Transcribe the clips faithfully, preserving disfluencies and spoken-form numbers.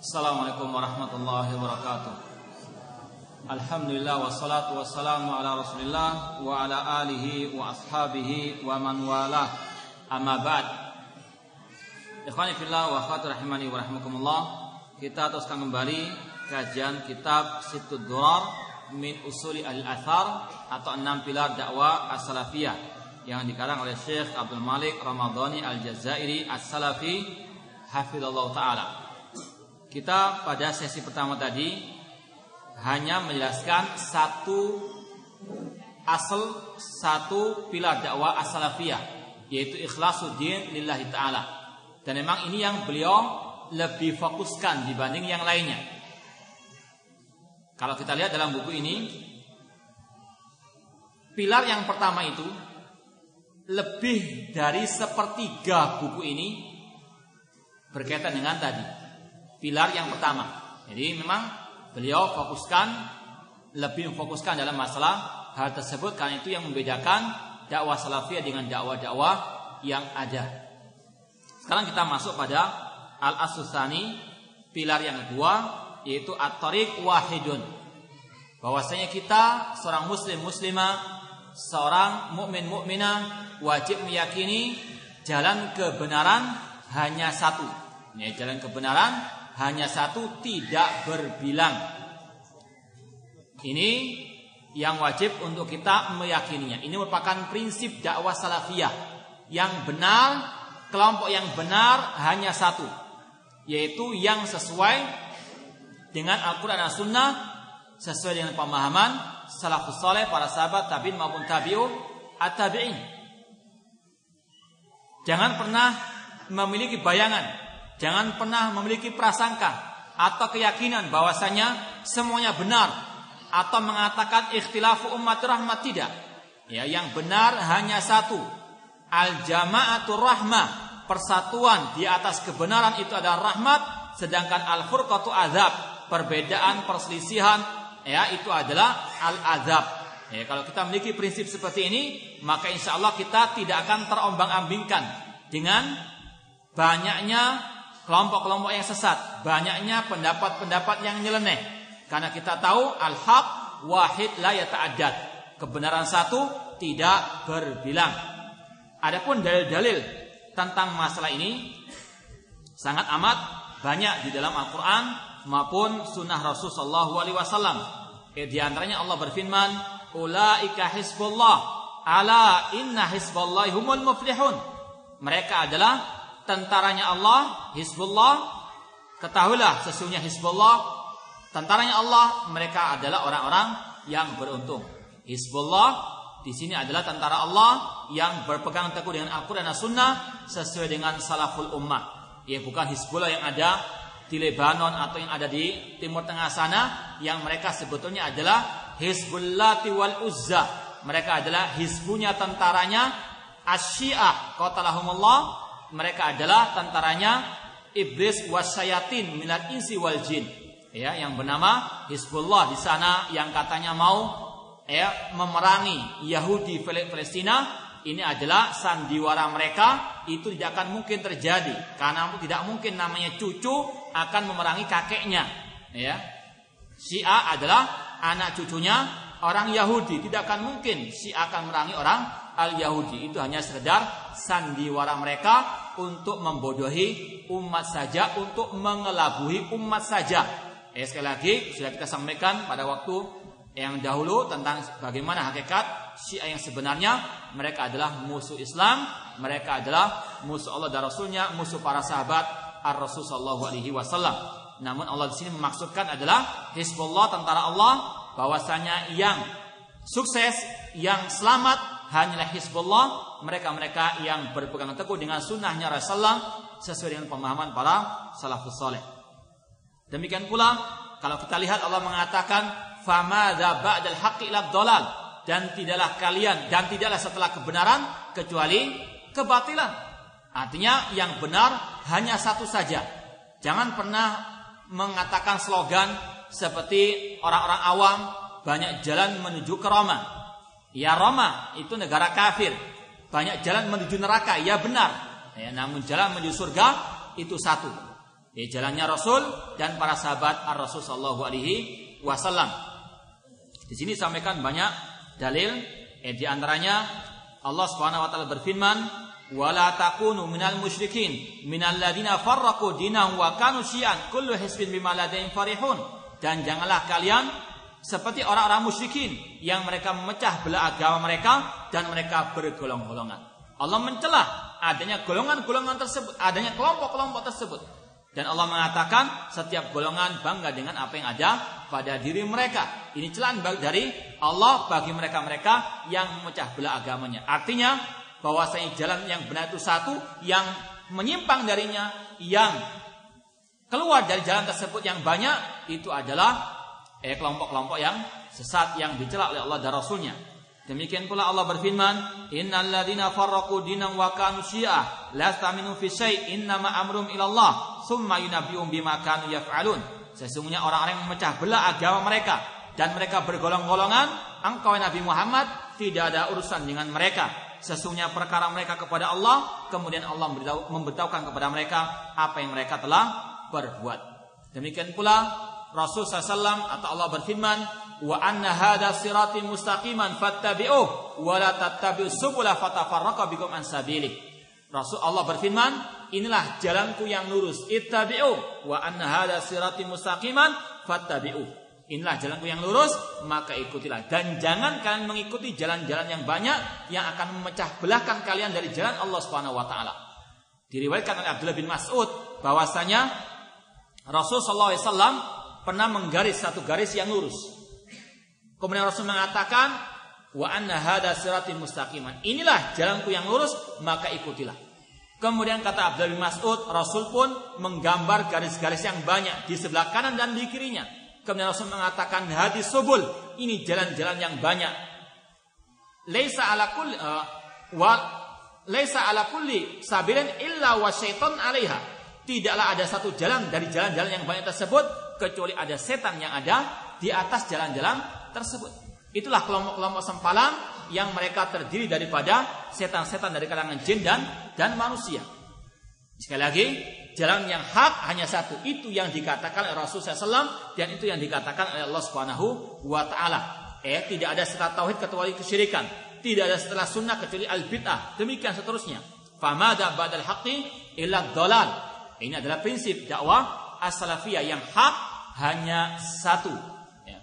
Assalamualaikum warahmatullahi wabarakatuh. Alhamdulillah wassalatu wassalamu ala Rasulillah wa ala alihi wa ashabihi wa man walah. Amma ba'd. Ikhwani fillah wa akhwati rahimani wa rahmakumullah. Kita teruskan kembali kajian kitab Sittud Durar min Usuli al-Athar atau enam pilar dakwah as-salafiyah yang dikarang oleh Syekh Abdul Malik Ramadhani Al-Jazairi As-Salafi hafizallahu taala. Kita pada sesi pertama tadi hanya menjelaskan satu asal, satu pilar dakwah as-salafiyah, yaitu ikhlasuddin lillahi ta'ala. Dan memang ini yang beliau lebih fokuskan dibanding yang lainnya. Kalau kita lihat dalam buku ini, pilar yang pertama itu lebih dari sepertiga buku ini berkaitan dengan tadi pilar yang pertama. Jadi memang beliau fokuskan, lebih memfokuskan dalam masalah hal tersebut, karena itu yang membedakan dakwah salafiyah dengan dakwah-dakwah yang ada. Sekarang kita masuk pada al-asusani, pilar yang kedua, yaitu at-tariq wahidun. Bahwasanya kita seorang muslim muslimah, seorang mukmin mukminah wajib meyakini jalan kebenaran hanya satu. Ya, jalan kebenaran hanya satu, tidak berbilang. Ini yang wajib untuk kita meyakininya. Ini merupakan prinsip dakwah salafiyah. Yang benar, kelompok yang benar hanya satu, yaitu yang sesuai dengan Al-Quran dan Sunnah, sesuai dengan pemahaman salafus saleh, para sahabat, tabi'in maupun tabi'u at-tabi'in. Jangan pernah memiliki bayangan, jangan pernah memiliki prasangka atau keyakinan bahwasanya semuanya benar, atau mengatakan ikhtilafu ummat rahmat. Tidak. Ya, yang benar hanya satu. Al-jama'atur rahmah, persatuan di atas kebenaran itu adalah rahmat, sedangkan al-furqatu azab, perbedaan, perselisihan, ya, itu adalah al-azab. Ya, kalau kita memiliki prinsip seperti ini, maka insya Allah kita tidak akan terombang-ambingkan dengan banyaknya kelompok-kelompok yang sesat, banyaknya pendapat-pendapat yang nyeleneh. Karena kita tahu al-haq wahid la yata'addad, kebenaran satu, tidak berbilang. Adapun dalil-dalil tentang masalah ini sangat amat banyak di dalam Al-Quran maupun sunnah Rasul sallallahu alaihi wasallam. Eh, di antaranya Allah berfirman, ulaika hizbullah, ala inna hizballahi humul muflihun. Mereka adalah tentaranya Allah, Hizbullah. Ketahuilah sesungguhnya Hizbullah, tentaranya Allah, mereka adalah orang-orang yang beruntung. Hizbullah di sini adalah tentara Allah yang berpegang teguh dengan Al-Quran dan Sunnah sesuai dengan salaful ummah. Ya, bukan Hizbullah yang ada di Lebanon atau yang ada di Timur Tengah sana, yang mereka sebetulnya adalah Hizbullati wal Uzza. Mereka adalah hizbunya, tentaranya Asy-Syiah qatalahumullah. Mereka adalah tentaranya iblis wasyayatin minal insi wal jin. Ya, yang bernama Hizbullah di sana, yang katanya mau ya memerangi Yahudi Palestina. Ini adalah sandiwara mereka. Itu tidak akan mungkin terjadi, karena tidak mungkin namanya cucu akan memerangi kakeknya. Ya, Syiah adalah anak cucunya orang Yahudi. Tidak akan mungkin Syiah akan memerangi orang al-Yahudi. Itu hanya sekedar sandiwara mereka untuk membodohi umat saja, untuk mengelabui umat saja. Eh, sekali lagi sudah kita sampaikan pada waktu yang dahulu tentang bagaimana hakikat Syiah yang sebenarnya. Mereka adalah musuh Islam, mereka adalah musuh Allah dan Rasulnya, musuh para sahabat ar-Rasul sallallahu alaihi wasallam. Namun Allah di sini memaksudkan adalah Hizbullah, tentara Allah, bahwasanya yang sukses, yang selamat hanyalah Hizbullah, mereka-mereka yang berpegang teguh dengan sunnahnya Rasulullah sesuai dengan pemahaman para salafus saleh. Demikian pula kalau kita lihat Allah mengatakan famadza ba'dal haqqi illa dhalal, dan tidaklah kalian dan tidaklah setelah kebenaran kecuali kebatilan. Artinya yang benar hanya satu saja. Jangan pernah mengatakan slogan seperti orang-orang awam, banyak jalan menuju ke Roma. Ya, Roma itu negara kafir. Banyak jalan menuju neraka, ya benar. Ya, namun jalan menuju surga itu satu. Di jalannya Rasul dan para sahabat Ar-Rasul sallallahu alaihi wasallam. Di sini sampaikan banyak dalil, eh, di antaranya Allah Subhanahu wa taala berfirman, "Wala takunu minal musyrikin minal ladzina farraqu dinahum wa kanu syi'an kullu hizbin bima ladaihim farihun." Dan janganlah kalian seperti orang-orang musyrikin yang mereka memecah belah agama mereka dan mereka bergolong-golongan. Allah mencela adanya golongan-golongan tersebut, adanya kelompok-kelompok tersebut. Dan Allah mengatakan setiap golongan bangga dengan apa yang ada pada diri mereka. Ini celaan dari Allah bagi mereka-mereka yang memecah belah agamanya. Artinya bahwasanya jalan yang benar itu satu, yang menyimpang darinya, yang keluar dari jalan tersebut yang banyak, itu adalah eh, kelompok-kelompok yang sesat yang dicela oleh Allah dan Rasulnya. Demikian pula Allah berfirman, "Innal ladzina farraqu dinahum wa kanu syi'a lasta minhum fi syai' innama amrum ila Allah tsumma yunabbi'uhum bima kanu yaf'alun." Sesungguhnya orang-orang yang memecah belah agama mereka dan mereka bergolong-golongan, engkau Nabi Muhammad tidak ada urusan dengan mereka. Sesungguhnya perkara mereka kepada Allah, kemudian Allah memberitahukan kepada mereka apa yang mereka telah berbuat. Demikian pula Rasul sallallahu alaihi wasallam atau Allah berfirman, "Wa anna hadza sirati mustaqiman fattabi'uhu wa la tattabi'us subula fatafarraqa bikum an sabilihi." Rasul Allah berfirman, inilah jalanku yang lurus, ittabi'u wa anna hadza sirati mustaqiman fattabi'u. Inilah jalanku yang lurus, maka ikutilah. Dan jangan kalian mengikuti jalan-jalan yang banyak yang akan memecah belahkan kalian dari jalan Allah Subhanahu wa taala. Diriwayatkan oleh Abdullah bin Mas'ud bahwasanya Rasul sallallahu alaihi wasallam pernah menggaris satu garis yang lurus. Kemudian Rasul mengatakan, "Wa anna hadza sirati mustaqiman." Inilah jalanku yang lurus, maka ikutilah. Kemudian kata Abdullah bin Mas'ud, Rasul pun menggambar garis-garis yang banyak di sebelah kanan dan di kirinya. Kemudian Rasul mengatakan, "Hadis subul." Ini jalan-jalan yang banyak. Laisa ala kulli uh, wa laisa ala kulli sabilin illa wa syaiton 'alaiha. Tidaklah ada satu jalan dari jalan-jalan yang banyak tersebut kecuali ada setan yang ada di atas jalan-jalan tersebut. Itulah kelompok-kelompok sempalan yang mereka terdiri daripada setan-setan dari kalangan jin dan dan manusia. Sekali lagi, jalan yang hak hanya satu. Itu yang dikatakan oleh Rasulullah sallallahu alaihi wasallam dan itu yang dikatakan oleh Allah Subhanahu wa taala. Eh, tidak ada setelah tauhid kecuali kesyirikan. Tidak ada setelah sunnah kecuali al-bid'ah. Demikian seterusnya. Famada ba'dal haqqi illa dhalal. Ini adalah prinsip dakwah as-salafiyah yang hak hanya satu. Ya.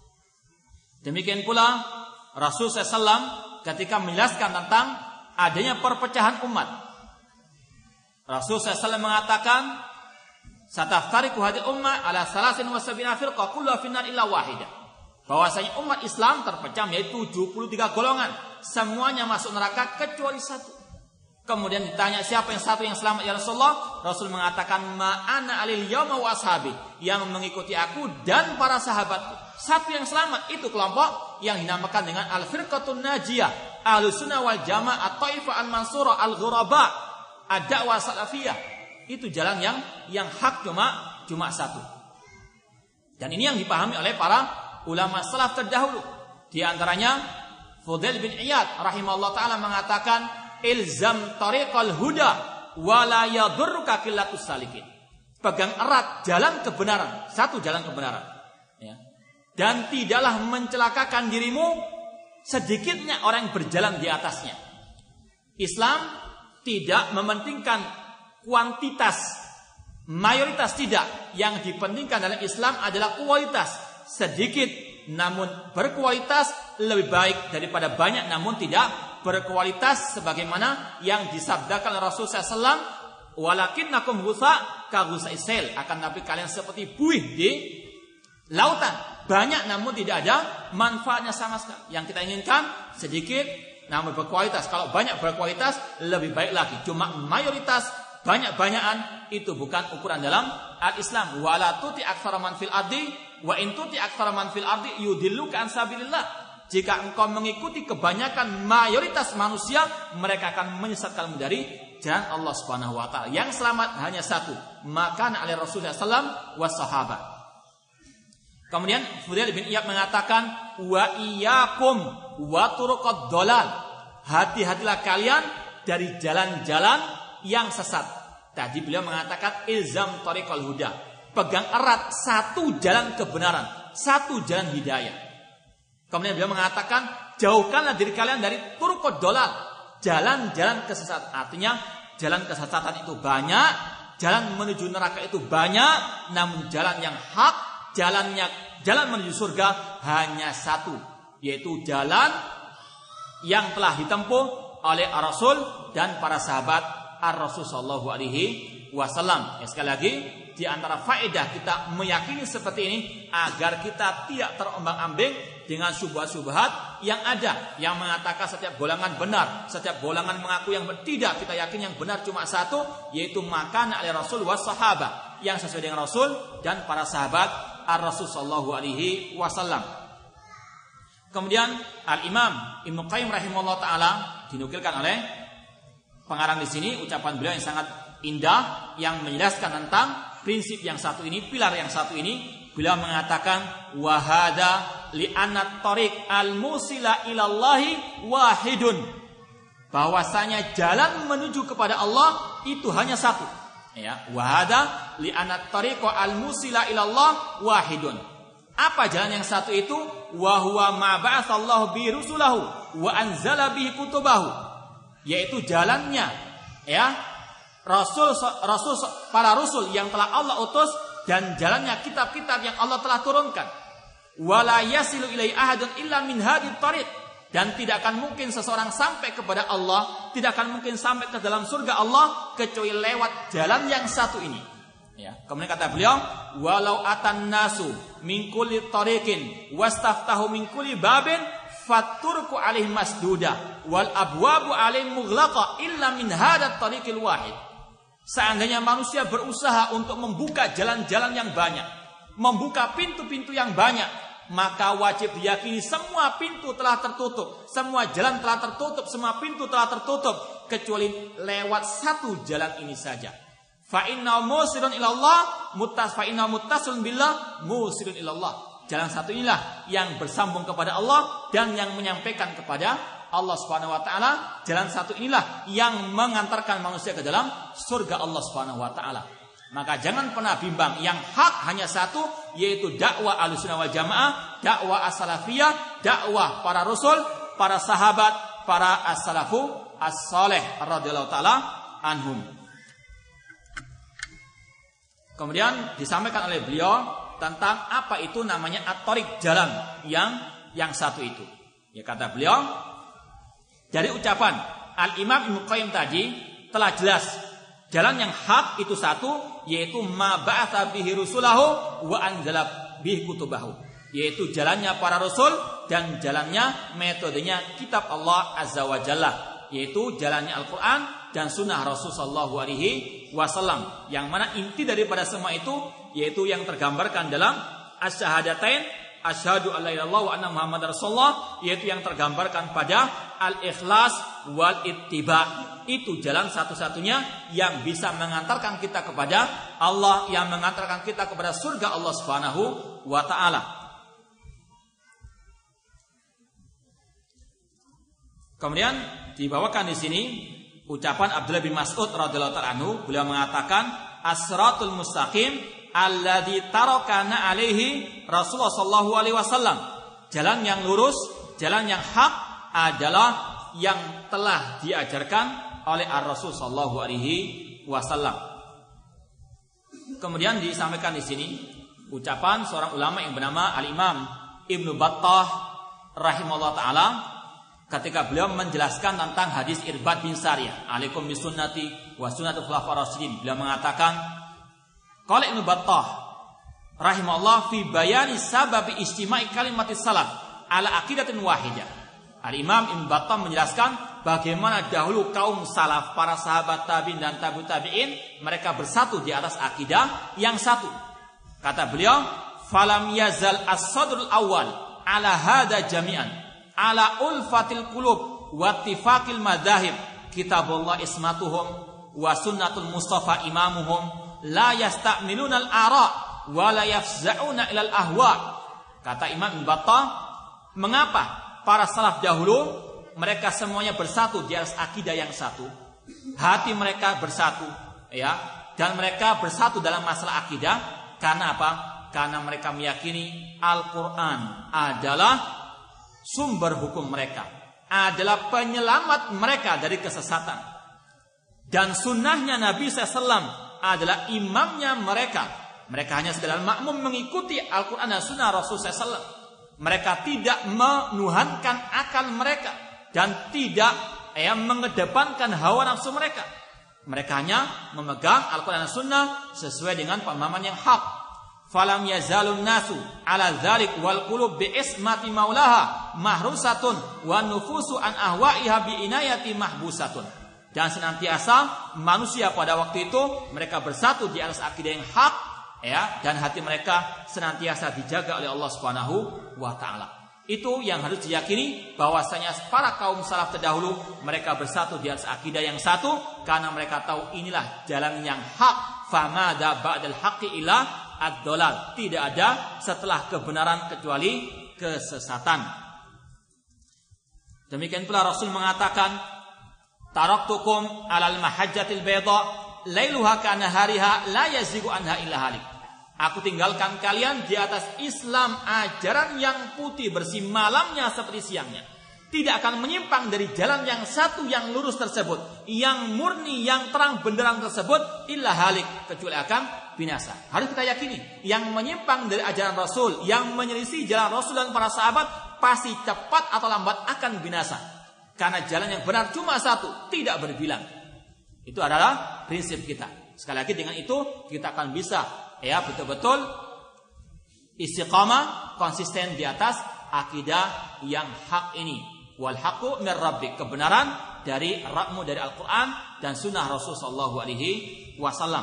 Demikian pula Rasulullah sallallahu alaihi wasallam ketika menjelaskan tentang adanya perpecahan umat. Rasulullah sallallahu alaihi wasallam mengatakan, "Sataftariqu hadhihi ummah ala salasin wa sab'ina firqah kulluha finnar illa wahidah." Bahwasanya umat Islam terpecah menjadi tujuh puluh tiga golongan, semuanya masuk neraka kecuali satu. Kemudian ditanya siapa yang satu yang selamat ya Rasulullah? Rasul mengatakan, "Ma'ana alil yauma wa ashabi," yang mengikuti aku dan para sahabatku. Satu yang selamat itu kelompok yang dinamakan dengan al-firqatun najiyah, Ahlussunnah wal Jamaah, at-Taifah al-Mansurah, al-Ghuraba, ad-da'wah salafiyah. Itu jalan yang yang hak cuma cuma satu. Dan ini yang dipahami oleh para ulama salaf terdahulu. Di antaranya Fudail bin Iyad rahimahullah taala mengatakan, "Ilzam tariqal huda wa la yadurruka qillatus salikin." Pegang erat jalan kebenaran, satu jalan kebenaran. Ya. Dan tidaklah mencelakakan dirimu sedikitnya orang yang berjalan di atasnya. Islam tidak mementingkan kuantitas, mayoritas tidak. Yang dipentingkan dalam Islam adalah kualitas. Sedikit namun berkualitas lebih baik daripada banyak namun tidak berkualitas, sebagaimana yang disabdakan Rasulullah sallallahu alaihi wasallam, "Walakinnakum ghusa ka ghusa'is sail." Akan tapi kalian seperti buih di lautan, banyak namun tidak ada manfaatnya sama sekali. Yang kita inginkan sedikit namun berkualitas. Kalau banyak berkualitas lebih baik lagi. Cuma mayoritas, banyak-banyakan itu bukan ukuran dalam al-Islam. Wala tuti aktsara man fil ardi wa in tuti aktsara man fil ardi yudilluka an sabilillah. Jika engkau mengikuti kebanyakan mayoritas manusia, mereka akan menyesatkanmu dari jalan Allah Subhanahu wa taala. Yang selamat hanya satu, maka ali Rasulullah sallallahu alaihi wasallam was sahabat. Kemudian Fudail bin Iyad mengatakan, "Wa iyyakum wa turuqad dhalal." Hati-hatilah kalian dari jalan-jalan yang sesat. Tadi beliau mengatakan ilzam thariqal huda. Pegang erat satu jalan kebenaran, satu jalan hidayah. Kemudian beliau mengatakan jauhkanlah diri kalian dari turuqud dolal, jalan-jalan kesesatan. Artinya jalan kesesatan itu banyak, jalan menuju neraka itu banyak, namun jalan yang hak, jalannya jalan menuju surga hanya satu, yaitu jalan yang telah ditempuh oleh Ar-Rasul dan para sahabat Ar-Rasul sallallahu alaihi wasallam. Ya, sekali lagi, di antara faedah kita meyakini seperti ini agar kita tidak terombang-ambing dengan syubhat-syubhat yang ada, yang mengatakan setiap golongan benar, setiap golongan mengaku yang tidak. Kita yakin yang benar cuma satu, yaitu makan oleh Rasul was sahabat, yang sesuai dengan Rasul dan para sahabat Ar-Rasul sallallahu alaihi wasallam. Kemudian Al-Imam Ibnu Qayyim rahimahullah taala dinukilkan oleh pengarang di sini ucapan beliau yang sangat indah yang menjelaskan tentang prinsip yang satu ini, pilar yang satu ini. Beliau mengatakan wahada li anat tariq al-musila ilallahi wahidun, bahwasanya jalan menuju kepada Allah itu hanya satu. Ya, wahada li anat tariq al-musila ilallah wahidun. Apa jalan yang satu itu? Wa huwa ma ba'atsallahu bi rusulahu wa anzala bihi kutubahu, yaitu jalannya ya Rasul Rasul para rasul yang telah Allah utus dan jalannya kitab-kitab yang Allah telah turunkan. Wala yasilu ilai ahadun illa min hadhihi tariq, dan tidak akan mungkin seseorang sampai kepada Allah, tidak akan mungkin sampai ke dalam surga Allah kecuali lewat jalan yang satu ini. Ya. Kemudian kata beliau, walau atan nasu min kulli tariqin wastaftahu min kulli babin faturku alaihim masduda wal abwabu alaihim mughlaqa illa min hadat tariqil wahid. Seandainya manusia berusaha untuk membuka jalan-jalan yang banyak, membuka pintu-pintu yang banyak, maka wajib diyakini semua pintu telah tertutup, semua jalan telah tertutup, semua pintu telah tertutup kecuali lewat satu jalan ini saja. Fa inna musirun ilallah mutas fa inna muttasilun billah musirun ilallah. Jalan satu inilah yang bersambung kepada Allah dan yang menyampaikan kepada Allah Subhanahu wa taala. Jalan satu inilah yang mengantarkan manusia ke dalam surga Allah Subhanahu wa taala. Maka jangan pernah bimbang, yang hak hanya satu, yaitu dakwah Ahlussunnah wal Jamaah, dakwah as-salafiyah, dakwah para rasul, para sahabat, para as-salafu as-saleh radhiyallahu taala anhum. Kemudian disampaikan oleh beliau tentang apa itu namanya at-tariq, jalan yang yang satu itu. Ya, kata beliau, dari ucapan Al-Imam Ibnu Qayyim tadi telah jelas jalan yang hak itu satu, yaitu ma ba'atsa bihi rusulahu wa anzala bihi kutubahu, yaitu jalannya para rasul dan jalannya metodenya kitab Allah Azza wa Jalla, yaitu jalannya Al-Qur'an dan sunnah Rasul sallallahu alaihi wasallam, yang mana inti daripada semua itu yaitu yang tergambarkan dalam asyhadatain, asyhadu alla ilaha illallah wa anna muhammadar rasulullah, yaitu yang tergambarkan pada al-ikhlas wal ittiba. Itu jalan satu-satunya yang bisa mengantarkan kita kepada Allah, yang mengantarkan kita kepada surga Allah Subhanahu wa taala. Kemudian dibawakan di sini ucapan Abdullah bin Mas'ud radhiyallahu ta'ala anhu. Beliau mengatakan as-siratul mustaqim alladzi tarakana alaihi Rasulullah sallallahu alaihi wasallam. Jalan yang lurus, jalan yang hak adalah yang telah diajarkan oleh Ar-Rasul sallallahu alaihi wasallam. Kemudian disampaikan di sini ucapan seorang ulama yang bernama Al-Imam Ibnu Battah rahimahullah taala ketika beliau menjelaskan tentang hadis Irbad bin Sariyah, alaikum bisunnati wa sunnatul khulafaur rasyidin. Beliau mengatakan, qala Ibnu Battah rahimahullah fi bayani sababi istima'i kalimatis salaf ala aqidatin wahidah. Al-Imam Ibnu Battah menjelaskan bagaimana dahulu kaum salaf, para sahabat tabi'in dan tabi'ut tabi'in, mereka bersatu di atas akidah yang satu. Kata beliau, falam yazal as-sadrul awal ala hada jami'an ala ulfatil qulub wa ittifaqil madzahib kitabullah ismatuhum wa sunnatul mustafa imamuhum la yasta'miluna al-ara wa la yafza'una ila al-ahwa. Kata Imam Ibnu Battah, mengapa para salaf dahulu mereka semuanya bersatu di atas akidah yang satu, hati mereka bersatu, ya, dan mereka bersatu dalam masalah akidah. Karena apa? Karena mereka meyakini Al-Quran adalah sumber hukum mereka, adalah penyelamat mereka dari kesesatan, dan sunnahnya Nabi shallallahu alaihi wasallam adalah imamnya mereka. Mereka hanya sekedar makmum mengikuti Al-Quran dan sunnah Rasul shallallahu alaihi wasallam. Mereka tidak menuhankan akal mereka dan tidak ya, mengedepankan hawa nafsu mereka. Mereka hanya memegang Al-Quran dan sunnah sesuai dengan pemahaman yang hak. Falam yazalun nasu ala dzalik wal qulub bi ismati maulaha mahrusatun wa nufusu an ahwaiha bi inayati mahbusatun. Dan senantiasa manusia pada waktu itu mereka bersatu di atas akidah yang hak, ya, dan hati mereka senantiasa dijaga oleh Allah Subhanahu wa taala. Itu yang harus diyakini, bahwasanya para kaum salaf terdahulu mereka bersatu di atas akidah yang satu karena mereka tahu inilah jalan yang hak. Famada ba'dal haqqi ila ad-dolal. Tidak ada setelah kebenaran kecuali kesesatan. Demikian pula Rasul mengatakan, taraktukum alal mahajjatil bayda lailuha kanahariha la yazigu anha illa halik. Aku tinggalkan kalian di atas Islam ajaran yang putih bersih, malamnya seperti siangnya. Tidak akan menyimpang dari jalan yang satu yang lurus tersebut, yang murni, yang terang benderang tersebut, illa halik, kecuali akan binasa. Harus kita yakini, yang menyimpang dari ajaran Rasul, yang menyelisih jalan Rasul dan para sahabat, pasti cepat atau lambat akan binasa. Karena jalan yang benar cuma satu, tidak berbilang. Itu adalah prinsip kita. Sekali lagi dengan itu kita akan bisa ya betul-betul istiqamah, konsisten di atas akidah yang hak ini. Wal haqqu mir rabbik, kebenaran dari Rabbmu, dari Al-Quran dan sunnah Rasul sallallahu alaihi wasallam.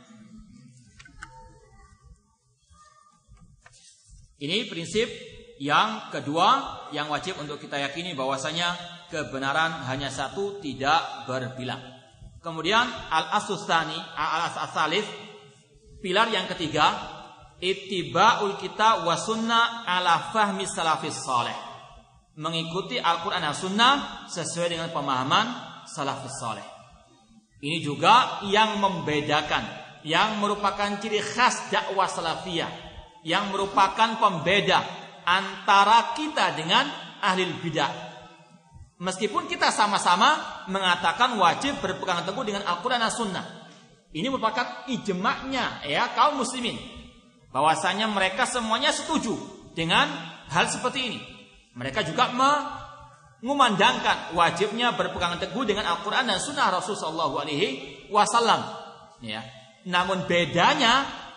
Ini prinsip yang kedua yang wajib untuk kita yakini, bahwasanya kebenaran hanya satu, tidak berbilang. Kemudian al-asustani, al-asalis, pilar yang ketiga, ittiba'ul kitab wa sunnah ala fahmi salafis saleh. Mengikuti Al-Quran dan Sunnah sesuai dengan pemahaman salafus saleh. Ini juga yang membedakan, yang merupakan ciri khas dakwah salafiyah, yang merupakan pembeda antara kita dengan ahli bidah. Meskipun kita sama-sama mengatakan wajib berpegang teguh dengan Al-Quran dan Sunnah, ini merupakan ijma'nya ya kaum muslimin, bahwasanya mereka semuanya setuju dengan hal seperti ini. Mereka juga mengumandangkan wajibnya berpegang teguh dengan Al-Quran dan Sunnah Rasul sallallahu alaihi wasallam. Ya. Namun bedanya,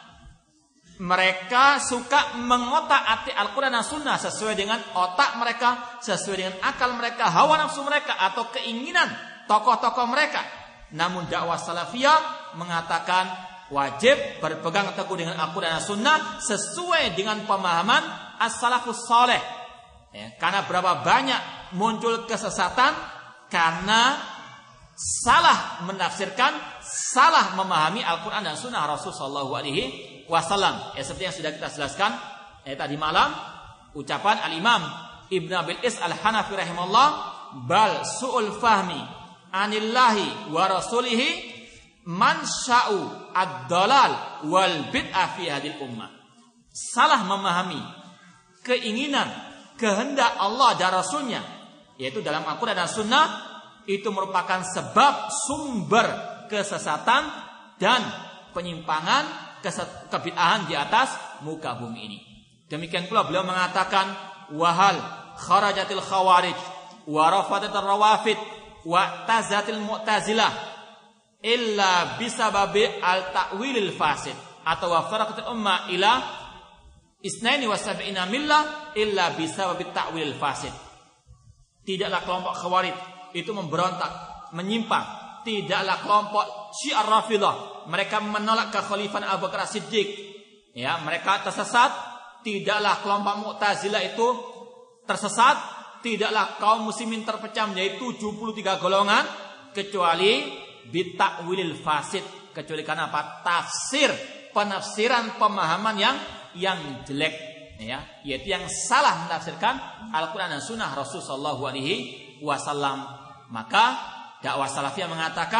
mereka suka mengotak-atik Al-Quran dan Sunnah sesuai dengan otak mereka, sesuai dengan akal mereka, hawa nafsu mereka, atau keinginan tokoh-tokoh mereka. Namun dakwah salafiyah mengatakan wajib berpegang teguh dengan Al-Quran dan Sunnah sesuai dengan pemahaman as-salafus saleh. Ya, karena berapa banyak muncul kesesatan karena salah menafsirkan, salah memahami Al-Quran dan Sunnah Rasul sallallahu alaihi wasallam. Ya, seperti yang sudah kita jelaskan ya, tadi malam, ucapan Al-Imam Ibn Abil Is Al-Hanafi rahimahullah, bal su'ul fahmi anillahi wa rasulihi man sya'u ad-dalal wal bid'ah fi hadil ummah. Salah memahami keinginan, kehendak Allah dan Rasulnya, yaitu dalam Al-Quran dan Sunnah, itu merupakan sebab sumber kesesatan dan penyimpangan, kebid'ahan di atas muka bumi ini. Demikian pula beliau mengatakan, wahal kharajatil khawarij wa rafadatil rawafid wa tazatil mu'tazilah illa bisababi al-ta'wilil fasid atau wa faraqatil umma ila isnaini wa sab'ina millah illa bisababit ta'wilil fasid. Tidaklah kelompok Khawarij itu memberontak, menyimpang. Tidaklah kelompok Syiah Rafidhah mereka menolak kekhalifahan Abu Bakar As-Siddiq. Ya, mereka tersesat. Tidaklah kelompok Mu'tazilah itu tersesat. Tidaklah kaum muslimin terpecah menjadi tujuh puluh tiga golongan kecuali bita'wilil fasid, kecuali karena apa? Tafsir, penafsiran, pemahaman yang yang jelek, ya, yaitu yang salah menafsirkan Al-Quran dan Sunnah Rasul sallallahu alaihi wasallam. Maka dakwah salafiyah mengatakan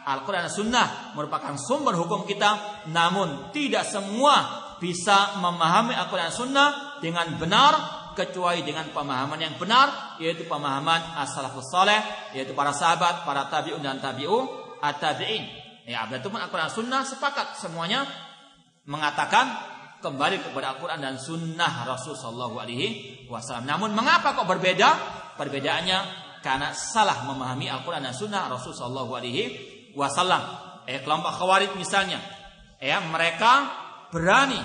Al-Quran dan Sunnah merupakan sumber hukum kita, namun tidak semua bisa memahami Al-Quran dan Sunnah dengan benar kecuali dengan pemahaman yang benar, yaitu pemahaman as-salafus saleh, yaitu para sahabat, para tabi'un dan tabi'u at-tabi'in. Ya, berarti pun Al-Quran dan Sunnah sepakat semuanya mengatakan kembali kepada Al-Quran dan Sunnah Rasul Sallallahu Alaihi Wasallam. Namun mengapa kok berbeda? Perbedaannya karena salah memahami Al-Quran dan Sunnah Rasul Sallallahu Alaihi Wasallam. Eh, kelompok Khawarij misalnya, ya, mereka berani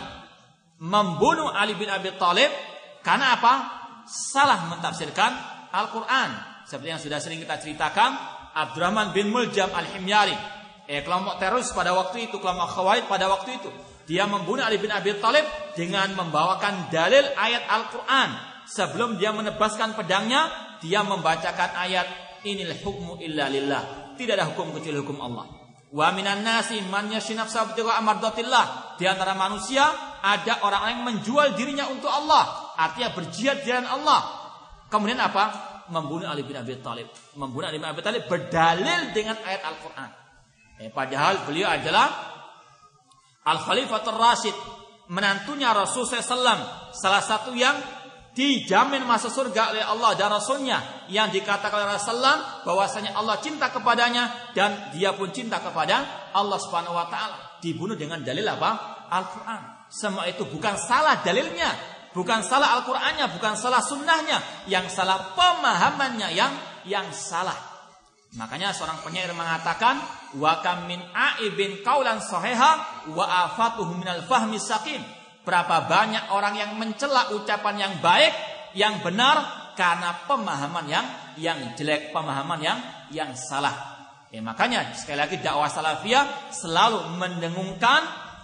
membunuh Ali bin Abi Thalib karena apa? Salah mentafsirkan Al-Quran. Seperti yang sudah sering kita ceritakan, Abdurrahman bin Muljam Al-Himyari, eh, kelompok teroris pada waktu itu, kelompok Khawarij pada waktu itu, dia membunuh Ali bin Abi Thalib dengan membawakan dalil ayat Al-Quran. Sebelum dia menebaskan pedangnya, dia membacakan ayat inil hukmu illa lillah. Tidak ada hukum kecuali hukum Allah. Wa minan nasi man yashi nafsahu ibtigha'a mardatillah. Di antara manusia ada orang yang menjual dirinya untuk Allah, artinya berjihad di jalan Allah. Kemudian apa? Membunuh Ali bin Abi Thalib. Membunuh Ali bin Abi Thalib berdalil dengan ayat Al-Quran. Eh, padahal beliau adalah Al-Khalifatul Rasyid, menantunya Rasulullah shallallahu alaihi wasallam, salah satu yang dijamin masuk surga oleh Allah dan Rasulnya, yang dikatakan oleh Rasulullah bahwasanya Allah cinta kepadanya dan dia pun cinta kepada Allah Subhanahu wa taala. Dibunuh dengan dalil apa? Al-Quran. Semua itu bukan salah dalilnya, bukan salah Al-Qurannya, bukan salah sunnahnya, yang salah pemahamannya yang yang salah. Makanya seorang penyair mengatakan, wa kam min aibin qaulan sahiha wa afatuhu minal fahmi saqim. Berapa banyak orang yang mencela ucapan yang baik, yang benar, karena pemahaman yang yang jelek, pemahaman yang yang salah. Ya, makanya sekali lagi dakwah salafiyah selalu mendengungkan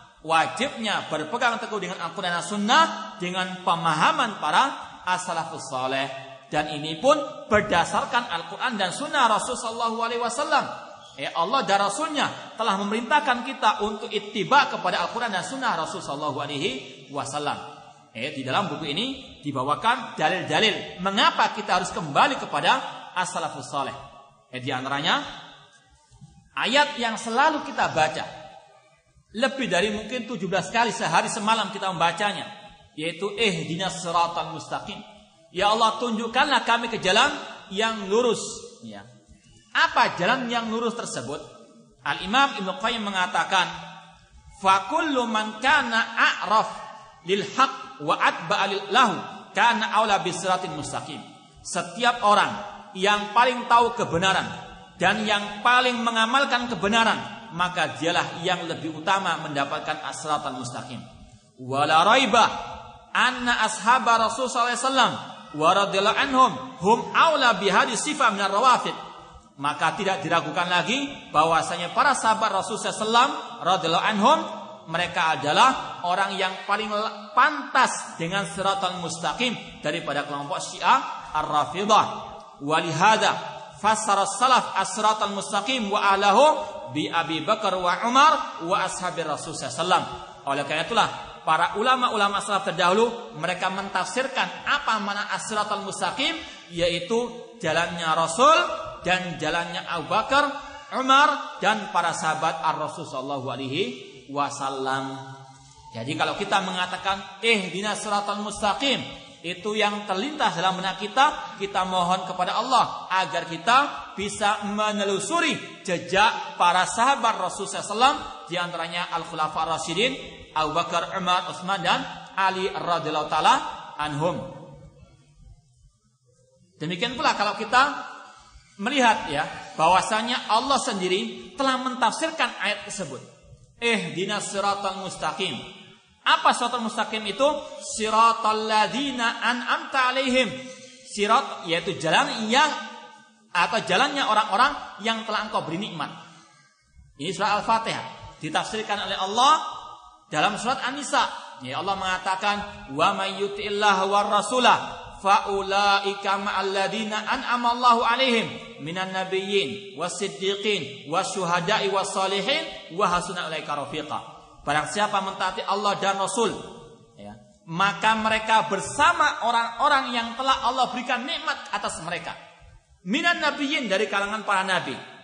wajibnya berpegang teguh dengan Al-Quran dan Sunnah dengan pemahaman para as-salafus saleh. Dan ini pun berdasarkan Al-Quran dan Sunnah Rasul Sallallahu Alaihi Wasallam. Ya, Allah dan Rasulnya telah memerintahkan kita untuk ittiba kepada Al-Quran dan Sunnah Rasul Sallallahu Alaihi Wasallam. Ya, di dalam buku ini dibawakan dalil-dalil mengapa kita harus kembali kepada as-salafus saleh. Ya, di antaranya ayat yang selalu kita baca, lebih dari mungkin tujuh belas kali sehari semalam kita membacanya, yaitu ihdinas siratal mustaqim. Ya Allah, tunjukkanlah kami ke jalan yang lurus. Ya. Apa jalan yang lurus tersebut? Al-Imam Ibnu Qayyim mengatakan, fa kullu man kana a'raf lil haqq wa atba'a lahu kana aula bisiratil mustaqim. Setiap orang yang paling tahu kebenaran dan yang paling mengamalkan kebenaran, maka dialah yang lebih utama mendapatkan as-siratal mustaqim. Wala raiba anna ashabar Rasul sallallahu alaihi wasallam wa radhiyallahu anhum hum aula bihadhi sifah minar rawafid. Maka tidak diragukan lagi bahwasanya para sahabat Rasul sallallahu alaihi wasallam radhiyallahu anhum, mereka adalah orang yang paling pantas dengan siratal mustaqim daripada kelompok Syiah Ar-Rafidah. Walihada fassara salaf as-siratal mustaqim wa ahlahu bi Abi Bakar wa Umar wa ashabi Rasul sallallahu alaihi wasallam. Oleh karena itulah para ulama-ulama salaf terdahulu mereka mentafsirkan apa makna as-siratal mustaqim, yaitu jalannya Rasul dan jalannya Abu Bakar, Umar dan para sahabat ar-Rasul sallallahu alaihi wasallam. Jadi kalau kita mengatakan ihdinas siratal mustaqim, itu yang terlintas dalam benak kita, kita mohon kepada Allah agar kita bisa menelusuri jejak para sahabat Rasul sallallahu alaihi wasallam, di antaranya al-khulafa ar-rasyidin Abu Bakar, Umar, Utsman dan Ali radhiyallahu taala anhum. Demikian pula kalau kita melihat ya bahwasanya Allah sendiri telah mentafsirkan ayat tersebut. Ihdinas siratal mustaqim. Apa siratal mustaqim itu? Siratal ladzina an'amta alaihim. Sirat yaitu jalan yang atau jalannya orang-orang yang telah Engkau beri nikmat. Ini surah Al-Fatihah ditafsirkan oleh Allah dalam surat An-Nisa. Ya, Allah mengatakan wa may yuti'illaha war rasulah fa ulaika ma'al ladzina an'ama Allahu alaihim minan nabiyyin was-siddiqin wasyuhada'i was-shalihin wa hasuna ulaika rafiqa. Barang siapa mentaati Allah dan Rasul, ya, maka mereka bersama orang-orang yang telah Allah berikan nikmat atas mereka. Minan nabiyyin, dari kalangan para nabi,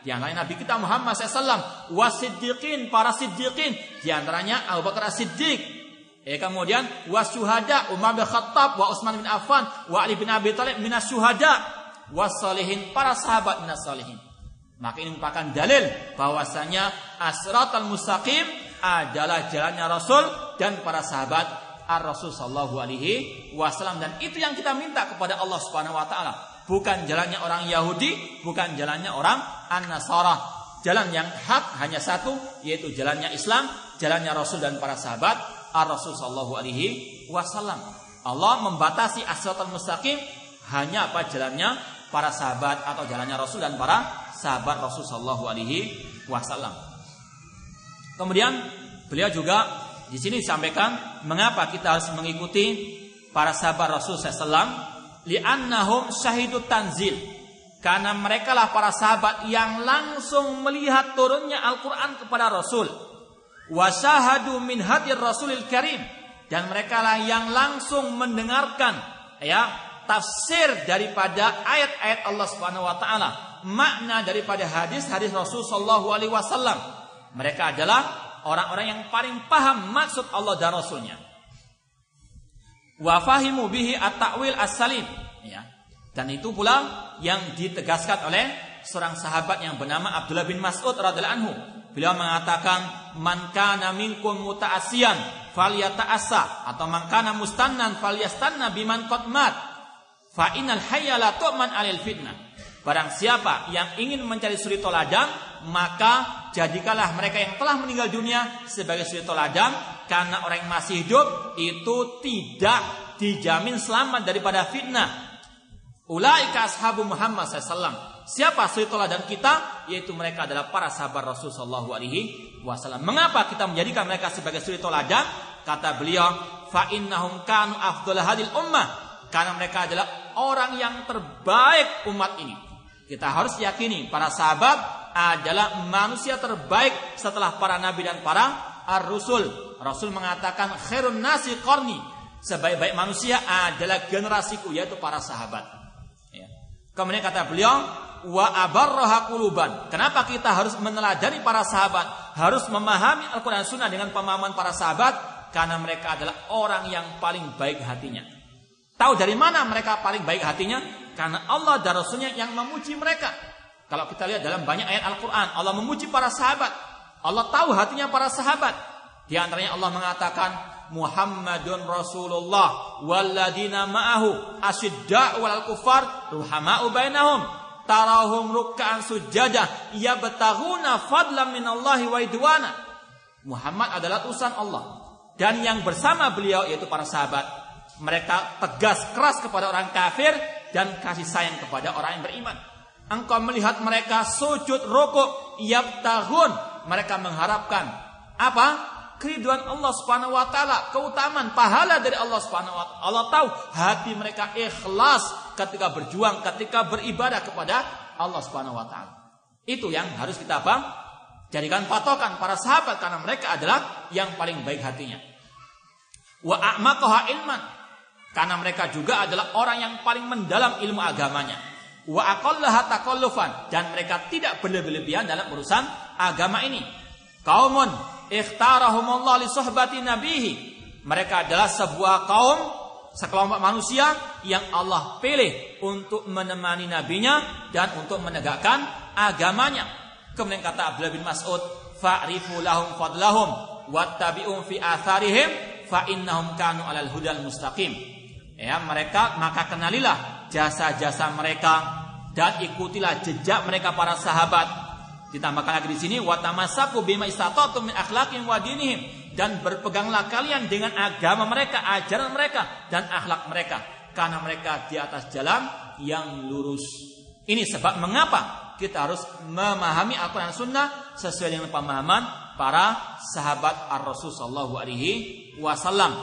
Di antaranya Nabi kita Muhammad shallallahu alaihi wasallam, wasiddiqin, para siddiqin, di antaranya Abu Bakar As-Siddiq. Eh, kemudian wasyuhada, Umar bin Khattab, wa Utsman bin Affan, wa Ali bin Abi Thalib minas syuhada, wassalihin, para sahabat minas salihin. Maka ini merupakan dalil bahwasanya as-siratal mustaqim adalah jalannya Rasul dan para sahabat ar-Rasul sallallahu alaihi wasallam, dan itu yang kita minta kepada Allah Subhanahu wa taala. Bukan jalannya orang Yahudi, bukan jalannya orang An-Nasara. Jalan yang hak hanya satu, yaitu jalannya Islam, jalannya Rasul dan para sahabat ar-Rasul sallallahu alaihi wasallam. Allah membatasi as-siratal mustaqim hanya apa jalannya para sahabat atau jalannya Rasul dan para sahabat Rasul sallallahu alaihi wasallam. Kemudian beliau juga di sini disampaikan mengapa kita harus mengikuti para sahabat Rasul sallallahu alaihi wasallam. Li'annahum syahidut tanzil, karena mereka lah para sahabat yang langsung melihat turunnya Al-Quran kepada Rasul. Wa syahadu min hadir Rasulil Karim, dan mereka lah yang langsung mendengarkan ya tafsir daripada ayat-ayat Allah Subhanahu wa taala, makna daripada hadis-hadis Rasul sallallahu alaihi wasallam. Mereka adalah orang-orang yang paling paham maksud Allah dan Rasulnya. Wa fahimu bihi at-ta'wil as-salim, ya. Dan itu pula yang ditegaskan oleh seorang sahabat yang bernama Abdullah bin Mas'ud radhiyallahu anhu. Beliau mengatakan, man kana minkum muta'assiyan falyata'assa, atau man kana mustannan falyastanna biman qad mat fa innal hayya la tu'man 'alil fitnah. Barang siapa yang ingin mencari suri toladan, maka jadikanlah mereka yang telah meninggal dunia sebagai suri toladan, karena orang yang masih hidup itu tidak dijamin selamat daripada fitnah. Ulaika ashabu Muhammad sallallahu alaihi wasallam. Siapa suri toladan kita? Yaitu mereka adalah para sahabat Rasul sallallahu alaihi wasallam. Mengapa kita menjadikan mereka sebagai suri toladan? Kata beliau, fa innahum kanu afdhal hadil ummah, karena mereka adalah orang yang terbaik umat ini. Kita harus yakini para sahabat adalah manusia terbaik setelah para nabi dan para ar-rusul. Rasul mengatakan khairun nasi qarni, sebaik-baik manusia adalah generasiku, yaitu para sahabat. Ya. Kemudian kata beliau, wa abarraha quluban. Kenapa kita harus meneladani para sahabat, harus memahami Al-Quran dan Sunnah dengan pemahaman para sahabat? Karena mereka adalah orang yang paling baik hatinya. Tahu dari mana mereka paling baik hatinya? Karena Allah dan Rasulnya yang memuji mereka. Kalau kita lihat dalam banyak ayat Al-Quran, Allah memuji para sahabat. Allah tahu hatinya para sahabat. Di antaranya Allah mengatakan, Muhammadun Rasulullah walladina ma'ahu asyidda'u walal kufar ruhama'u bainahum tarahum ruk'an sujada yabtaghuna fadlan minallahi wa idwana. Muhammad adalah utusan Allah, dan yang bersama beliau yaitu para sahabat, mereka tegas keras kepada orang kafir dan kasih sayang kepada orang yang beriman. Engkau melihat mereka sujud rukuk, yabtaghun, mereka mengharapkan apa? Keriduan Allah Subhanahu wa taala, keutamaan, pahala dari Allah Subhanahu wa taala. Allah tahu hati mereka ikhlas ketika berjuang, ketika beribadah kepada Allah Subhanahu wa taala. Itu yang harus kita apa? Jadikan patokan para sahabat, karena mereka adalah yang paling baik hatinya. Wa a'maqaha ilman, karena mereka juga adalah orang yang paling mendalam ilmu agamanya. Wa aqallaha taqallufan, dan mereka tidak berlebihan dalam urusan agama ini. Qaumun ikhtarahumullah li suhbati nabihi, mereka adalah sebuah kaum, sekelompok manusia yang Allah pilih untuk menemani nabinya dan untuk menegakkan agamanya. Kemudian kata Abdullah bin Mas'ud, fa'rifu lahum fadlahum wattabi'um fi atharihim fa innahum kanu alal hudal mustaqim. Ya, mereka maka kenalilah jasa-jasa mereka dan ikutilah jejak mereka para sahabat. Ditambahkan lagi di sini, wa tamassaku bima istata'tum min akhlaqihim wa dinihim, dan berpeganglah kalian dengan agama mereka, ajaran mereka dan akhlak mereka, karena mereka di atas jalan yang lurus. Ini sebab mengapa kita harus memahami Al-Quran dan Sunnah sesuai dengan pemahaman para sahabat Ar-Rasul sallallahu alaihi wasallam.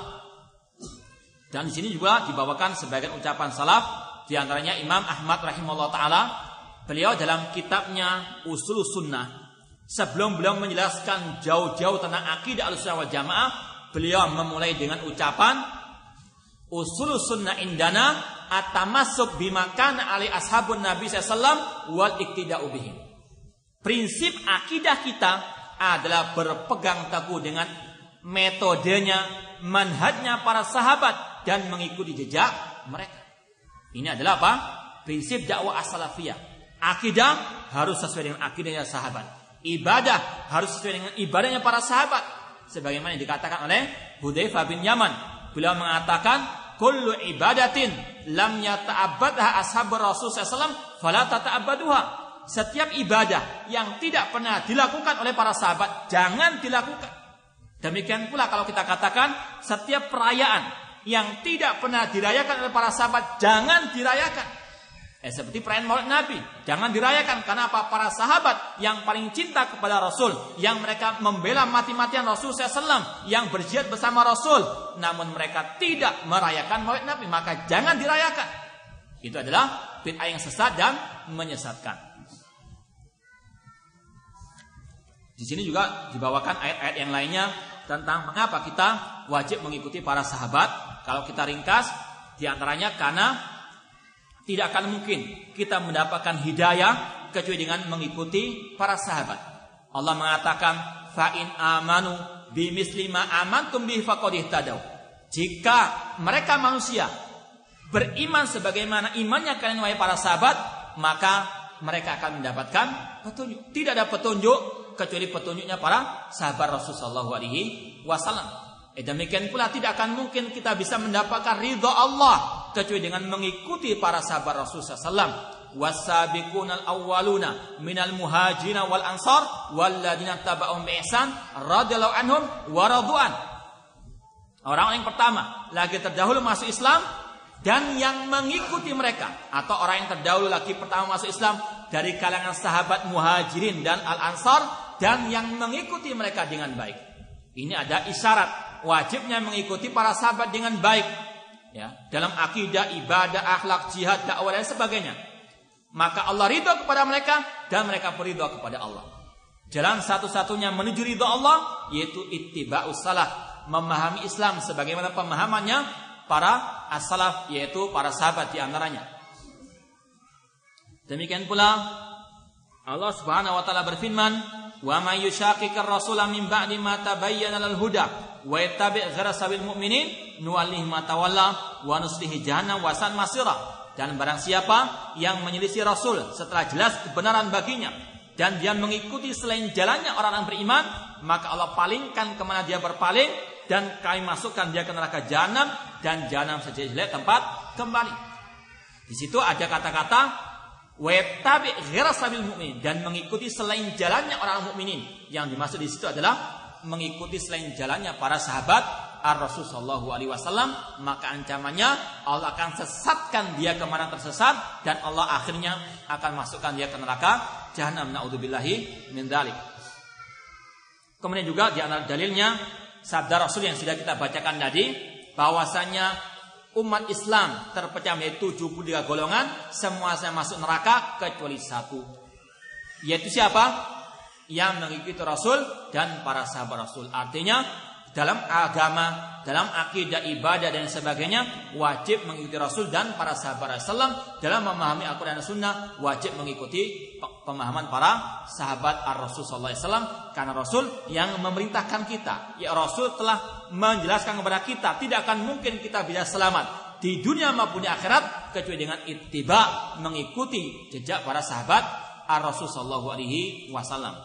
Dan di sini juga dibawakan sebagian ucapan salaf, di antaranya Imam Ahmad rahimahullah taala. Beliau dalam kitabnya Ushul Sunnah, sebelum beliau menjelaskan jauh-jauh tentang akidah Ahlussunnah wal Jamaah, beliau memulai dengan ucapan Ushul Sunnah indana at-tamassuk bima kana ali ashabun Nabi sallallahu alaihi wasallam wal iktida'u bihim. Prinsip akidah kita adalah berpegang teguh dengan metodenya, manhajnya para sahabat dan mengikuti jejak mereka. Ini adalah apa? Prinsip dakwah as-salafiyah. Akidah harus sesuai dengan akidahnya sahabat. Ibadah harus sesuai dengan ibadahnya para sahabat. Sebagaimana yang dikatakan oleh Hudzaifah bin Yaman. Beliau mengatakan, kullu ibadatin lam yata'abbadha ashabur Rasul sallallahu alaihi wasallam fala tata'abbaduha. Setiap ibadah yang tidak pernah dilakukan oleh para sahabat, jangan dilakukan. Demikian pula kalau kita katakan setiap perayaan yang tidak pernah dirayakan oleh para sahabat, jangan dirayakan. Eh, seperti perayaan Maulid Nabi, jangan dirayakan. Karena apa? Para sahabat yang paling cinta kepada Rasul, yang mereka membela mati-matian Rasul sallallahu alaihi wasallam, yang berjihad bersama Rasul, namun mereka tidak merayakan Maulid Nabi, maka jangan dirayakan. Itu adalah bid'ah yang sesat dan menyesatkan. Di sini juga dibawakan ayat-ayat yang lainnya tentang mengapa kita wajib mengikuti para sahabat. Kalau kita ringkas, diantaranya karena tidak akan mungkin kita mendapatkan hidayah kecuali dengan mengikuti para sahabat. Allah mengatakan, fa in amanu bimisli ma amantum bihi faqad ihtadaw. Jika mereka manusia beriman sebagaimana imannya kalian wahai para sahabat, maka mereka akan mendapatkan petunjuk. Tidak ada petunjuk kecuali petunjuknya para sahabat Rasulullah sallallahu alaihi wasallam. Eh, demikian pula tidak akan mungkin kita bisa mendapatkan ridha Allah kecuali dengan mengikuti para sahabat Rasulullah sallallahu alaihi wasallam. Was-sabiqunal awwaluna minal muhajirin wal ansar walladzina tabauhum bi ihsan radhiyallahu anhum wa radu'an. Orang yang pertama lagi terdahulu masuk Islam dan yang mengikuti mereka, atau orang yang terdahulu lagi pertama masuk Islam dari kalangan sahabat muhajirin dan al-ansar dan yang mengikuti mereka dengan baik. Ini ada isyarat wajibnya mengikuti para sahabat dengan baik, ya, dalam akidah, ibadah, akhlak, jihad, dakwah dan sebagainya. Maka Allah ridha kepada mereka dan mereka beridha kepada Allah. Jalan satu-satunya menuju ridha Allah yaitu ittiba'us salaf, memahami Islam sebagaimana pemahamannya para as-salaf, yaitu para sahabat di antaranya. Demikian pula Allah Subhanahu wa taala berfirman, "Wa may yushaqiqir rasula min ba'di ma tabayyana lal huda wa yattabi' ghayra sabilil mu'minin nuwallihi ma tawalla wa nuslihi jahannam wa sa'at masira." Dan barang siapa yang menyelisih Rasul setelah jelas kebenaran baginya dan dia mengikuti selain jalannya orang-orang beriman, maka Allah palingkan kemana dia berpaling dan kami masukkan dia ke neraka jahanam, dan jahanam sejelek tempat kembali. Di situ ada kata-kata wattabi' ghairas sabil mu'min, dan mengikuti selain jalannya orang mukminin. Yang dimaksud di situ adalah mengikuti selain jalannya para sahabat Ar-Rasul sallallahu alaihi wasallam, maka ancamannya Allah akan sesatkan dia kemana tersesat dan Allah akhirnya akan masukkan dia ke neraka jahanam, naudzubillahi min dzalik. Kemudian juga di antara dalilnya sabda Rasul yang sudah kita bacakan tadi, bahwasanya umat Islam terpecah menjadi tujuh puluh tiga golongan, semuanya masuk neraka kecuali satu. Yaitu siapa? Yang mengikuti Rasul dan para sahabat Rasul. Artinya dalam agama, dalam akidah, ibadah dan sebagainya wajib mengikuti Rasul dan para sahabat Rasulullah. Dalam memahami Al-Quran dan Sunnah wajib mengikuti pemahaman para sahabat Ar-Rasul sallallahu alaihi wasallam, karena Rasul yang memerintahkan kita. Ya, Rasul telah menjelaskan kepada kita tidak akan mungkin kita bisa selamat di dunia maupun di akhirat kecuali dengan ittiba, mengikuti jejak para sahabat Ar-Rasul sallallahu alaihi wasallam.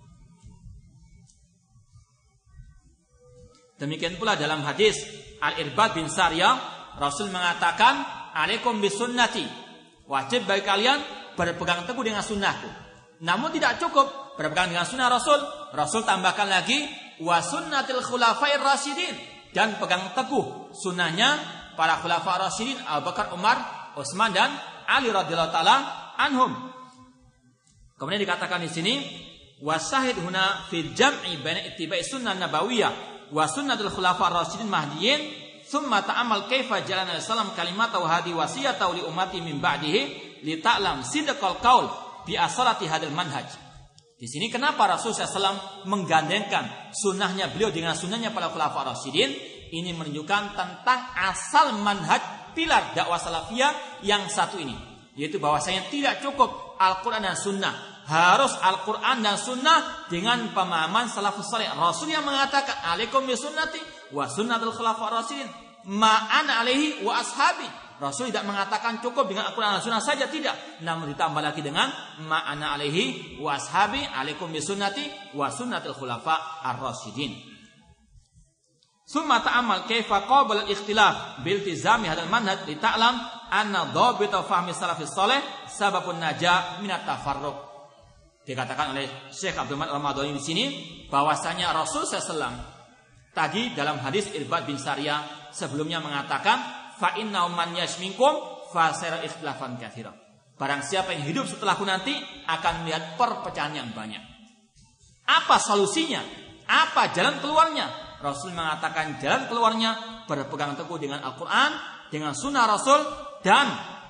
Demikian pula dalam hadis Al-Irbad bin Sariyah, Rasul mengatakan, "Alaikum bisunnati." Wajib bagi kalian berpegang teguh dengan sunnahku. Namun tidak cukup berpegang dengan sunnah Rasul. Rasul tambahkan lagi, "Wa sunnatil khulafair rasyidin." Dan pegang teguh sunnahnya para khulafa rasyidin, Abu Bakar, Umar, Utsman dan Ali radhiyallahu taala anhum. Kemudian dikatakan di sini, "Wasahid huna fil jam'i baina ittiba'i sunnah nabawiyah wa sunnatul khulafa ar-rasyidin mahdiyyin thumma ta'amal kaifa jalana sallam kalimatahu hadi wasiyatahu li ummati min ba'dihi li ta'lam sidqal qaul bi asalati hadal manhaj." Di sini kenapa Rasul sallallahu alaihi wasallam menggandengkan sunnahnya beliau dengan sunnahnya para khulafa ar-rasyidin? Ini menunjukkan tentang asal manhaj pilar dakwah salafiyah yang satu ini, yaitu bahwasanya tidak cukup Al-Quran dan Sunnah, harus Al-Quran dan Sunnah dengan pemahaman salafus saleh. Rasul yang mengatakan, alaikum bi sunnati wa sunnatul khulafaur rasyidin ma ana alaihi wa ashabi. Rasul tidak mengatakan cukup dengan Al-Quran dan Sunnah saja, tidak. Namun ditambah lagi dengan ma ana alaihi wa ashabi, alaikum bi sunnati wa sunnatul khulafaur rasyidin. Summa ta'amal kaifa qabala al-ikhtilaf bil tizami hadzal manhaj li ta'lam anna dhabita fahmi salafis saleh sababun najah minat tafarruq. Dikatakan oleh Syekh Abdul Malik Ramadhani di sini bahwasanya Rasul sallallahu alaihi wasallam tadi dalam hadis Irbad bin Sariyah sebelumnya mengatakan fa inna man yashminkum fa sayara ikhtilafan katsira. Barang siapa yang hidup setelahku nanti akan melihat perpecahan yang banyak. Apa solusinya? Apa jalan keluarnya? Rasul mengatakan jalan keluarnya berpegang teguh dengan Al-Quran, dengan Sunnah Rasul dan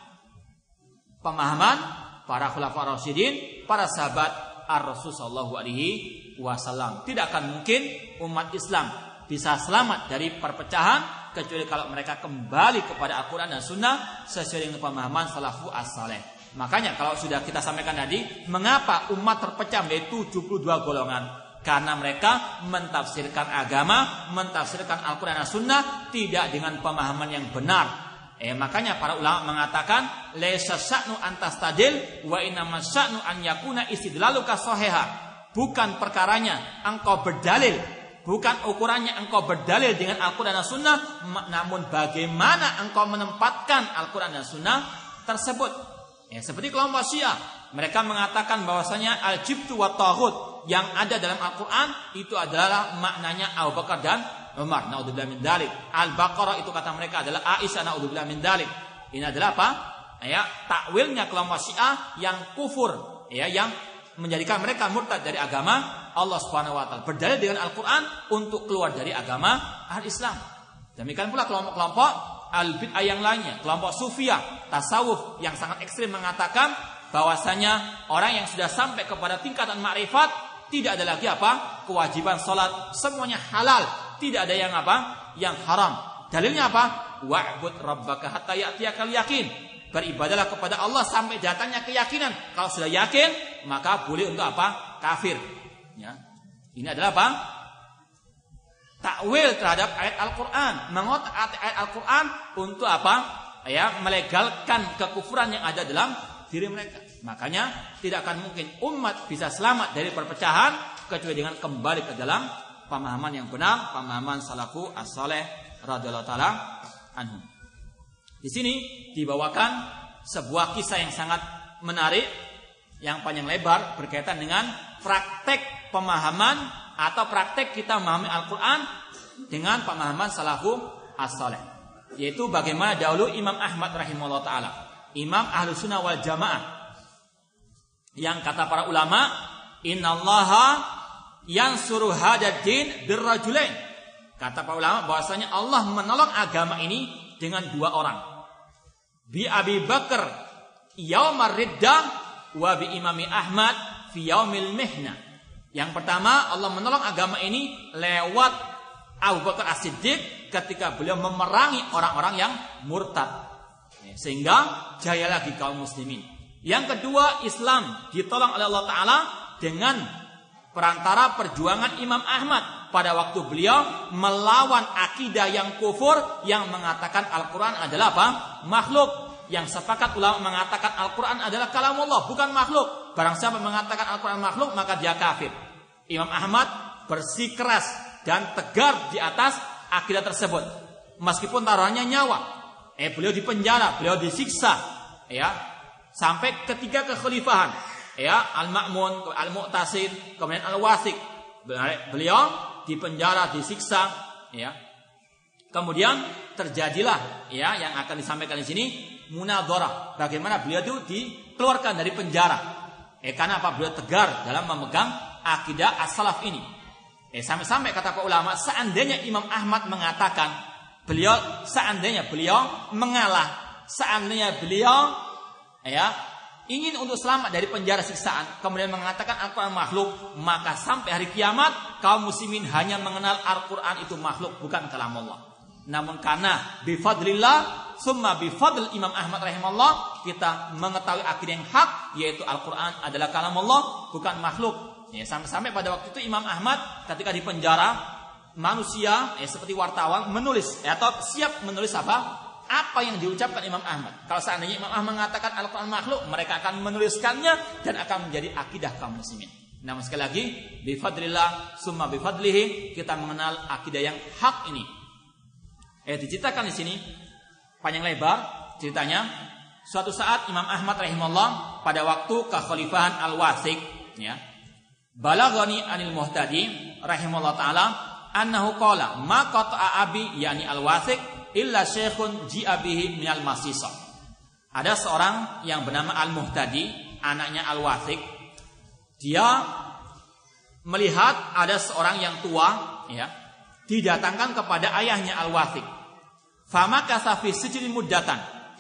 pemahaman para khulafaur rasyidin, para sahabat Ar-Rasul sallallahu alaihi wasallam. Tidak akan mungkin umat Islam bisa selamat dari perpecahan kecuali kalau mereka kembali kepada Al-Quran dan Sunnah sesuai dengan pemahaman salafus as-saleh. Makanya kalau sudah kita sampaikan tadi, mengapa umat terpecah menjadi tujuh puluh dua golongan? Karena mereka mentafsirkan agama, mentafsirkan Al-Quran dan Sunnah tidak dengan pemahaman yang benar. Eh, makanya para ulama mengatakan laisa sya'nu antastadil wa innamas sya'nu an yakuna istidlaluka shahiha. Bukan perkaranya engkau berdalil, bukan ukurannya engkau berdalil dengan Al-Quran dan Sunnah, namun bagaimana engkau menempatkan Al-Quran dan Sunnah tersebut. Ya, seperti kelompok Syiah, mereka mengatakan bahwasanya al-jibtu wa taghut yang ada dalam Al-Quran itu adalah maknanya Abu Bakar dan Umar. Naudzubillah min dzalik. Al-Baqarah itu kata mereka adalah Aisyah. Naudzubillah min dzalik. Ini adalah apa? Ya, takwilnya kelompok Syiah yang kufur, ya, yang menjadikan mereka murtad dari agama Allah Subhanahu wa taala. Berdalil dengan Al-Quran untuk keluar dari agama Al-Islam. Demikian pula kelompok-kelompok al-bid'ah yang lainnya, kelompok Sufiyah, tasawuf yang sangat ekstrim mengatakan bahwasanya orang yang sudah sampai kepada tingkatan makrifat tidak ada lagi apa? Kewajiban salat, semuanya halal, tidak ada yang apa? Yang haram. Dalilnya apa? Wa'bud rabbaka hatta ya'tiyakal yakin. Beribadalah kepada Allah sampai datangnya keyakinan. Kalau sudah yakin, maka boleh untuk apa? Kafir. Ya. Ini adalah apa? Takwil terhadap ayat Al-Quran, mengotak ayat Al-Quran untuk apa? Ya, melegalkan kekufuran yang ada dalam diri mereka. Makanya tidak akan mungkin umat bisa selamat dari perpecahan kecuali dengan kembali ke dalam pemahaman yang benar, pemahaman salafus as-saleh radhiyallahu taala anhum. Di sini dibawakan sebuah kisah yang sangat menarik, yang panjang lebar berkaitan dengan praktek pemahaman atau praktek kita memahami Al-Quran dengan pemahaman salafus as-saleh. Yaitu bagaimana dahulu Imam Ahmad rahimahullah ta'ala, Imam Ahlus Sunnah wal Jamaah, yang kata para ulama, innallaha yansuru hadzal din birrajulain. Kata para ulama bahwasanya Allah menolong agama ini dengan dua orang. Bi Abi Bakar yaumar riddah wa bi Imami Ahmad fi yaumil mihna. Yang pertama, Allah menolong agama ini lewat Abu Bakar As-Siddiq ketika beliau memerangi orang-orang yang murtad, sehingga jaya lagi kaum muslimin. Yang kedua, Islam ditolong oleh Allah Ta'ala dengan perantara perjuangan Imam Ahmad pada waktu beliau melawan akidah yang kufur yang mengatakan Al-Quran adalah apa? Makhluk. Yang sepakat ulama mengatakan Al-Quran adalah kalamullah, bukan makhluk. Barang siapa mengatakan Al-Quran makhluk, maka dia kafir. Imam Ahmad bersikeras dan tegar di atas akidah tersebut, meskipun taruhannya nyawa. Eh, beliau dipenjara, beliau disiksa, ya, sampai ketiga kekhalifahan, ya, Al-Ma'mun, Al-Mu'tasim, kemudian Al-Wathiq. Beliau dipenjara, disiksa, ya. Kemudian terjadilah, ya, yang akan disampaikan di sini munadharah. Bagaimana beliau itu dikeluarkan dari penjara? Eh, karena apa? Beliau tegar dalam memegang akidah as-salaf ini. Eh, sampai-sampai kata para ulama, seandainya Imam Ahmad mengatakan beliau, seandainya beliau mengalah, seandainya beliau, ya, ingin untuk selamat dari penjara siksaan, kemudian mengatakan Al-Quran makhluk, maka sampai hari kiamat kaum muslimin hanya mengenal Al-Quran itu makhluk, bukan kalam Allah. Namun karena bifadlillah summa bi fadl Imam Ahmad rahimahullah kita mengetahui akidah yang hak, yaitu Al-Quran adalah kalamullah, bukan makhluk. Ya, sampai-sampai pada waktu itu Imam Ahmad ketika di penjara, manusia ya, seperti wartawan menulis ya, atau siap menulis apa? Apa yang diucapkan Imam Ahmad. Kalau seandainya Imam Ahmad mengatakan Al-Quran makhluk, mereka akan menuliskannya dan akan menjadi akidah kaum muslimin. Namun sekali lagi, bifadlillah summa bifadlihi, kita mengenal akidah yang hak ini. Eh diceritakan di sini panjang lebar ceritanya. Suatu saat Imam Ahmad rahimahullah pada waktu kekhalifahan Al-Wathiq, ya, balaghani anil Muhtadi rahimahullah taala annahu qala ma qata'a abi yani Al-Wathiq illa syekhun ji'abihi minal masisa. Ada seorang yang bernama Al-Muhtadi, anaknya Al-Wathiq. Dia melihat ada seorang yang tua, ya, didatangkan kepada ayahnya Al-Wathiq. Fama kasafi sijil muddatan.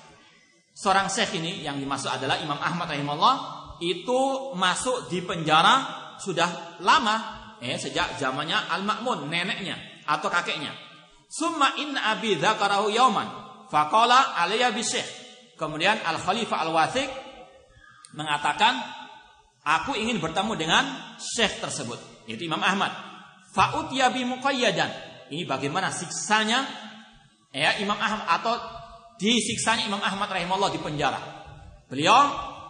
Seorang syekh ini yang dimaksud adalah Imam Ahmad rahimahullah, itu masuk di penjara sudah lama, ya, sejak zamannya Al-Ma'mun, neneknya atau kakeknya. Summa inna abi dzakarahu yauman faqala alayya bisyekh. Kemudian Al-Khalifah Al-Wathiq mengatakan, aku ingin bertemu dengan syekh tersebut, yaitu Imam Ahmad. Fa'utiya bi muqayyadan. Ini bagaimana siksanya ya Imam Ahmad, atau disiksanya Imam Ahmad rahimahullah di penjara. Beliau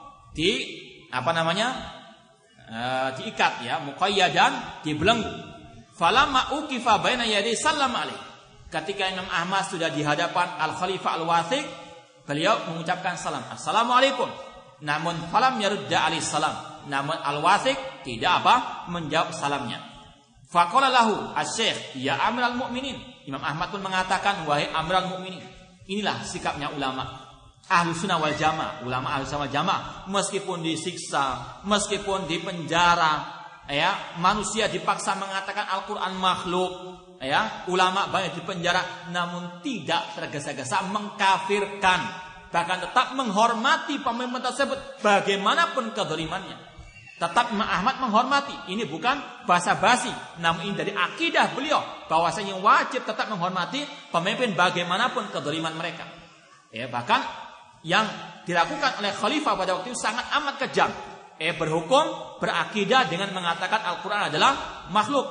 di apa namanya? E, diikat ya, muqayyadan, dibelenggu. Falamma uqifa baina yaday sallam alaihi. Ketika Imam Ahmad sudah di hadapan Al-Khalifah Al-Wathiq, beliau mengucapkan salam, Assalamualaikum. Namun falam yarudda alaihi salam. Namun Al-Wathiq tidak apa? Menjawab salamnya. Faqala lahu asy-syekh, ya Amiral Mukminin. Imam Ahmad pun mengatakan, wahai Amiral Mukminin. Inilah sikapnya ulama Ahlus Sunnah wal Jamaah. Ulama Ahlus Sunnah wal Jamaah meskipun disiksa, meskipun dipenjara, ya, manusia dipaksa mengatakan Al-Quran makhluk, ya, ulama banyak di penjara, namun tidak tergesa-gesa mengkafirkan, bahkan tetap menghormati pemimpin tersebut bagaimanapun kezalimannya. Tetap Imam Ahmad menghormati. Ini bukan basa-basi, namun ini dari akidah beliau bahwasanya wajib tetap menghormati pemimpin bagaimanapun kezaliman mereka. Ya, bahkan yang dilakukan oleh khalifah pada waktu itu sangat amat kejam. Eh berhukum, berakidah dengan mengatakan Al-Quran adalah makhluk,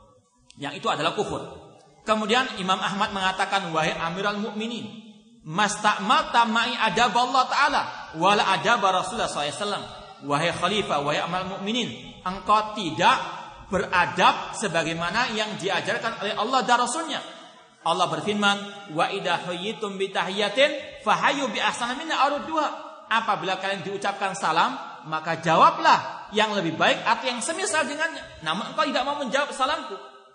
yang itu adalah kufur. Kemudian Imam Ahmad mengatakan, wahai Amiral Mukminin, masta'malta ma'i adab Allah Ta'ala wala adab Rasulullah sallallahu alaihi wasallam. Wahai Khalifah, wahai Amiral Mukminin, engkau tidak beradab sebagaimana yang diajarkan oleh Allah dan Rasulnya. Allah berfirman, wa idha huyyitum bitahiyatin fahayyu bi ahsana minha aw rudduha. Apabila kalian diucapkan salam, maka jawablah yang lebih baik atau yang semisal dengannya. Namun engkau tidak mau menjawab salamku.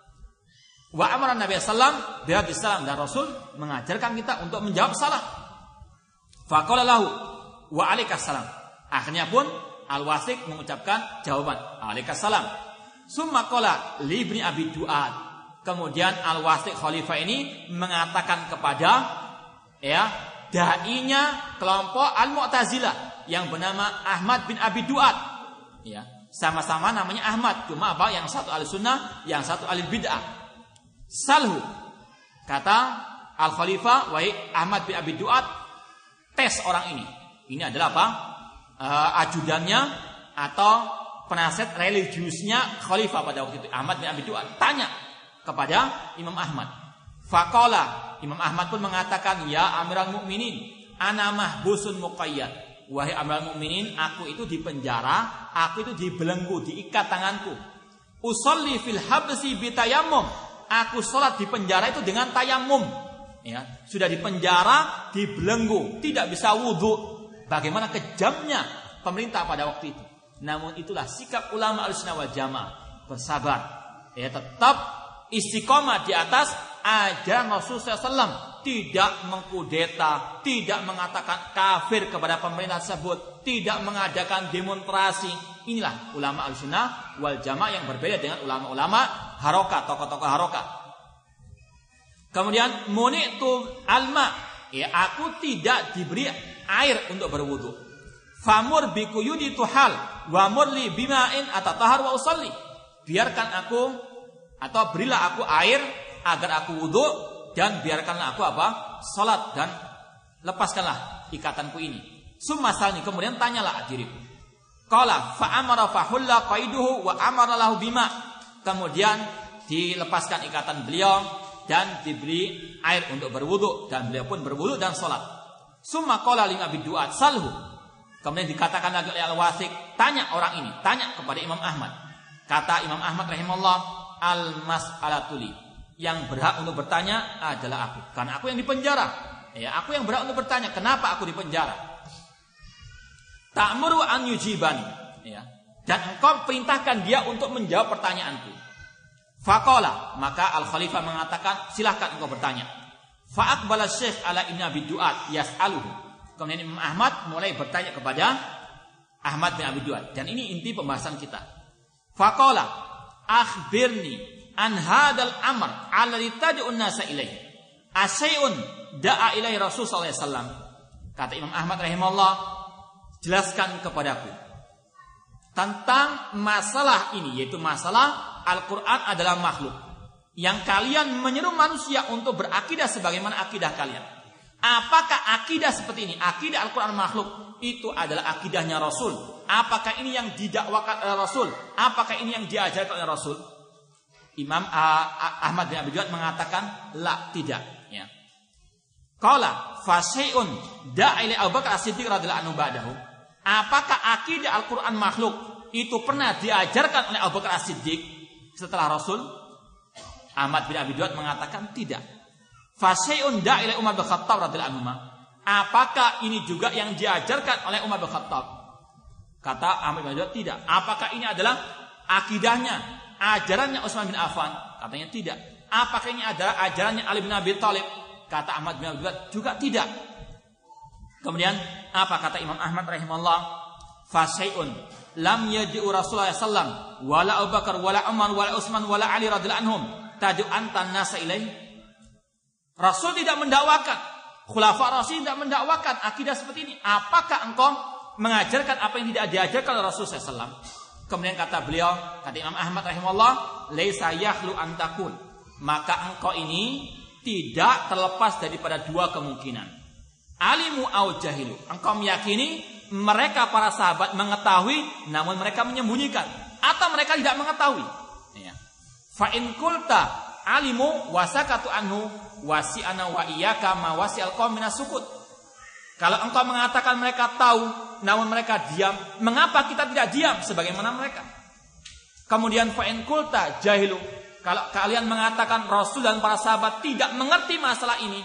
Wa amara Nabi sallam biraddi salam, dan Rasul mengajarkan kita untuk menjawab salam. Faqala lahu wa alaikas salam. Akhirnya pun Al-Wathiq mengucapkan jawaban, alaikas salam. Summa qala li ibni Abi Du'ad. Kemudian Al-Wathiq khalifah ini mengatakan kepada ya dai-nya kelompok Al-Mu'tazilah yang bernama Ahmad bin Abi Du'ad, ya, sama-sama namanya Ahmad, cuma apa, yang satu ahli sunnah, yang satu ahli bid'ah. Salhu, kata Al-Khalifah, wahai Ahmad bin Abi Du'ad, tes orang ini. Ini adalah apa? Uh, ajudannya atau penasihat religiusnya Khalifah pada waktu itu, Ahmad bin Abi Du'ad. Tanya kepada Imam Ahmad. Faqala, Imam Ahmad pun mengatakan, ya Amiral Mukminin, ana mahbusun muqayyad. Wahai Amiral Mukminin, aku itu di penjara, aku itu dibelenggu, diikat tanganku. Usolli fil habsi bitayammum. Aku sholat di penjara itu dengan tayammum. Ya, sudah di penjara, dibelenggu, tidak bisa wudhu. Bagaimana kejamnya pemerintah pada waktu itu. Namun itulah sikap ulama Ahlussunnah wal Jamaah, bersabar, ya, tetap istiqomah di atas ajaran Rasulullah sallallahu alaihi wasallam, tidak mengkudeta, tidak mengatakan kafir kepada pemerintah tersebut, tidak mengadakan demonstrasi. Inilah ulama Ahlussunnah wal Jamaah yang berbeda dengan ulama-ulama harokat, tokoh-tokoh harokat. Kemudian muni'tu alma, ya, aku tidak diberi air untuk berwudu. Famur bikuyudi tuhal wa murli bima'in atatahar wa usalli. Biarkan aku, atau berilah aku air agar aku wudu, dan biarkanlah aku apa? Salat dan lepaskanlah ikatanku ini. Summa salni, kemudian tanyalah diriku. Qala fa amara fa hulla qaiduhu wa amara lahu bima. Kemudian dilepaskan ikatan beliau dan diberi air untuk berwudu, dan beliau pun berwudu dan salat. Summa qala li Abi Duat salhu. Kemudian dikatakan lagi oleh Al-Wathiq, tanya orang ini, tanya kepada Imam Ahmad. Kata Imam Ahmad rahimahullah, al-mas'alatuli, yang berhak untuk bertanya adalah aku, karena aku yang dipenjara. Ya, aku yang berhak untuk bertanya, kenapa aku dipenjara? Ta'muru an yujibani, ya. Dan engkau perintahkan dia untuk menjawab pertanyaanku. Faqala, maka Al-Khalifah mengatakan, silahkan engkau bertanya. Fa'aqbala Syekh ala Ibn Abi Duat yas'aluhu. Kemudian Imam Ahmad mulai bertanya kepada Ahmad bin Abi Duat, dan ini inti pembahasan kita. Faqala akhbirni an hadal amr alladhi tad'un nasa ilaihi. Asyai'un da'a ilaihi Rasul sallallahu alaihi wasallam. Kata Imam Ahmad rahimahullah, jelaskan kepadaku tentang masalah ini, yaitu masalah Al-Quran adalah makhluk yang kalian menyeru manusia untuk berakidah sebagaimana akidah kalian. Apakah akidah seperti ini, akidah Al-Quran makhluk, itu adalah akidahnya Rasul? Apakah ini yang didakwakan oleh Rasul? Apakah ini yang diajarkan oleh Rasul? Imam Ahmad bin Abi Duat mengatakan, la, tidak. Ya. Qala fasyai'un da'a ila Abu Bakar As-Siddiq radhiyallahu anhu ba'dahu. Apakah akidah Al-Quran makhluk itu pernah diajarkan oleh Abu Bakar As-Siddiq setelah Rasul? Ahmad bin Abi Duat mengatakan tidak. Fasyai'un da'a ila Umar bin Khattab radhiyallahu anhu. Apakah ini juga yang diajarkan oleh Umar bin Khattab? Kata Ahmad bin Abi Duat tidak. Apakah ini adalah akidahnya, ajarannya Utsman bin Affan? Katanya tidak. Apakah ini adalah ajarannya Ali bin Abi Thalib? Kata Ahmad bin Abi Duat juga tidak. Kemudian apa kata Imam Ahmad rahimahullah? Fasyai'un lam yad'u Rasulullah sallallahu alaihi wasallam wala Abu Bakar wala Umar wala Utsman wala Ali radhiyallahu anhum tad'u'an tan-nasa ilaih. Rasul tidak mendakwakan, khulafa Rasul tidak mendakwakan akidah seperti ini. Apakah engkau mengajarkan apa yang tidak diajarkan oleh Rasul sallallahu alaihi wasallam? Kemudian kata beliau, kata Imam Ahmad rahimahullah, laisa yakhlu an takun. Maka engkau ini tidak terlepas daripada dua kemungkinan. Alimu au jahilu. Engkau meyakini mereka para sahabat mengetahui namun mereka menyembunyikan, atau mereka tidak mengetahui. Ya. Fa in qulta alimu wasakatu anhu wasi'ana wa iyyaka ma wasi'al qaum minas sukut. Kalau engkau mengatakan mereka tahu namun mereka diam, mengapa kita tidak diam sebagaimana mereka? Kemudian fa in qulta jahilu. Kalau kalian mengatakan Rasul dan para sahabat tidak mengerti masalah ini,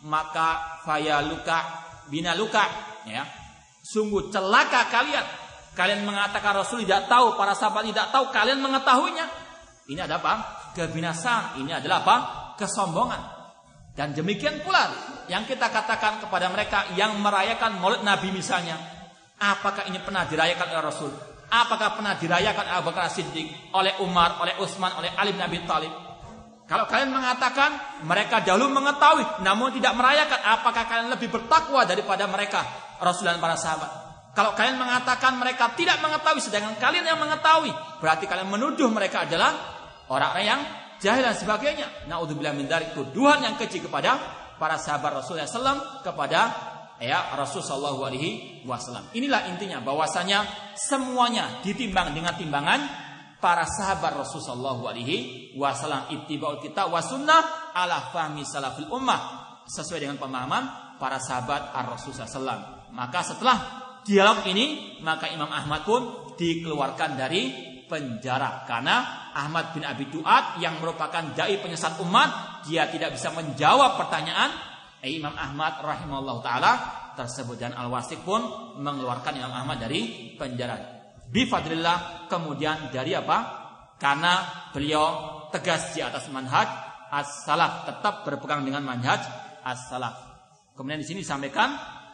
maka fayaluka binaluka, ya. Sungguh celaka kalian. Kalian mengatakan Rasul tidak tahu, para sahabat tidak tahu, kalian mengetahuinya. Ini adalah apa? Kebinasaan. Ini adalah apa? Kesombongan. Dan demikian pula yang kita katakan kepada mereka yang merayakan Maulid Nabi misalnya. Apakah ini pernah dirayakan oleh Rasul? Apakah pernah dirayakan oleh Abu Bakar As-Siddiq, oleh Umar, oleh Utsman, oleh Ali bin Abi Thalib? Kalau kalian mengatakan mereka dahulu mengetahui namun tidak merayakan, apakah kalian lebih bertakwa daripada mereka, Rasul dan para sahabat? Kalau kalian mengatakan mereka tidak mengetahui sedangkan kalian yang mengetahui, berarti kalian menuduh mereka adalah orang-orang yang jahil dan sebagainya. Naudzubillah min dzalik, tuduhan yang keji kepada para sahabat Rasulullah sallallahu alaihi wasallam, kepada ya Rasul sallallahu alaihi wasallam. Inilah intinya, bahwasanya semuanya ditimbang dengan timbangan para sahabat Rasul sallallahu alaihi wasallam, ittiba'ul kitab wa sunnah ala fahmi salafil ummah, sesuai dengan pemahaman para sahabat ar-Rasul sallallahu alaihi wasallam. Maka setelah dialog ini, maka Imam Ahmad pun dikeluarkan dari penjara karena Ahmad bin Abi Duat yang merupakan dai penyesat umat, dia tidak bisa menjawab pertanyaan Imam Ahmad rahimahullah taala tersebut, dan Al-Wathiq pun mengeluarkan Imam Ahmad dari penjara. Bifadlillah, kemudian dari apa? Karena beliau tegas di atas manhaj as-salaf, tetap berpegang dengan manhaj as-salaf. Kemudian di sini disampaikan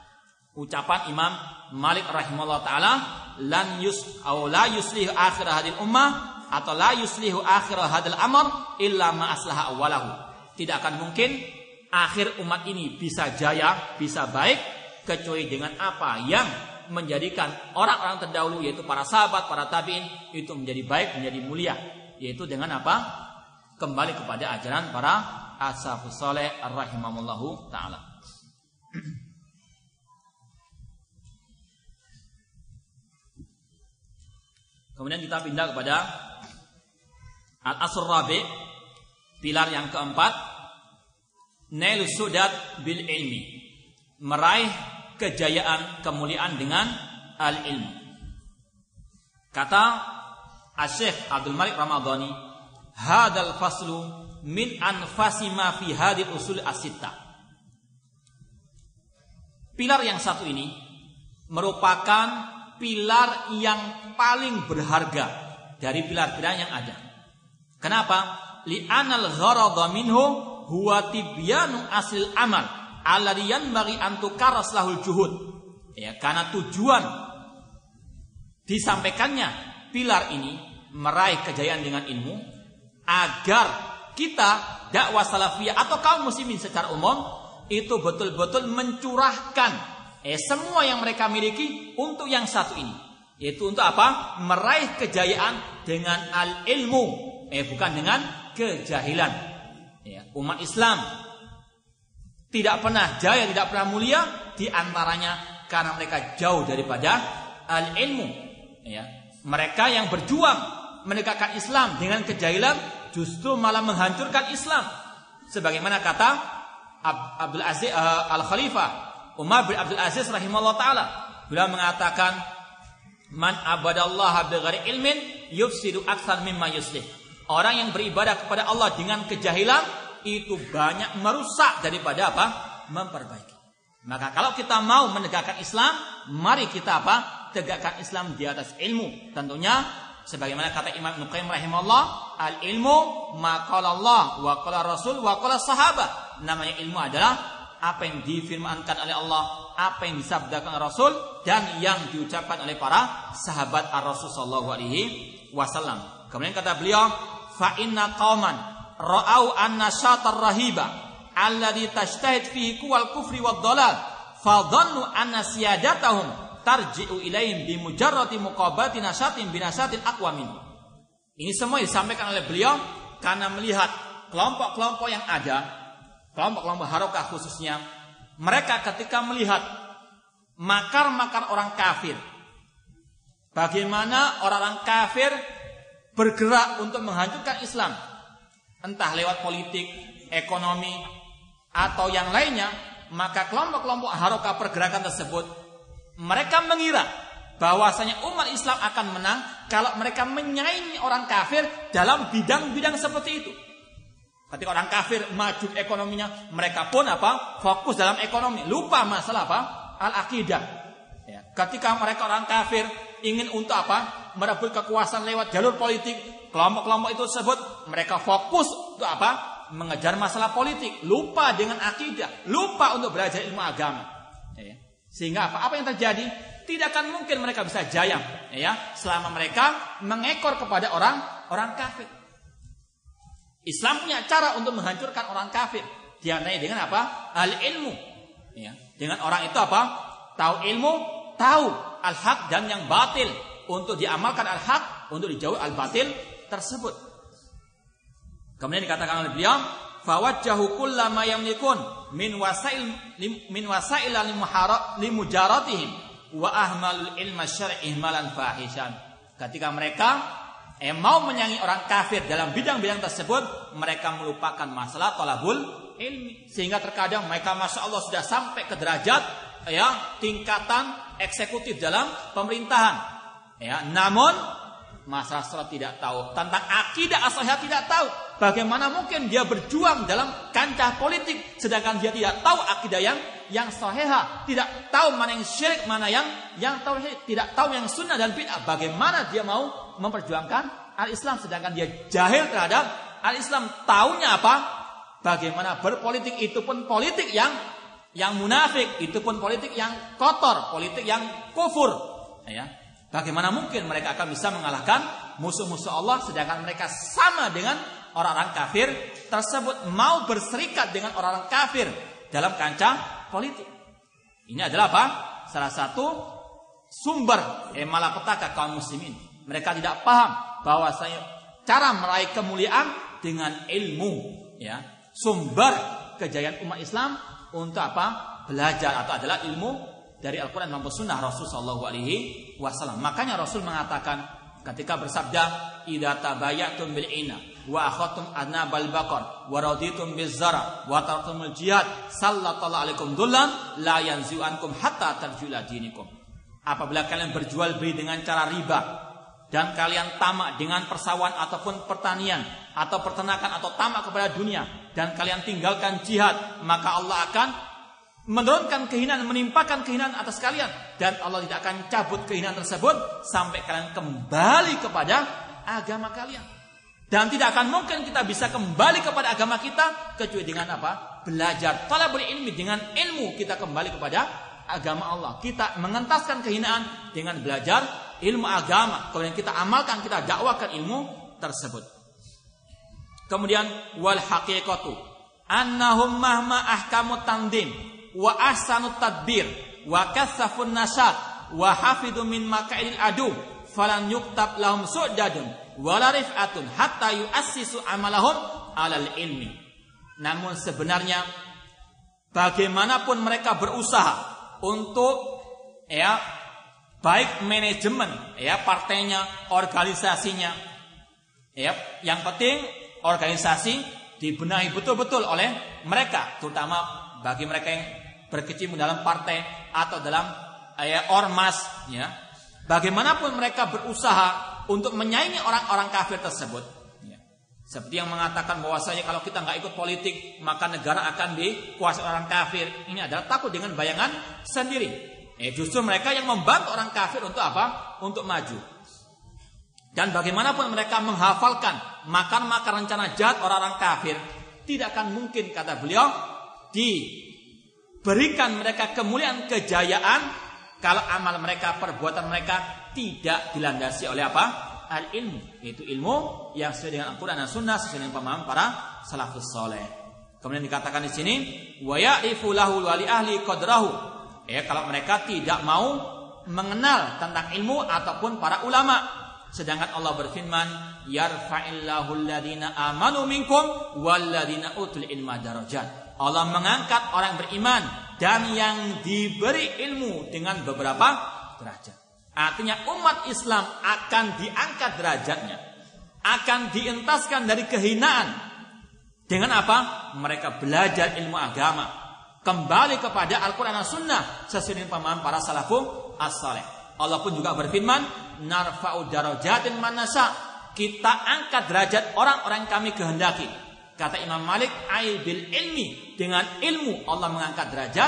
ucapan Imam Malik rahimahullah taala, lan yus aw la yuslihu akhir hadil ummah, atau la yuslihu akhir hadil amr illa ma aslaha awwalahu. Tidak akan mungkin akhir umat ini bisa jaya, bisa baik, kecuali dengan apa yang menjadikan orang-orang terdahulu, yaitu para sahabat, para tabi'in, itu menjadi baik, menjadi mulia, yaitu dengan apa? Kembali kepada ajaran para as-salafus saleh rahimahumullahu taala. Kemudian kita pindah kepada al-asr rabi, pilar yang keempat, nailus sudat bil ilmi, meraih kejayaan, kemuliaan dengan al-ilmu. Kata Asy-Syaikh Abdul Malik Ramadhani, hadal faslu min anfasi ma fi hadil usul as-sittah. Pilar yang satu ini merupakan pilar yang paling berharga dari pilar-pilar yang ada. Kenapa? Li'anal gharadha minhu huwa tibyanu asil amal alladhi yanbaghi an tukarras lahul juhud. Ya, karena tujuan disampaikannya pilar ini meraih kejayaan dengan ilmu agar kita dakwah salafiyah atau kaum muslimin secara umum itu betul-betul mencurahkan eh, semua yang mereka miliki untuk yang satu ini, yaitu untuk apa? Meraih kejayaan dengan al-ilmu, eh bukan dengan kejahilan. Ya, umat Islam tidak pernah jaya, tidak pernah mulia di antaranya karena mereka jauh daripada al-ilmu. Ya, mereka yang berjuang menegakkan Islam dengan kejahilan justru malah menghancurkan Islam. Sebagaimana kata Abdul Aziz uh, Al-Khalifah Umar bin Abdul Aziz rahimahullah taala, beliau mengatakan, man abadallaha bighairi ilmin yufsidu aktsar mimma yuslih. Orang yang beribadah kepada Allah dengan kejahilan itu banyak merusak daripada apa? Memperbaiki. Maka kalau kita mau menegakkan Islam, mari kita apa? Tegakkan Islam di atas ilmu. Tentunya sebagaimana kata Imam Ibnu Qayyim rahimahullah, al-ilmu ma qala Allah wa qala Rasul wa qala sahabat. Namanya ilmu adalah apa yang difirmankan oleh Allah, apa yang disabdakan oleh Rasul, dan yang diucapkan oleh para sahabat ar-Rasul sallallahu alaihi wasallam. Kemudian kata beliau, fa inna qauman ra'au anna syatar rahiba alladhi tashtahid fihi kuwal kufri wad dalal fa dhannu anna siyadatahum tarji'u ilaihim bi mujarrati muqabati nasyatin binasatin aqwa min. Ini semua disampaikan oleh beliau karena melihat kelompok-kelompok yang ada, kelompok-kelompok harokah khususnya, mereka ketika melihat makar-makar orang kafir, bagaimana orang-orang kafir bergerak untuk menghancurkan Islam, entah lewat politik, ekonomi, atau yang lainnya, maka kelompok-kelompok harokah pergerakan tersebut, mereka mengira bahwasanya umat Islam akan menang kalau mereka menyaingi orang kafir dalam bidang-bidang seperti itu. Ketika orang kafir maju ekonominya, mereka pun apa? Fokus dalam ekonomi, lupa masalah apa? Al-aqidah. Ya. Ketika mereka orang kafir ingin untuk apa? Merebut kekuasaan lewat jalur politik, kelompok-kelompok itu tersebut mereka fokus untuk apa? Mengejar masalah politik, lupa dengan akidah, lupa untuk belajar ilmu agama. Ya. Sehingga apa? Apa yang terjadi? Tidak akan mungkin mereka bisa jaya, ya, selama mereka mengekor kepada orang orang kafir. Islam punya cara untuk menghancurkan orang kafir. Diantaranya dengan apa? Al-ilmu. Ya. Dengan orang itu apa? Tahu ilmu, tahu al-haq dan yang batil. Untuk diamalkan al-haq, untuk dijauhi al-batil tersebut. Kemudian dikatakan oleh beliau, fawajjahu kullama yamlikun min wasail min wasail limujaratihim wa ahmalul ilma syar'i ihmalan fahishan. Ketika mereka Eh, mau menyangi orang kafir dalam bidang-bidang tersebut, mereka melupakan masalah thalabul ilmi. Sehingga terkadang mereka masya Allah sudah sampai ke derajat ya tingkatan eksekutif dalam pemerintahan. Ya, namun masalah salat tidak tahu, tentang akidah as-shahihah tidak tahu. Bagaimana mungkin dia berjuang dalam kancah politik sedangkan dia tidak tahu akidah yang yang shahihah, tidak tahu mana yang syirik, mana yang yang tauhid, tidak tahu yang sunnah dan bid'ah. Bagaimana dia mau memperjuangkan al-Islam sedangkan dia jahil terhadap al-Islam? Taunya apa? Bagaimana berpolitik, itu pun politik yang yang munafik, itu pun politik yang kotor, politik yang kufur. Ya. Bagaimana mungkin mereka akan bisa mengalahkan musuh-musuh Allah sedangkan mereka sama dengan orang-orang kafir tersebut, mau berserikat dengan orang-orang kafir dalam kancah politik. Ini adalah apa? Salah satu sumber eh, malapetaka kaum muslimin. Mereka tidak paham bahwasanya cara meraih kemuliaan dengan ilmu, ya. Sumber kejayaan umat Islam untuk apa? Belajar, atau adalah ilmu dari Al-Quran dan Sunnah Rasul Sallallahu Alaihi Wasallam. Makanya Rasul mengatakan, ketika bersabda, "Idza tabayatum bil ina wa akhadtum adnabal baqar wa raditum bizara wa tartumul jihad sallallahu alaikum dullan la yanzu'ankum hatta tarjula dinikum." Apabila kalian berjual beli dengan cara riba dan kalian tamak dengan persawahan ataupun pertanian atau peternakan atau tamak kepada dunia dan kalian tinggalkan jihad, maka Allah akan menurunkan kehinaan, menimpakan kehinaan atas kalian, dan Allah tidak akan cabut kehinaan tersebut sampai kalian kembali kepada agama kalian. Dan tidak akan mungkin kita bisa kembali kepada agama kita kecuali dengan apa? Belajar. Talabul ilmi, dengan ilmu kita kembali kepada agama Allah. Kita mengentaskan kehinaan dengan belajar ilmu agama. Kemudian kita amalkan, kita dakwakan ilmu tersebut. Kemudian wal haqiqatu annahum mahma ahkamut tandim wa ahsanut tadbir wa kassafun nasat wa hafidu min makaidil adu falan yuktab lahum su'dadun wala rif'atun hatta yu'assisu amalahum alal ilmi. Namun sebenarnya bagaimanapun mereka berusaha untuk ya baik manajemen ya partainya, organisasinya, ya yang penting organisasi dibenahi betul-betul oleh mereka, terutama bagi mereka yang berkecimpung dalam partai atau dalam ya, ormas, ya. Bagaimanapun mereka berusaha untuk menyaingi orang-orang kafir tersebut, ya. Seperti yang mengatakan bahwasanya kalau kita nggak ikut politik maka negara akan dikuasai orang kafir. Ini adalah takut dengan bayangan sendiri. Eh, justru mereka yang membantu orang kafir untuk apa? Untuk maju. Dan bagaimanapun mereka menghafalkan makar-makar rencana jahat orang-orang kafir, tidak akan mungkin, kata beliau, diberikan mereka kemuliaan, kejayaan kalau amal mereka, perbuatan mereka tidak dilandasi oleh apa? Al-ilmu, yaitu ilmu yang sesuai dengan Al-Quran dan Sunnah, sesuai dengan pemahaman para salafus soleh. Kemudian dikatakan di sini, wa ya'rifu lahu wa li ahli qadrahu. Ya, kalau mereka tidak mau mengenal tentang ilmu ataupun para ulama. Sedangkan Allah berfirman, yarfa'illahu alladhina amanu minkum walladhina utul ilma darajat. Allah mengangkat orang beriman dan yang diberi ilmu dengan beberapa derajat. Artinya umat Islam akan diangkat derajatnya, akan dientaskan dari kehinaan. Dengan apa? Mereka belajar ilmu agama, kembali kepada Al-Quran dan Sunnah sesuai dengan pemahaman para salafus as-saleh. Allah pun juga berfirman, narfa'u darajatin man nasha. Kita angkat derajat orang-orang kami kehendaki. Kata Imam Malik, ai bil ilmi, dengan ilmu Allah mengangkat derajat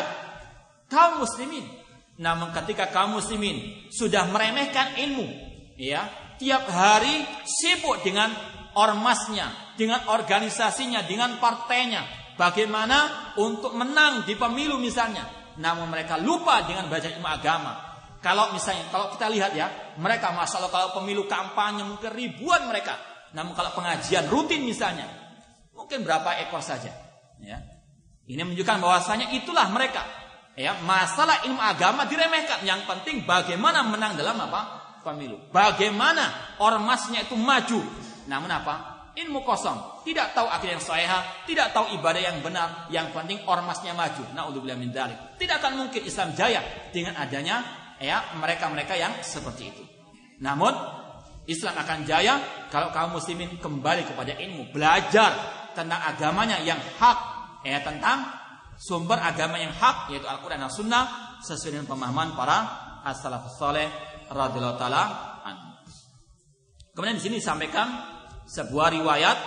kaum muslimin. Namun ketika kaum muslimin sudah meremehkan ilmu, ya, tiap hari sibuk dengan ormasnya, dengan organisasinya, dengan partainya, bagaimana untuk menang di pemilu misalnya. Namun mereka lupa dengan belajar ilmu agama. Kalau misalnya, kalau kita lihat ya, mereka masya Allah kalau pemilu kampanye mungkin ribuan mereka. Namun kalau pengajian rutin misalnya, mungkin berapa ekor saja. Ya. Ini menunjukkan bahwasanya itulah mereka. Ya, masalah ilmu agama diremehkan. Yang penting bagaimana menang dalam apa? Pemilu. Bagaimana ormasnya itu maju. Namun apa? Ilmu kosong. Tidak tahu akidah yang sahihah, tidak tahu ibadah yang benar. Yang penting ormasnya maju. Na'udzubillah min dzalik. Tidak akan mungkin Islam jaya dengan adanya ya mereka-mereka yang seperti itu. Namun Islam akan jaya kalau kaum muslimin kembali kepada ilmu, belajar tentang agamanya yang hak, ya tentang sumber agama yang hak yaitu Al-Quran dan Sunnah sesuai dengan pemahaman para as-salafus saleh radhiyallahu taala anhu. Kemudian di sini disampaikan sebuah riwayat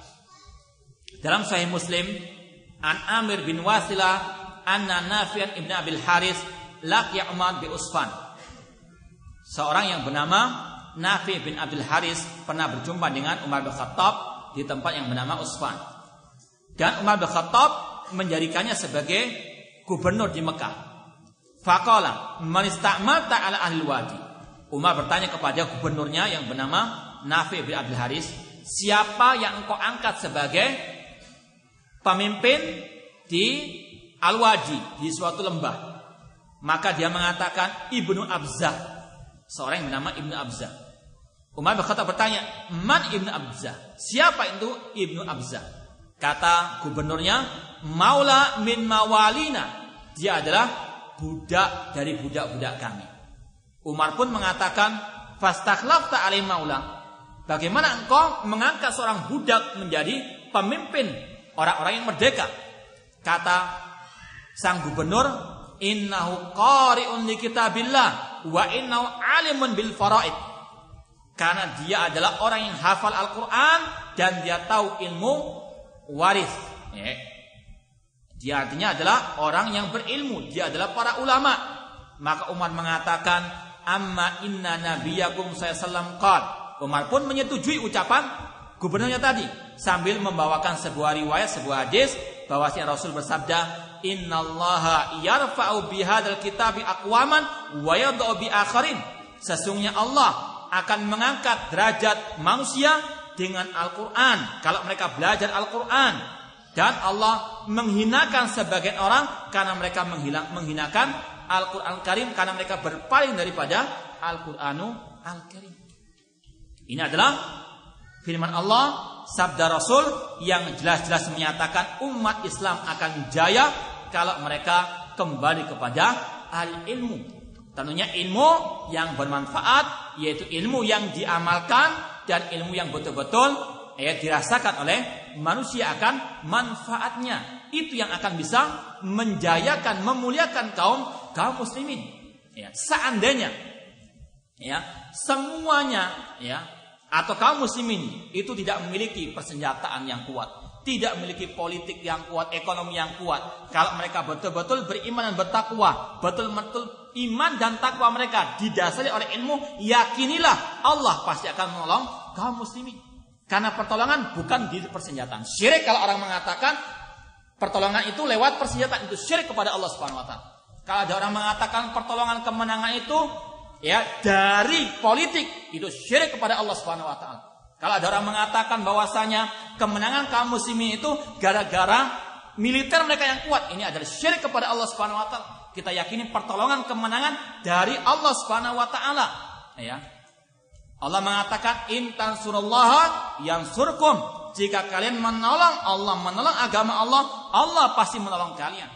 dalam Sahih Muslim an Amir bin Wasilah anna Nafi' ibn Abil Haris laqiya Umar bi Usfan. Seorang yang bernama Nafi bin Abdul Haris pernah berjumpa dengan Umar bin Khattab di tempat yang bernama Usfan. Dan Umar bin Khattab menjadikannya sebagai gubernur di Mekah. Faqala man ista'malta ala ahli wadi. Umar bertanya kepada gubernurnya yang bernama Nafi bin Abdul Haris, siapa yang engkau angkat sebagai pemimpin di Al-Wadi, di suatu lembah? Maka dia mengatakan Ibnu Abzah, seorang yang bernama Ibnu Abzah. Umar bin Khattab bertanya, man Ibnu Abzah? Siapa itu Ibnu Abzah? Kata gubernurnya, Maula min mawalina. Dia adalah budak dari budak-budak kami. Umar pun mengatakan, fastakhlafta alai maula. Bagaimana engkau mengangkat seorang budak menjadi pemimpin orang-orang yang merdeka? Kata sang gubernur, innahu qari'un li kitabillah wa innahu alimun bil faraid. Karena dia adalah orang yang hafal Al-Quran dan dia tahu ilmu waris. Ya. Dia artinya adalah orang yang berilmu. Dia adalah para ulama. Maka Umar mengatakan, amma inna nabiyakum sallallahu alaihi wasallam qad. Umar pun menyetujui ucapan gubernurnya tadi sambil membawakan sebuah riwayat, sebuah hadis bahwasanya Rasul bersabda, innallaha yarfa'u bihadzal kitabi aqwaman wa yad'u bi akharin. Sesungguhnya Allah akan mengangkat derajat manusia dengan Al-Quran kalau mereka belajar Al-Quran. Dan Allah menghinakan sebagian orang karena mereka menghilang, menghinakan Al-Quran Karim, karena mereka berpaling daripada Al-Quranu Al-Karim. Ini adalah firman Allah, sabda Rasul yang jelas-jelas menyatakan umat Islam akan jaya kalau mereka kembali kepada al-ilmu. Tentunya ilmu yang bermanfaat, yaitu ilmu yang diamalkan dan ilmu yang betul-betul ya dirasakan oleh manusia akan manfaatnya. Itu yang akan bisa menjayakan, memuliakan kaum kaum muslimin. Ya, seandainya ya semuanya ya atau kaum muslimin itu tidak memiliki persenjataan yang kuat, tidak memiliki politik yang kuat, ekonomi yang kuat, kalau mereka betul-betul beriman dan bertakwa, betul-betul iman dan takwa mereka didasari oleh ilmu, yakinilah Allah pasti akan menolong kaum muslimin. Karena pertolongan bukan di persenjataan. Syirik kalau orang mengatakan pertolongan itu lewat persenjataan, itu syirik kepada Allah Subhanahu wa taala. Kalau ada orang mengatakan pertolongan kemenangan itu ya dari politik, itu syirik kepada Allah Subhanahu wa taala. Kalau ada orang mengatakan bahwasanya kemenangan kaum muslimin itu gara-gara militer mereka yang kuat, ini adalah syirik kepada Allah Subhanahu wa taala. Kita yakini pertolongan kemenangan dari Allah Subhanahu wa taala. Ya. Allah mengatakan in tansurullaha yansurkum. Jika kalian menolong Allah, menolong agama Allah, Allah pasti menolong kalian.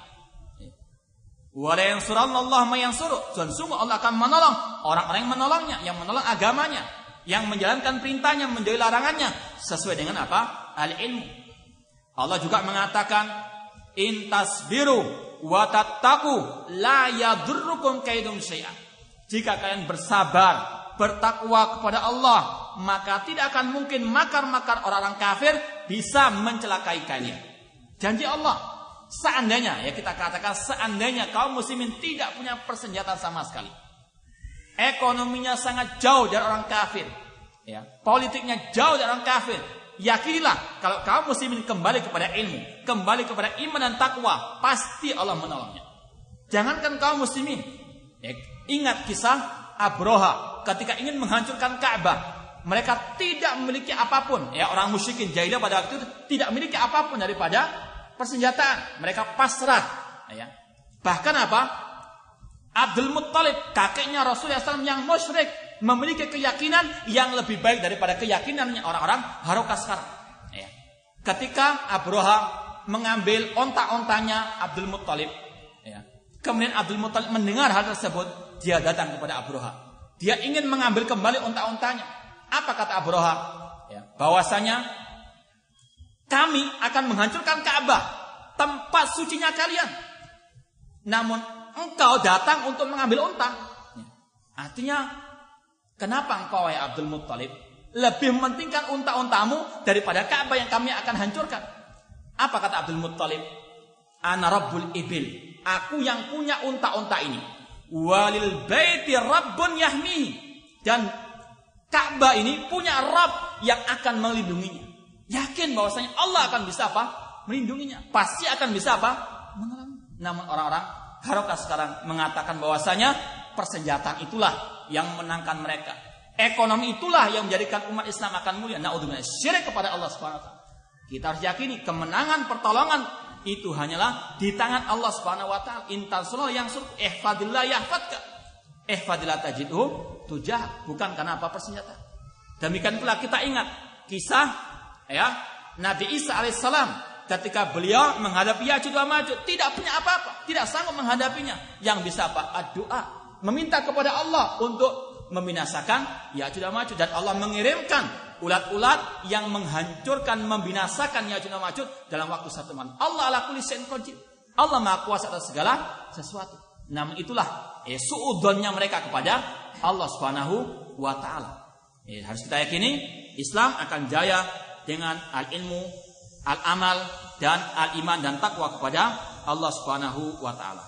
Wa la yansurallahu may yansuru. Dan sungguh Allah akan menolong orang-orang yang menolongnya, yang menolong agamanya, yang menjalankan perintahnya, menjauhi larangannya sesuai dengan apa? Al-ilmu. Allah juga mengatakan in tasbiru wa tattaqu la yadurrukum kaidum syai'an. Jika kalian bersabar, bertakwa kepada Allah, maka tidak akan mungkin makar-makar orang-orang kafir bisa mencelakai kalian. Janji Allah, seandainya ya kita katakan seandainya kaum muslimin tidak punya persenjataan sama sekali, ekonominya sangat jauh dari orang kafir, ya, politiknya jauh dari orang kafir, yakinilah kalau kaum muslimin kembali kepada ilmu, kembali kepada iman dan takwa, pasti Allah menolongnya. Jangankan kaum muslimin, ya, ingat kisah Abroha ketika ingin menghancurkan Ka'bah. Mereka tidak memiliki apapun. Ya, orang musyrikin jahiliyah pada waktu itu tidak memiliki apapun daripada persenjataan. Mereka pasrah. Ya. Bahkan apa? Abdul Muttalib, kakeknya Rasulullah shallallahu alaihi wasallam yang musyrik, memiliki keyakinan yang lebih baik daripada keyakinannya orang-orang Haroka sekarang. Ya. Ketika Abroha mengambil onta-ontanya Abdul Muttalib, ya. Kemudian Abdul Muttalib mendengar hal tersebut, dia datang kepada Abroha. Dia ingin mengambil kembali onta-ontanya. Apa kata Abroha? Ya, bahwasanya kami akan menghancurkan Ka'bah, tempat sucinya kalian. Namun engkau datang untuk mengambil onta. Ya. Artinya, kenapa engkau ya Abdul Muttalib lebih mementingkan onta-ontamu daripada Ka'bah yang kami akan hancurkan? Apa kata Abdul Muttalib? Ana Rabbul Ibil. Aku yang punya onta-onta ini. Walil baiti rabbun yahmihi. Dan Ka'bah ini punya Rabb yang akan melindunginya. Yakin bahwasanya Allah akan bisa apa? Melindunginya. Pasti akan bisa apa? Menolong. Namun orang-orang Haroka sekarang mengatakan bahwasanya persenjataan itulah yang menangkan mereka. Ekonomi itulah yang menjadikan umat Islam akan mulia. Na'udzubillah, syirik kepada Allah Subhanahu wa taala. Kita harus yakini kemenangan, pertolongan itu hanyalah di tangan Allah Subhanahu wa taala. Intan sulul yang sur ihfadillah yahfadka. Ihfadillah tajidhu tujah, bukan karena apa persenjataan. Demikian pula kita ingat kisah ya Nabi Isa alaihissalam ketika beliau menghadapi Ya'juj wa Ma'juj, tidak punya apa-apa, tidak sanggup menghadapinya. Yang bisa apa? Doa, meminta kepada Allah untuk membinasakan Ya'juj dan Ma'juj, dan Allah mengirimkan ulat-ulat yang menghancurkan, membinasakan Ya'juj dan Ma'juj dalam waktu satu malam. Allah ala kulli syai'in qadir. Allah Maha Kuasa atas segala sesuatu. Namun itulah eh, suudzonnya mereka kepada Allah Subhanahu wa taala. Eh, harus kita yakini Islam akan jaya dengan al-ilmu, al-amal, dan al-iman dan takwa kepada Allah Subhanahu wa taala.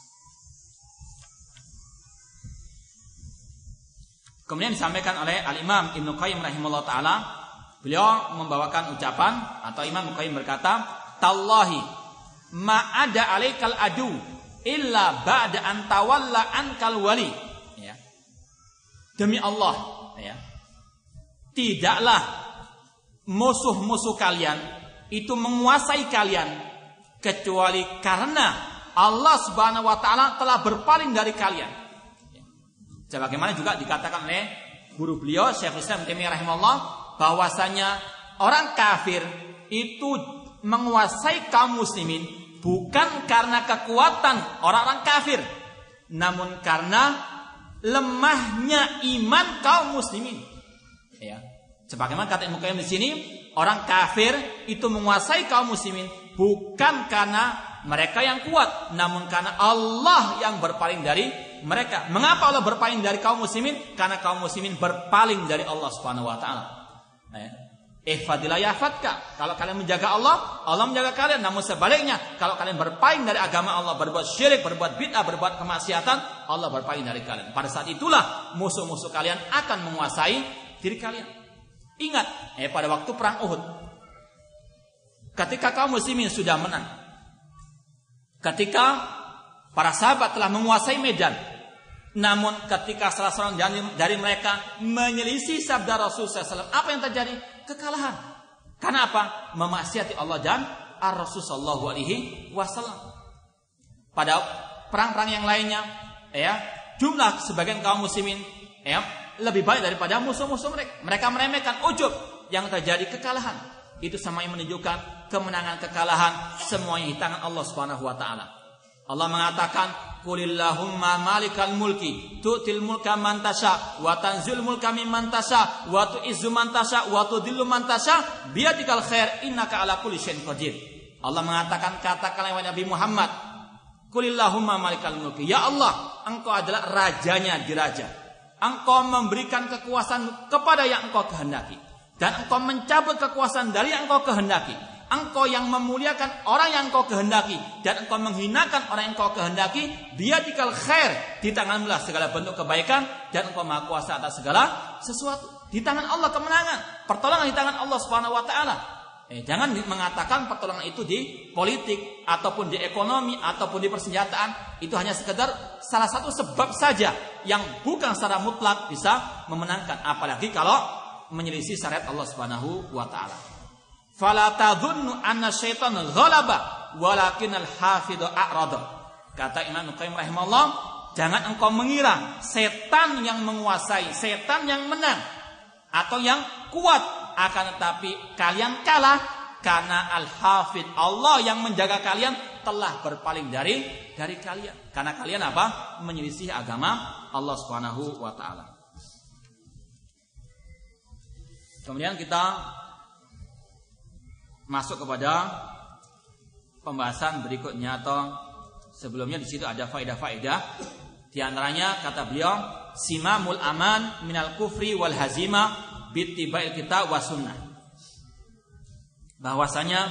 Kemudian disampaikan oleh Al-Imam Ibnu Qayyim rahimahullah ta'ala, beliau membawakan ucapan atau Imam Ibnu Qayyim berkata, tallahi ma ada alaikal adu illa ba'da an tawalla ankal wali. Ya. Demi Allah, ya, tidaklah musuh-musuh kalian itu menguasai kalian kecuali karena Allah Subhanahu wa taala telah berpaling dari kalian. Sebagaimana juga dikatakan oleh guru beliau Syekhul Islam Ibnu Taimiyah rahimahullah, bahwasanya orang kafir itu menguasai kaum muslimin bukan karena kekuatan orang-orang kafir, namun karena lemahnya iman kaum muslimin. Ya. Sebagaimana kata Ibnu Qayyim di sini, orang kafir itu menguasai kaum muslimin bukan karena mereka yang kuat, namun karena Allah yang berpaling dari mereka. Mengapa Allah berpaling dari kaum muslimin? Karena kaum muslimin berpaling dari Allah Subhanahu wa taala. Ihfadillah yahfadka. Kalau kalian menjaga Allah, Allah menjaga kalian. Namun sebaliknya, kalau kalian berpaling dari agama Allah, berbuat syirik, berbuat bid'ah, berbuat kemaksiatan, Allah berpaling dari kalian. Pada saat itulah musuh-musuh kalian akan menguasai diri kalian. Ingat, eh pada waktu perang Uhud, ketika kaum muslimin sudah menang, ketika para sahabat telah menguasai medan, namun ketika salah seorang dari mereka menyelisih sabda Rasul sallallahu alaihi wasallam, apa yang terjadi? Kekalahan. Karena apa? Memaksiati Allah dan Ar-Rasul sallallahu alaihi wasallam. Pada perang-perang yang lainnya, ya, jumlah sebagian kaum muslimin, ya, lebih banyak daripada musuh-musuh mereka. Mereka meremehkan, ujub, yang terjadi kekalahan. Itu sama yang menunjukkan kemenangan kekalahan semuanya di tangan Allah Subhanahu wa taala. Allah mengatakan, "Qulillahumma malikal mulki, tu'til mulka man tasha, wa tanzil mulka mimman tasha, wa tu'izzu man tasha, wa tudhillu man tasha, biyadikal khair, innaka ala kulli syai'in qadir." Allah mengatakan, katakanlah wahai Nabi Muhammad, "Qulillahumma malikal mulki." Ya Allah, Engkau adalah rajanya di raja. Engkau memberikan kekuasaan kepada yang Engkau kehendaki, dan Engkau mencabut kekuasaan dari yang Engkau kehendaki. Engkau yang memuliakan orang yang Engkau kehendaki, dan Engkau menghinakan orang yang Engkau kehendaki. Biyadikal khair, di tanganmu segala bentuk kebaikan, dan Engkau maha kuasa atas segala sesuatu. Di tangan Allah kemenangan, pertolongan di tangan Allah Subhanahu wa taala. Eh, jangan mengatakan pertolongan itu di politik ataupun di ekonomi ataupun di persenjataan. Itu hanya sekedar salah satu sebab saja yang bukan secara mutlak bisa memenangkan, apalagi kalau menyelisih syariat Allah Subhanahu wa taala. Fala tadhunnu anna syaitan ghalaba walakinal hafidhu a'rada. Kata Imam Ibnu Qayyim rahimahullah, jangan engkau mengira setan yang menguasai, setan yang menang atau yang kuat, akan tetapi kalian kalah karena al-hafidh, Allah yang menjaga kalian telah berpaling dari dari kalian. Karena kalian apa? Menyelisih agama Allah Subhanahu wa taala. Kemudian kita masuk kepada pembahasan berikutnya, atau sebelumnya di situ ada faedah-faedah. Di antaranya kata beliau, simamul aman minal kufri wal hazimah bittiba'il kitab was sunnah. Bahwasanya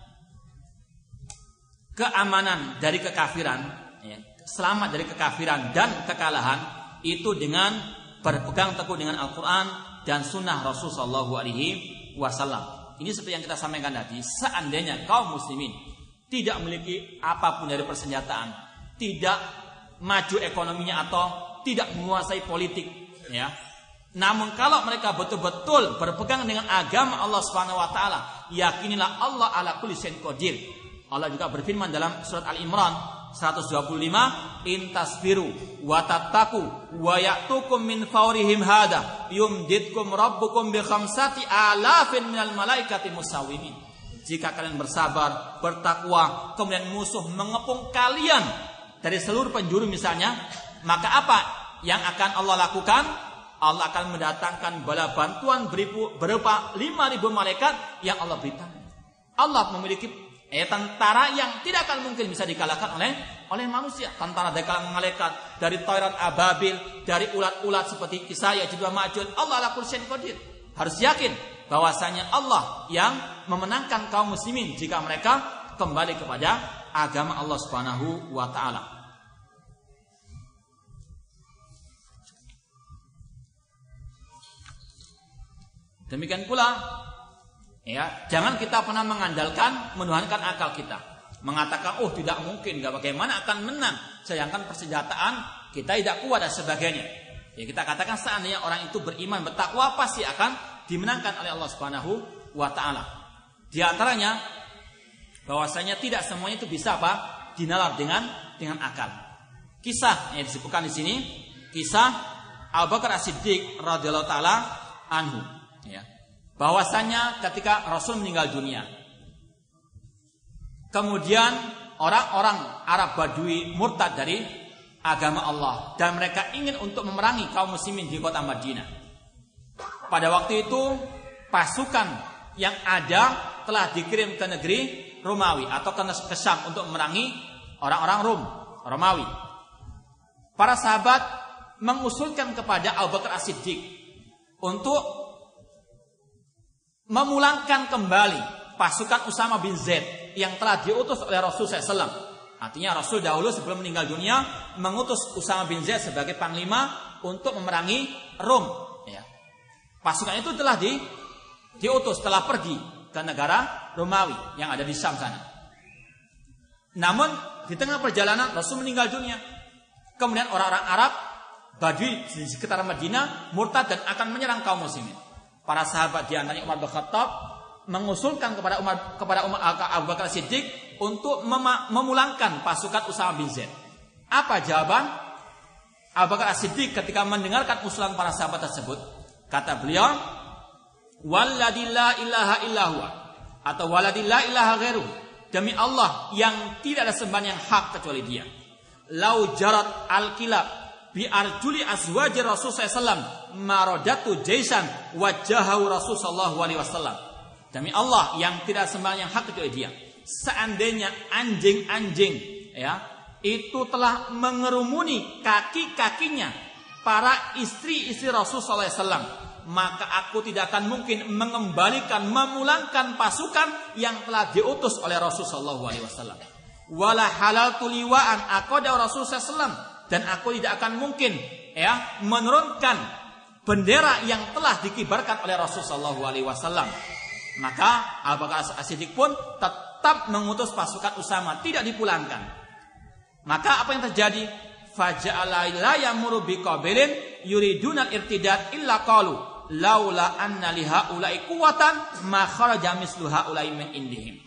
keamanan dari kekafiran, ya, selamat dari kekafiran dan kekalahan itu dengan berpegang teguh dengan Al-Quran dan sunnah Rasul sallallahu alaihi wasallam. Ini seperti yang kita sampaikan tadi, seandainya kaum muslimin tidak memiliki apapun dari persenjataan, tidak maju ekonominya atau tidak menguasai politik, ya. Namun kalau mereka betul-betul berpegang dengan agama Allah Subhanahu wa taala, yakinilah Allah ala kulli syai'in qadir. Allah juga berfirman dalam surat Al-Imran seratus dua puluh lima, in tasbiru wa tattaqu wa ya'tukum min fawrihim hada yumditkum rabbukum bi khamsati alafin minal malaikati musawwimin. Jika kalian bersabar, bertakwa, kemudian musuh mengepung kalian dari seluruh penjuru misalnya, maka apa yang akan Allah lakukan? Allah akan mendatangkan bala bantuan berupa lima ribu malaikat yang Allah beritahu. Allah memiliki eh, tentara yang tidak akan mungkin bisa dikalahkan oleh oleh manusia. Tentara dari kalangan malaikat, dari Tairan ababil, dari ulat-ulat seperti Isa Ya'juj wa Ma'juj. Allah ala kulli syai'in qadir. Harus yakin bahwasanya Allah yang memenangkan kaum muslimin jika mereka kembali kepada agama Allah Subhanahu wa taala. Demikian pula, ya, jangan kita pernah mengandalkan menuhankan akal kita, mengatakan, oh tidak mungkin, nggak bagaimana akan menang, sedangkan persenjataan kita tidak kuat dan sebagainya. Ya, kita katakan seandainya orang itu beriman bertakwa pasti akan dimenangkan oleh Allah Subhanahu wa taala. Di antaranya bahwasanya tidak semuanya itu bisa apa? Dinalar dengan dengan akal. Kisah yang disebutkan di sini, kisah Abu Bakar As-Siddiq radhiyallahu taala anhu. Ya. Bahwasanya ketika Rasul meninggal dunia, kemudian orang-orang Arab Badui murtad dari agama Allah dan mereka ingin untuk memerangi kaum muslimin di kota Madinah. Pada waktu itu pasukan yang ada telah dikirim ke negeri Romawi atau ke Syam untuk memerangi orang-orang Rom, Romawi. Para sahabat mengusulkan kepada Abu Bakar As-Siddiq untuk memulangkan kembali pasukan Usama bin Zaid yang telah diutus oleh Rasul sallallahu alaihi wasallam. Artinya Rasul dahulu sebelum meninggal dunia mengutus Usama bin Zaid sebagai panglima untuk memerangi Rom. Ya. Pasukan itu telah di, diutus, telah pergi ke negara Romawi yang ada di Syam sana. Namun di tengah perjalanan Rasul meninggal dunia. Kemudian orang-orang Arab Badui di sekitar Madinah murtad dan akan menyerang kaum muslimin. Para sahabat di antaranya Umar bin Khattab mengusulkan kepada Umar kepada Umar Abu Bakar Siddiq untuk mem- memulangkan pasukan Usama bin Zaid. Apa jawaban Abu Bakar Siddiq ketika mendengarkan usulan para sahabat tersebut? Kata beliau, "Walladzi la ilaha illa huwa," atau "Walladzi la ilaha ghairu," demi Allah yang tidak ada sembahan yang hak kecuali Dia. "Lau jarat al-kilab bi arjuli azwaji Rasul sallallahu alaihi wasallam maradatu jaisan wajahu Rasul sallallahu alaihi wasallam." Demi Allah yang tidak sembahan yang hak kecuali Dia. Seandainya anjing-anjing ya itu telah mengerumuni kaki-kakinya para istri-istri Rasul sallallahu alaihi wasallam, maka aku tidak akan mungkin mengembalikan memulangkan pasukan yang telah diutus oleh Rasul sallallahu alaihi wasallam. Wala halaltu liwa'an aqada Rasul sallallahu alaihi wasallam, dan aku tidak akan mungkin ya menurunkan bendera yang telah dikibarkan oleh Rasul sallallahu alaihi wasallam. Maka Abu Bakar As-Siddiq pun tetap mengutus pasukan Usama, tidak dipulangkan. Maka apa yang terjadi? Faja'ala la yamuru biqabilin yuriduna al-irtidad illa qalu laula anna lihaula'i quwwatan ma kharaja mislu haula'i min indihim.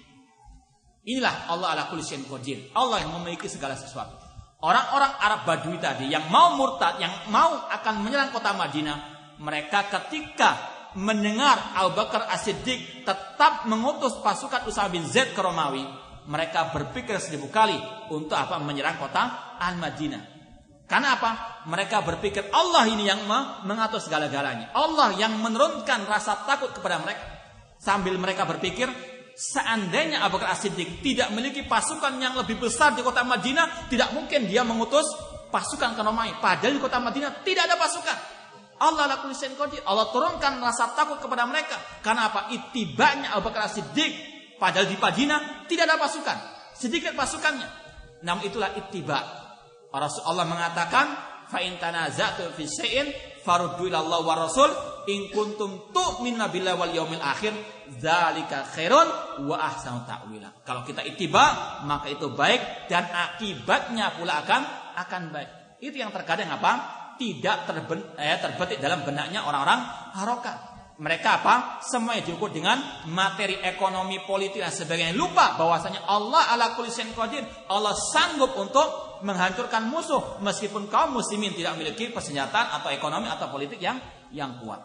Inilah Allah ala kulli syai'in qadir. Allah yang memiliki segala sesuatu. Orang-orang Arab Badui tadi yang mau murtad, yang mau akan menyerang kota Madinah, mereka ketika mendengar Abu Bakar As-Siddiq tetap mengutus pasukan Usama bin Zaid ke Romawi, mereka berpikir seribu kali untuk apa menyerang kota Al-Madinah. Karena apa? Mereka berpikir Allah ini yang mengatur segala-galanya. Allah yang menurunkan rasa takut kepada mereka. Sambil mereka berpikir, seandainya Abu Bakar As-Siddiq tidak memiliki pasukan yang lebih besar di kota Madinah, tidak mungkin dia mengutus pasukan ke Romawi. Padahal di kota Madinah tidak ada pasukan. Allah la kulli syai'in qadir. Allah turunkan rasa takut kepada mereka. Karena apa? Itibanya Abu Bakar As-Siddiq. Padahal di Madinah tidak ada pasukan, sedikit pasukannya. Namun itulah ittiba. Rasulullah mengatakan, fa in tanaza'tum fi syai'in faruddu ila Allah wa Rasul in kuntum tu'minuna billahi wal yaumil akhir dzalika khairun wa ahsanu ta'wila. Kalau kita ittiba, maka itu baik dan akibatnya pula akan akan baik. Itu yang terkadang apa? Tidak terben, eh, terbetik dalam benaknya orang-orang harokat. Mereka apa? Semuanya diukur dengan materi ekonomi, politik dan sebagainya. Lupa bahwasanya Allah ala kulli syai'in qadir. Allah sanggup untuk menghancurkan musuh meskipun kaum muslimin tidak memiliki persenjataan atau ekonomi atau politik yang yang kuat.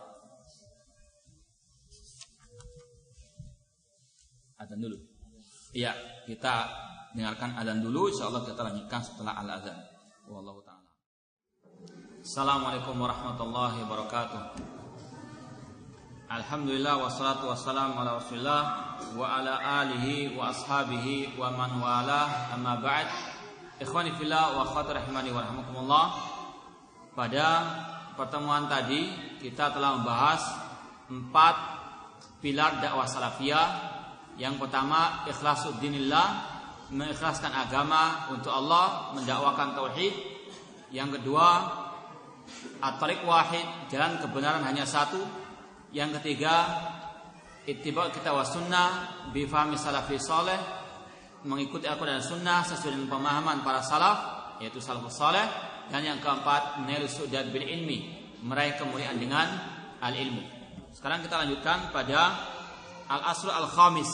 Adzan dulu. Iya, kita dengarkan adzan dulu, insyaallah kita lanjutkan setelah al-adzan. Wallahu ta'ala. Assalamualaikum warahmatullahi wabarakatuh. Alhamdulillah wassalatu wassalamu ala Rasulillah wa ala alihi wa ashabihi wa man wala, amma ba'd. Ikhwani fillah wa akhwati rahimani wa rahmakumullah. Pada pertemuan tadi kita telah membahas empat pilar dakwah salafiyah. Yang pertama, ikhlasuddinillah, mengikhlaskan agama untuk Allah, mendakwakan tauhid. Yang kedua, at-tariq wahid, jalan kebenaran hanya satu. Yang ketiga, ittiba' kitab wa sunnah bi fahmi salafi saleh, mengikuti Al-Quran dan sunnah sesuai dengan pemahaman para salaf, yaitu salafus saleh. Dan yang keempat, nail su'dad bil ilmi, meraih kemuliaan dengan al-ilmu. Sekarang kita lanjutkan pada al-aslu al-khamis,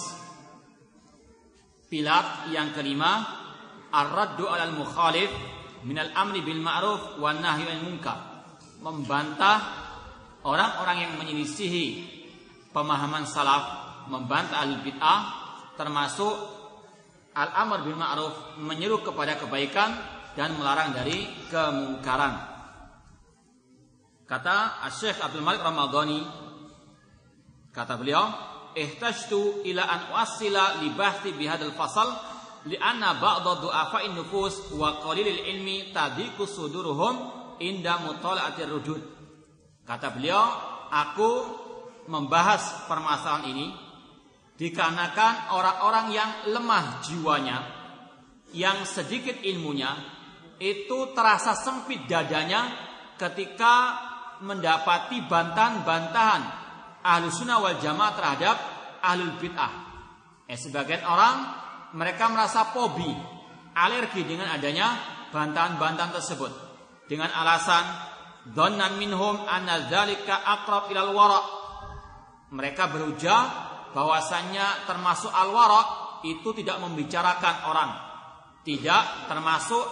pilar yang kelima, ar-raddu 'alal mukhalif minal amri bil ma'ruf wan nahyi 'anil munkar, membantah orang-orang yang menyelisihi pemahaman salaf, membantah al-bid'ah, termasuk al-amr bil ma'ruf, menyeru kepada kebaikan dan melarang dari kemungkaran. Kata Syekh Abdul Malik Ramadhani, kata beliau, ihtajtu ila an uwassila li bahthi bihadzal fasal li'anna ba'dha du'afa'in nufus wa qalilil ilmi tadiku suduruhum inda mutala'atir rujud. Kata beliau, aku membahas permasalahan ini dikarenakan orang-orang yang lemah jiwanya, yang sedikit ilmunya, itu terasa sempit dadanya ketika mendapati bantahan-bantahan ahlu sunnah wal jamaah terhadap ahlul bid'ah. Eh, sebagian orang mereka merasa fobi, alergi dengan adanya bantahan-bantahan tersebut, dengan alasan dhannan minhum anna dzalika aqrab ilal wara'. Mereka berujar bahwasannya termasuk al-wara' itu tidak membicarakan orang, tidak termasuk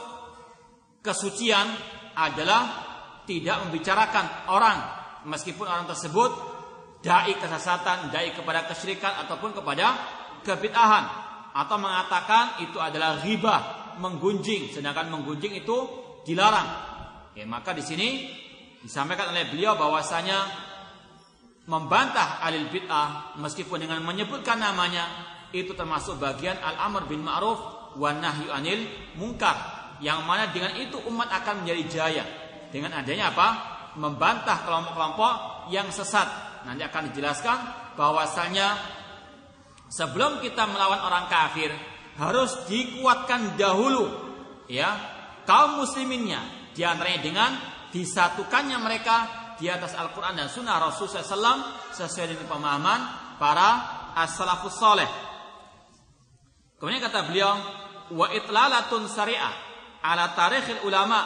kesucian adalah tidak membicarakan orang, meskipun orang tersebut dai kesesatan, dai kepada kesyirikan ataupun kepada kebid'ahan, atau mengatakan itu adalah ghibah, menggunjing, sedangkan menggunjing itu dilarang. Ya, maka di sini disampaikan oleh beliau bahwasanya membantah alil bid'ah meskipun dengan menyebutkan namanya itu termasuk bagian al-amr bil ma'ruf wan nahyu anil munkar, yang mana dengan itu umat akan menjadi jaya dengan adanya apa? Membantah kelompok-kelompok yang sesat. Nanti akan dijelaskan bahwasanya sebelum kita melawan orang kafir harus dikuatkan dahulu ya kaum musliminnya, di antaranya dengan disatukannya mereka di atas Al-Quran dan Sunnah Rasulullah shallallahu alaihi wasallam sesuai dengan pemahaman para as-salafus saleh. Kemudian kata beliau, wa itlalatun syari'ah ala tarikhil ulama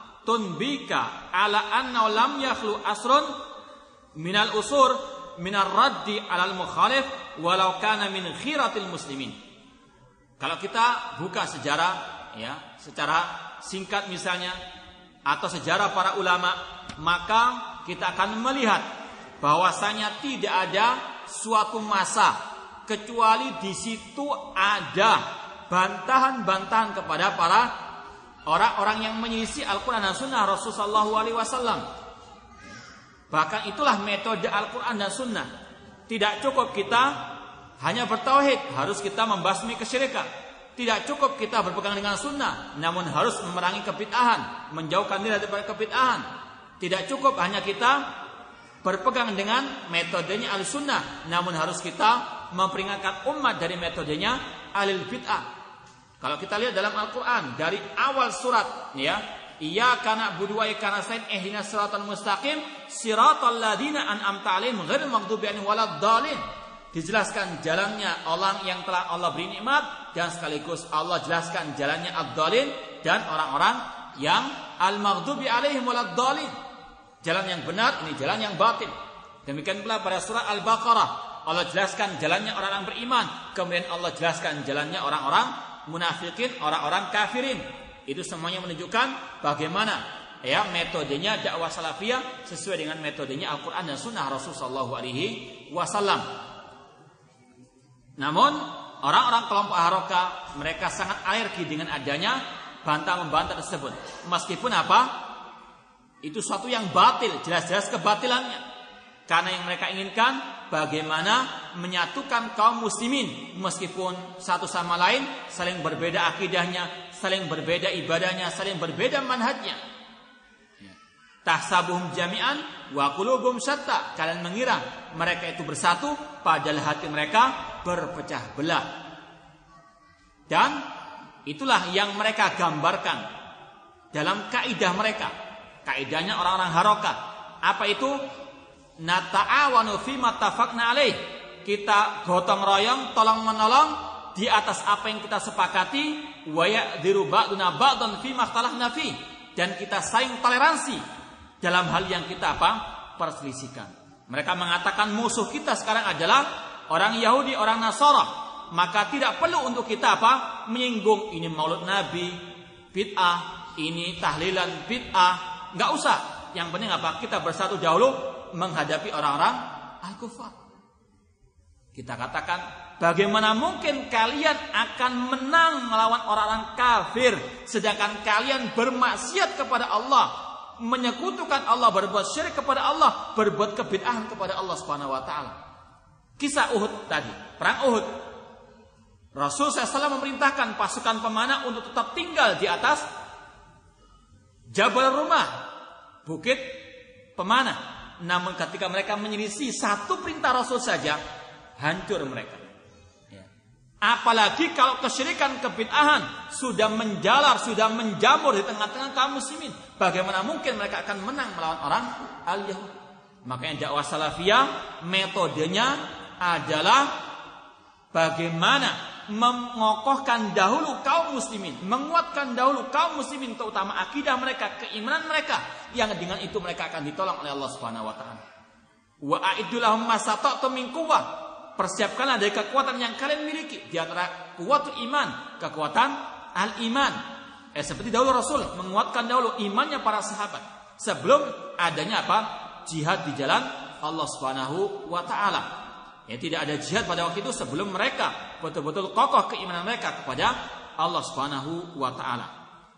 tunbika ala anna lam yakhlu asrun minal usur minar raddi alal mukhalif walau kana min khiratil muslimin. Kalau kita buka sejarah ya secara singkat misalnya, atau sejarah para ulama, maka kita akan melihat bahwasanya tidak ada suatu masa kecuali di situ ada bantahan-bantahan kepada para orang-orang yang menyelisih Al-Quran dan Sunnah Rasulullah shallallahu alaihi wasallam. Bahkan itulah metode Al-Quran dan Sunnah. Tidak cukup kita hanya bertauhid, harus kita membasmi kesyirikan. Tidak cukup kita berpegang dengan sunnah, namun harus memerangi kebid'ahan, menjauhkan diri dari kebid'ahan. Tidak cukup hanya kita berpegang dengan metodenya al-sunnah, namun harus kita memperingatkan umat dari metodenya alil bid'ah. Kalau kita lihat dalam Al-Quran dari awal surat, ya, iyyaka na'budu wa iyyaka nasta'in ihdinas siratal mustaqim siratal ladzina an'amta 'alaihim ghairil maghdubi 'alaihim waladdallin. Dijelaskan jalannya orang yang telah Allah beri nikmat, dan sekaligus Allah jelaskan jalannya ad-dhalin dan orang-orang yang al-maghdubi 'alaihim waladdallin. Jalan yang benar ini jalan yang batil. Demikian pula pada surah Al-Baqarah Allah jelaskan jalannya orang-orang beriman, kemudian Allah jelaskan jalannya orang-orang munafikin, orang-orang kafirin. Itu semuanya menunjukkan bagaimana ya metodenya dakwah salafiyah sesuai dengan metodenya Al-Quran dan Sunnah Rasulullah shallallahu alaihi wasallam. Namun orang-orang kelompok Haroka mereka sangat alergi dengan adanya bantah membantah tersebut. Meskipun apa? Itu suatu yang batil, jelas-jelas kebatilannya. Karena yang mereka inginkan bagaimana menyatukan kaum muslimin meskipun satu sama lain saling berbeda akidahnya, saling berbeda ibadahnya, saling berbeda manhajnya. Tahsabuhum jami'an wa qulubuhum syatta. Kalian mengira mereka itu bersatu padahal hati mereka berpecah belah. Dan itulah yang mereka gambarkan dalam kaidah mereka. Kaidahnya orang-orang harokat. Apa itu? Nata'awanu fima tafaqna alaih. Kita gotong royong, tolong menolong di atas apa yang kita sepakati. Wa ya'diru ba'duna ba'dan fima ikhtalafna fi. Dan kita saling toleransi dalam hal yang kita apa? Perselisihkan. Mereka mengatakan musuh kita sekarang adalah orang Yahudi, orang Nasara. Maka tidak perlu untuk kita apa? Menyinggung ini maulud Nabi, bid'ah, ini tahlilan bid'ah. Enggak usah. Yang penting apa? Kita bersatu dahulu menghadapi orang-orang al-kufar. Kita katakan, bagaimana mungkin kalian akan menang melawan orang-orang kafir sedangkan kalian bermaksiat kepada Allah, menyekutukan Allah, berbuat syirik kepada Allah, berbuat kebid'ahan kepada Allah Subhanahu wa taala. Kisah Uhud tadi, perang Uhud. Rasul shallallahu alaihi wasallam memerintahkan pasukan pemanah untuk tetap tinggal di atas Jabal Rumah, bukit pemanah. Namun ketika mereka menyelisih satu perintah Rasul saja, hancur mereka. Ya. Apalagi kalau kesyirikan, kebid'ahan sudah menjalar, sudah menjamur di tengah-tengah kaum muslimin. Bagaimana mungkin mereka akan menang melawan orang al-Yahud? Makanya dakwah salafiyah metodenya adalah bagaimana mengokohkan dahulu kaum muslimin, menguatkan dahulu kaum muslimin, terutama akidah mereka, keimanan mereka, yang dengan itu mereka akan ditolong oleh Allah Subhanahu wa taala. Wa a'iddu lahum masata'tum min quwwah. Persiapkanlah dari kekuatan yang kalian miliki, di antara kuwatul iman, kekuatan al-iman. Eh seperti dahulu Rasul menguatkan dahulu imannya para sahabat sebelum adanya apa? Jihad di jalan Allah Subhanahu wa taala. Ya, tidak ada jihad pada waktu itu sebelum mereka betul-betul kokoh keimanan mereka kepada Allah Subhanahu wa taala.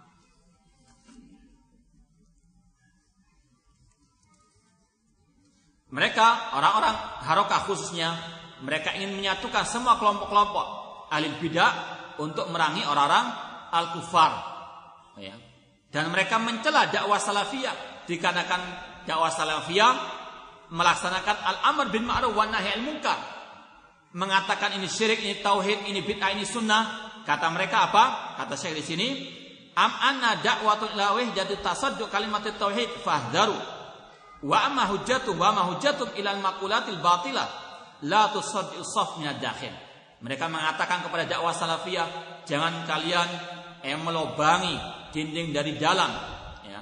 Mereka orang-orang harokah khususnya, mereka ingin menyatukan semua kelompok-kelompok ahli bidah untuk merangi orang-orang al-kufar. Ya. Dan mereka mencela dakwah salafiyah dikarenakan dakwah salafiyah melaksanakan al-amr bin ma'ruf wa nahi anil munkar, mengatakan ini syirik, ini tauhid, ini bid'ah, ini sunnah. Kata mereka apa? Kata Syekh di sini, am anna da'watul ilawih jadi tasadduq kalimatut tauhid fahdharu wa amma hujjatu wa ma hujjatun ila al-maqulatil batilah la tusaddiq saf min ad-dakhil. Mereka mengatakan kepada dakwah salafiyah, jangan kalian eh, melobangi dinding dari dalam, ya.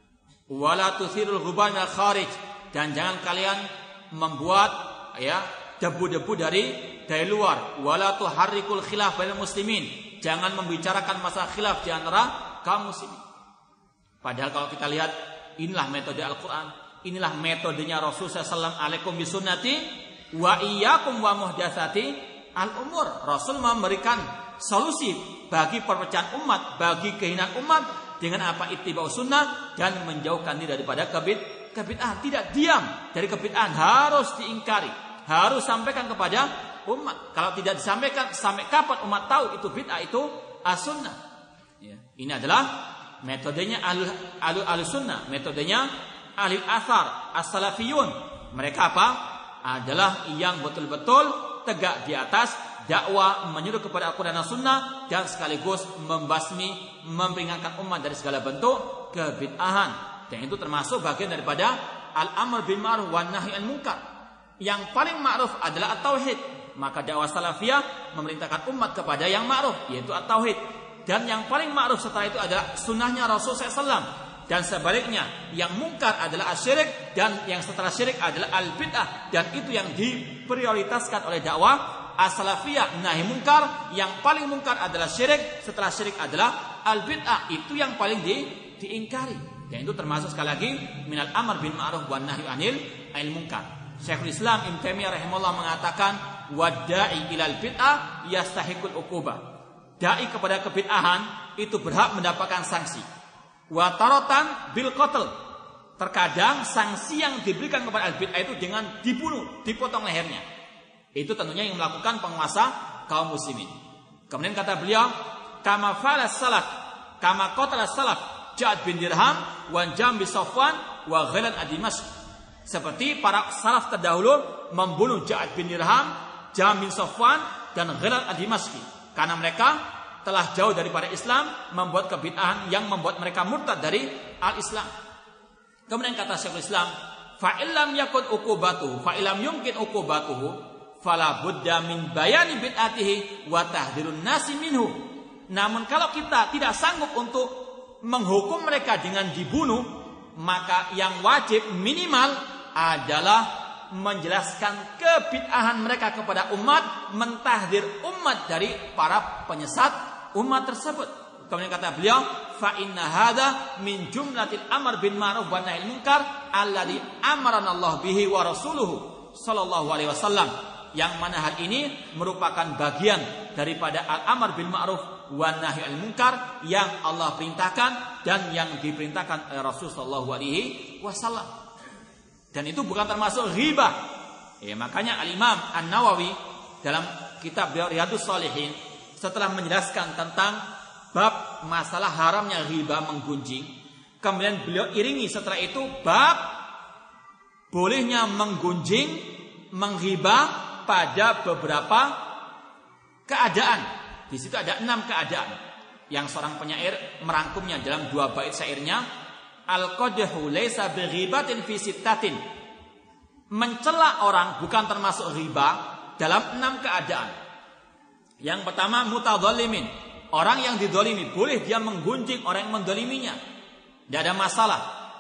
Wala tuthirul ghubar min al-kharij. Dan jangan kalian membuat ya debu-debu dari dari luar. Wala tuharrikul khilaf bainal muslimin. Jangan membicarakan masalah khilaf di antara kaum muslimin. Padahal kalau kita lihat, inilah metode Al-Qur'an, inilah metodenya Rasul sallallahu alaihi wasallam, alaikum bisunnati wa iyyakum wa muhdatsati al-umur. Rasul memberikan solusi bagi perpecahan umat, bagi kehinaan umat dengan apa? Ittiba'u sunnah dan menjauhkan diri daripada kebid kebid'ahan. Tidak diam dari kebid'ahan, harus diingkari, harus sampaikan kepada umat. Kalau tidak disampaikan, sampai kapan umat tahu itu bid'ah, itu as-sunnah? Ya. Ini adalah metodenya al-sunnah, metodenya ahli athar, as-salafiyun. Mereka apa? Adalah yang betul-betul tegak di atas dakwah, menyuruh kepada Al-Quran dan Sunnah, dan sekaligus membasmi, memperingatkan umat dari segala bentuk kebid'ahan. Dan itu termasuk bagian daripada al-amr bil ma'ruf wan nahi anil munkar. Yang paling ma'ruf adalah at-tauhid. Maka dakwah salafiyah memerintahkan umat kepada yang ma'ruf, yaitu at-tauhid. Dan yang paling ma'ruf setelah itu adalah sunnahnya Rasul sallallahu alaihi wasallam. Dan sebaliknya, yang mungkar adalah asyirik, dan yang setelah syirik adalah al-bid'ah. Dan itu yang diprioritaskan oleh dakwah as-salafiyah, nahi mungkar. Yang paling mungkar adalah syirik, setelah syirik adalah al-bid'ah. Itu yang paling di, diingkari. Dan itu termasuk sekali lagi minal amr bil ma'ruf wan nahyi anil anil munkar. Syekhul Islam Ibnu Taimiyah rahimahullah mengatakan, wada'i ilal bid'ah yastahiqul uqubah. Dai kepada kebid'ahan itu berhak mendapatkan sanksi. Wa taratan bil qatl. terkadang sanksi yang diberikan kepada ahli bid'ah itu dengan dibunuh, dipotong lehernya. Itu tentunya yang melakukan penguasa kaum muslimin. Kemudian kata beliau, kama fa'ala salaf, kama qatala salaf Ja'ad bin Dirham wa Jam bin Safwan wa Ghilan ad-Dimashq. Seperti para salaf terdahulu membunuh Ja'ad bin Dirham, Jam bin Safwan dan Ghilan ad-Dimashqi karena mereka telah jauh daripada Islam, membuat kebid'ahan yang membuat mereka murtad dari al-Islam. Kemudian kata Syekhul Islam, fa illam yakun uqubatuhu fa illam yumkin uqubatuhu fala budda min bayani bid'atihi wa tahdhirun nasi minhu. Namun kalau kita tidak sanggup untuk menghukum mereka dengan dibunuh, maka yang wajib minimal adalah menjelaskan kebid'ahan mereka kepada umat, mentahdir umat dari para penyesat umat tersebut. Kemudian kata beliau, fa inna hadza min jumlatil amr bil ma'ruf wa nahyil munkar alladzi amarana Allah bihi wa rasuluhu sallallahu alaihi wasallam. Yang mana hal ini merupakan bagian daripada al-amr bil ma'ruf wa nahyil munkar yang Allah perintahkan dan yang diperintahkan oleh Rasul sallallahu alaihi wasallam. Dan itu bukan termasuk ghibah. Ya, makanya Al-Imam An-Nawawi dalam kitab Riyadhus Shalihin setelah menjelaskan tentang bab masalah haramnya ghibah, menggunjing, kemudian beliau iringi setelah itu bab bolehnya menggunjing, menghibah pada beberapa keadaan. Di situ ada enam keadaan yang seorang penyair merangkumnya dalam dua bait syairnya. Al-qadhu laysa bighibatin fi sittatin. Mencela orang bukan termasuk ghibah dalam enam keadaan. Yang pertama mutadzalimin, orang yang didolimi, boleh dia menggunjing orang yang mendoliminya, tidak ada masalah.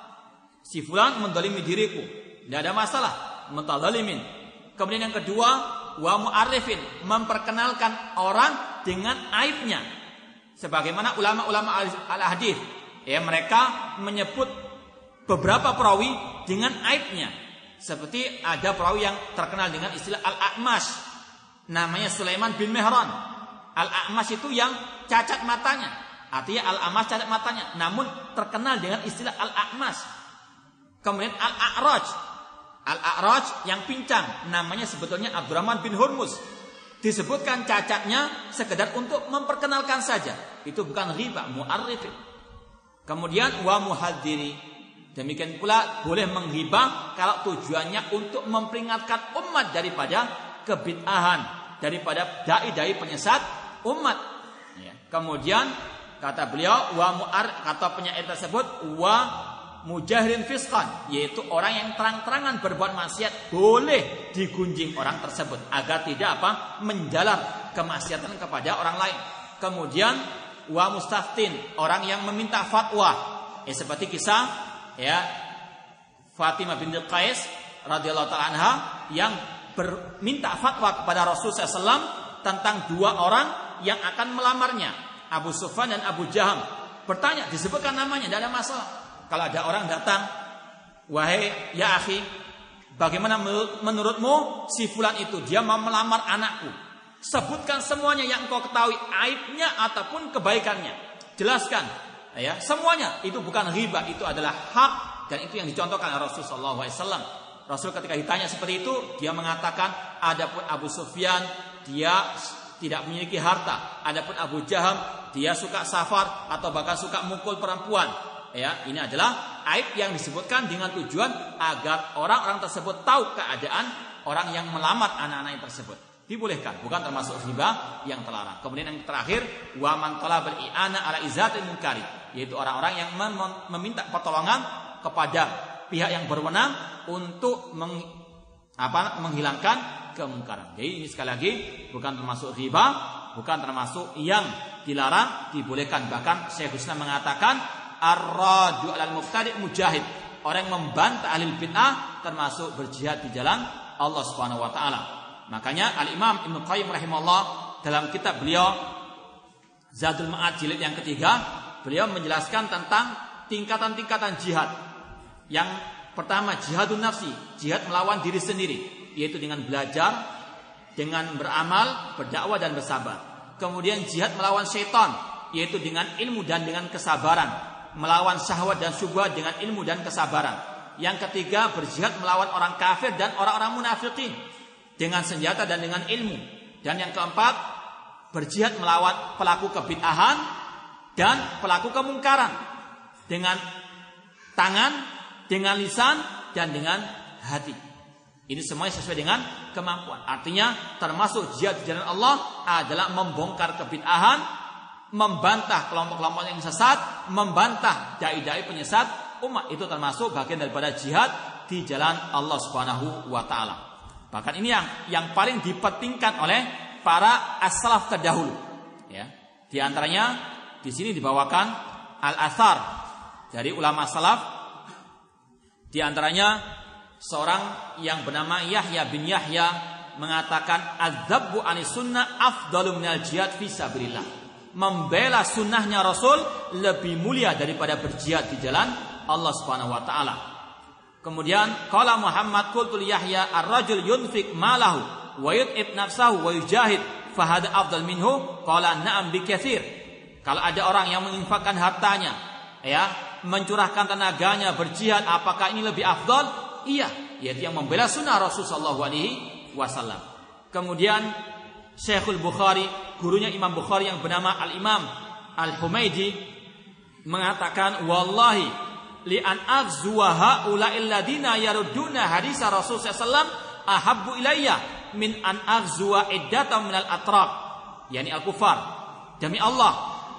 Si fulan mendolimi diriku, tidak ada masalah, mutadzalimin. Kemudian yang kedua, wa mu'arrifin, memperkenalkan orang dengan aibnya. Sebagaimana ulama-ulama al-hadis, ya, mereka menyebut beberapa perawi dengan aibnya. Seperti ada perawi yang terkenal dengan istilah al-a'mash, namanya Sulaiman bin Mihran. Al-a'mash itu yang cacat matanya, artinya al-a'mash cacat matanya, namun terkenal dengan istilah al-a'mash. Kemudian al-a'raj, al-a'raj yang pincang, namanya sebetulnya Abdurrahman bin Hurmuz. Disebutkan cacatnya sekedar untuk memperkenalkan saja, itu bukan ghibah, mu'arrifin. Kemudian wa muhadziri, demikian pula boleh menghibah kalau tujuannya untuk memperingatkan umat daripada kebid'ahan, daripada dai-dai penyesat umat. Ya. Kemudian kata beliau wa mu'ar, kata penyair tersebut, wa mujahirin fisqan, yaitu orang yang terang-terangan berbuat maksiat, boleh digunjing orang tersebut agar tidak apa menjalar kemaksiatan kepada orang lain. Kemudian wa mustaftin, orang yang meminta fatwa, ya, seperti kisah ya Fatimah binti Qais radhiyallahu taala anha yang berminta fatwa kepada Rasulullah shallallahu alaihi wasallam tentang dua orang yang akan melamarnya, Abu Sufyan dan Abu Jaham. Bertanya, disebutkan namanya, tidak ada masalah. Kalau ada orang datang, wahai ya akhi, bagaimana menurutmu si fulan itu, dia mau melamar anakku, sebutkan semuanya yang engkau ketahui, aibnya ataupun kebaikannya, jelaskan ya semuanya. Itu bukan ghibah, itu adalah hak, dan itu yang dicontohkan oleh Rasul sallallahu alaihi wasallam. Rasul ketika ditanya seperti itu, dia mengatakan, adapun Abu Sufyan dia tidak memiliki harta, adapun Abu Jaham dia suka safar atau bahkan suka mukul perempuan. Ya, ini adalah aib yang disebutkan dengan tujuan agar orang-orang tersebut tahu keadaan orang yang melamar anak-anak tersebut. Dibolehkan, bukan termasuk ghibah yang terlarang. Kemudian yang terakhir, wa man talabal i'ana ala izatil munkari, yaitu orang-orang yang mem- meminta pertolongan kepada pihak yang berwenang untuk meng, apa, menghilangkan kemungkaran. Jadi ini sekali lagi bukan termasuk ghibah, bukan termasuk yang dilarang, dibolehkan. Bahkan Syekhul Islam mengatakan ar-radu 'alal mubtadi' mujahid, orang yang membantah ahli bid'ah termasuk berjihad di jalan Allah Subhanahu wa taala. Makanya Al-Imam Ibnu Qayyim rahimahullah dalam kitab beliau Zadul Ma'ad jilid yang ketiga, beliau menjelaskan tentang tingkatan-tingkatan jihad. Yang pertama jihadun nafsi, jihad melawan diri sendiri, yaitu dengan belajar, dengan beramal, berdakwah dan bersabar. Kemudian jihad melawan syaitan, yaitu dengan ilmu dan dengan kesabaran. melawan syahwat dan syubhat dengan ilmu dan kesabaran. Yang ketiga, berjihad melawan orang kafir dan orang-orang munafikin dengan senjata dan dengan ilmu. Dan yang keempat, berjihad melawan pelaku kebid'ahan dan pelaku kemungkaran dengan tangan, dengan lisan, dan dengan hati. Ini semuanya sesuai dengan kemampuan. Artinya termasuk jihad di jalan Allah adalah membongkar kebid'ahan, membantah kelompok-kelompok yang sesat, membantah dai-dai penyesat umat. Itu termasuk bagian daripada jihad di jalan Allah Subhanahu wa taala. Bahkan ini yang yang paling dipentingkan oleh para as-salaf terdahulu. Ya. Di antaranya di sini dibawakan al-athar dari ulama salaf. Di antaranya seorang yang bernama Yahya bin Yahya mengatakan adzabbu anis sunnah afdalu minal jihad fi sabilillah. Membela sunnahnya Rasul lebih mulia daripada berjihad di jalan Allah Subhanahu wa taala. Kemudian qala Muhammad qultu li Yahya ar-rajul yunfik malahu wa yut'ib nafsahu wa yujahid fa hada afdal minhu qala na'am bi katsir. Kalau ada orang yang menginfakkan hartanya, ya, mencurahkan tenaganya berjihad, apakah ini lebih afdal? Iya, yaitu yang membela sunnah Rasul sallallahu alaihi wasallam. Kemudian Syekhul Bukhari, gurunya Imam Bukhari yang bernama Al-Imam Al-Humaydi mengatakan wallahi li an aghzuwa haula'il ladina yarudduna hadis Rasul sallallahu alaihi wasallam ahabbu ilayya min an aghzuwa iddatam minal atraq, yakni al-kufar. Demi Allah,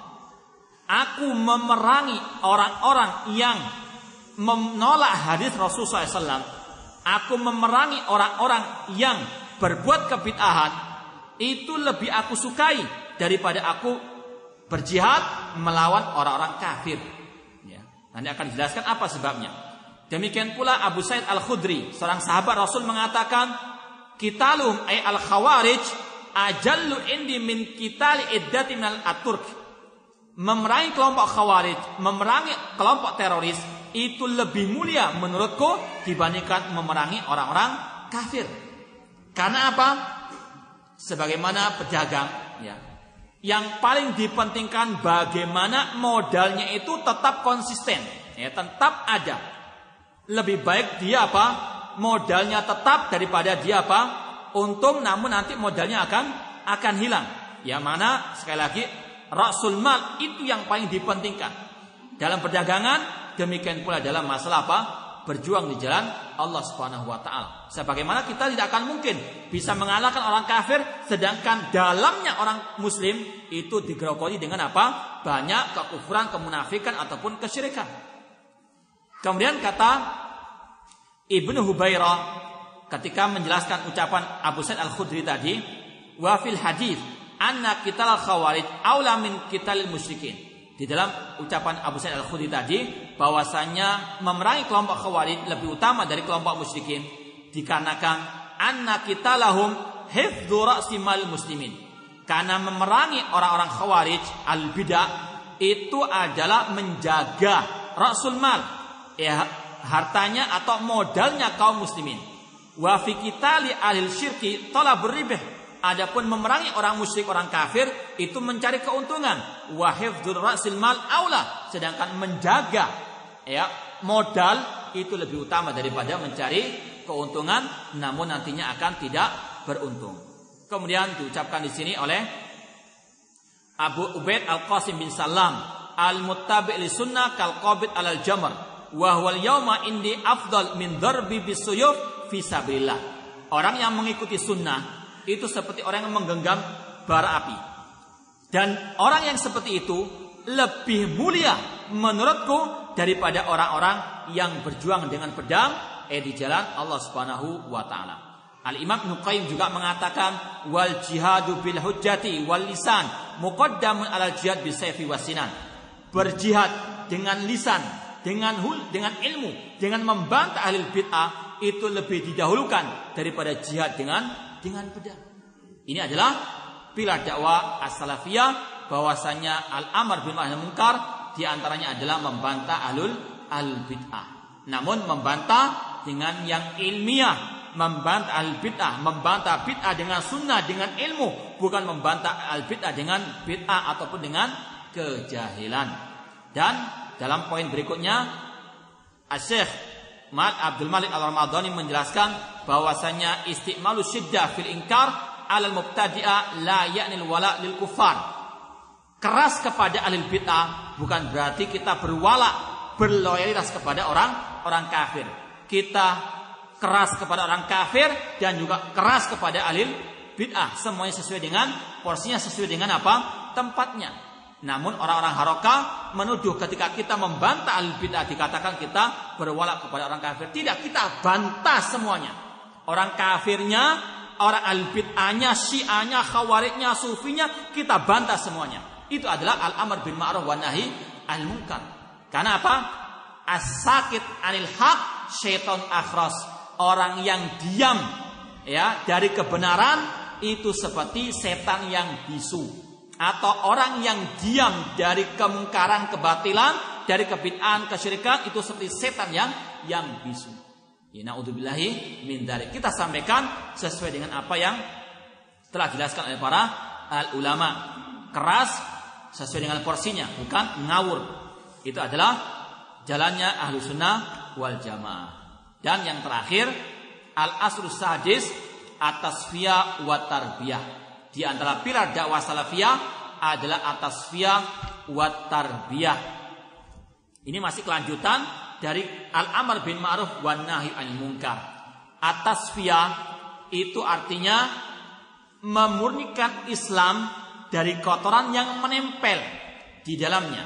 aku memerangi orang-orang yang menolak hadis Rasul sallallahu alaihi wasallam. Aku memerangi orang-orang yang berbuat kebid'ahan. Itu lebih aku sukai daripada aku berjihad melawan orang-orang kafir. Ya. Nanti akan dijelaskan apa sebabnya. Demikian pula Abu Sa'id Al-Khudri, seorang sahabat Rasul mengatakan, "Qitalum ay al-khawarij ajallu indi min qitali iddati minal at-turk." Memerangi kelompok khawarij, memerangi kelompok teroris itu lebih mulia menurutku dibandingkan memerangi orang-orang kafir. Karena apa? Sebagaimana pedagang, ya, yang paling dipentingkan bagaimana modalnya itu tetap konsisten, ya, tetap ada. Lebih baik dia apa? Modalnya tetap daripada dia apa? Untung namun nanti modalnya akan akan hilang. Ya, mana sekali lagi rasul mal itu yang paling dipentingkan dalam perdagangan, demikian pula dalam masalah apa? Berjuang di jalan Allah Subhanahu wa taala. Sebagaimana kita tidak akan mungkin bisa mengalahkan orang kafir sedangkan dalamnya orang muslim itu digerogoti dengan apa? Banyak kekufuran, kemunafikan ataupun kesyirikan. Kemudian kata Ibnu Hubairah ketika menjelaskan ucapan Abu Sa'id Al-Khudri tadi, wa fil hadits anna qital khawarij aula min qitalil musyrikin. Di dalam ucapan Abu Sa'id Al-Khudri tadi bahwasanya memerangi kelompok khawarij lebih utama dari kelompok musyrikin dikarenakan anna qitalahum hifdzu ra'si mal muslimin. Karena memerangi orang-orang khawarij al-bidah itu adalah menjaga ra'sul mal, ya, hartanya atau modalnya kaum muslimin. Wa fi qitali ahli syirki talabur ribh. Adapun memerangi orang musyrik, orang kafir itu mencari keuntungan. Wa hifdzur ra'sil mal aula, sedangkan menjaga, ya, modal itu lebih utama daripada mencari keuntungan namun nantinya akan tidak beruntung. Kemudian diucapkan di sini oleh Abu Ubaid Al-Qasim bin Salam, al-muttabi' li sunnah kal qabid alal jamr wa huwal yawma indi afdal min darbi bisuyuf fi sabilillah. Orang yang mengikuti sunnah itu seperti orang yang menggenggam bara api. Dan orang yang seperti itu lebih mulia menurutku daripada orang-orang yang berjuang dengan pedang eh di jalan Allah Subhanahu wa taala. Al-Imam Ibnu Qayyim juga mengatakan wal jihadu bil hujjati wal lisan muqaddamun alal jihad bis sayfi wasinan. Berjihad dengan lisan, dengan hul, dengan ilmu, dengan membantah ahli bid'ah itu lebih didahulukan daripada jihad dengan dengan pedang. Ini adalah pilar dakwah as-salafiyah, bahwasanya al-amr bil ma'ruf munkar di antaranya adalah membantah ahlul al-bid'ah. Namun membantah dengan yang ilmiah, membantah al-bid'ah, membantah bid'ah dengan sunnah, dengan ilmu, bukan membantah al-bid'ah dengan bid'ah ataupun dengan kejahilan. Dan dalam poin berikutnya Asy-Syaikh Abdul Malik Al-Ramadhani menjelaskan bahwasanya istimalu syiddah fil inkar 'alal mubtadi'a la ya'nil wala' lil kuffar. Keras kepada ahli bid'ah bukan berarti kita berwala, berloyalitas kepada orang orang kafir. Kita keras kepada orang kafir dan juga keras kepada ahli bid'ah. Semuanya sesuai dengan porsinya, sesuai dengan apa? Tempatnya. Namun orang-orang harokah menuduh ketika kita membantah ahli bid'ah dikatakan kita berwala kepada orang kafir. Tidak, kita bantah semuanya. Orang kafirnya, orang ahli bid'ahnya, syiahnya, khawarijnya, sufinya, kita bantah semuanya. Itu adalah al-amr bil ma'ruf wa nahi anil munkar. Karena apa? As-sakit anil haq syaiton akhras. Orang yang diam ya dari kebenaran itu seperti setan yang bisu. Atau orang yang diam dari kemungkaran, kebatilan, dari kebid'ahan, kesyirikan itu seperti setan yang yang bisu. Na'udzubillahi min dzalik. Kita sampaikan sesuai dengan apa yang telah dijelaskan oleh para al ulama. Keras sesuai dengan porsinya, bukan ngawur. Itu adalah jalannya ahlu sunnah wal jamaah. Dan yang terakhir, al-aslu sadis at-tasfiyah wa tarbiyah. Di antara pilar dakwah salafiyah adalah at-tasfiyah wa tarbiyah. Ini masih kelanjutan dari al-amr bil ma'ruf wan nahi 'anil munkar. At-tasfiyah itu artinya memurnikan Islam dari kotoran yang menempel di dalamnya.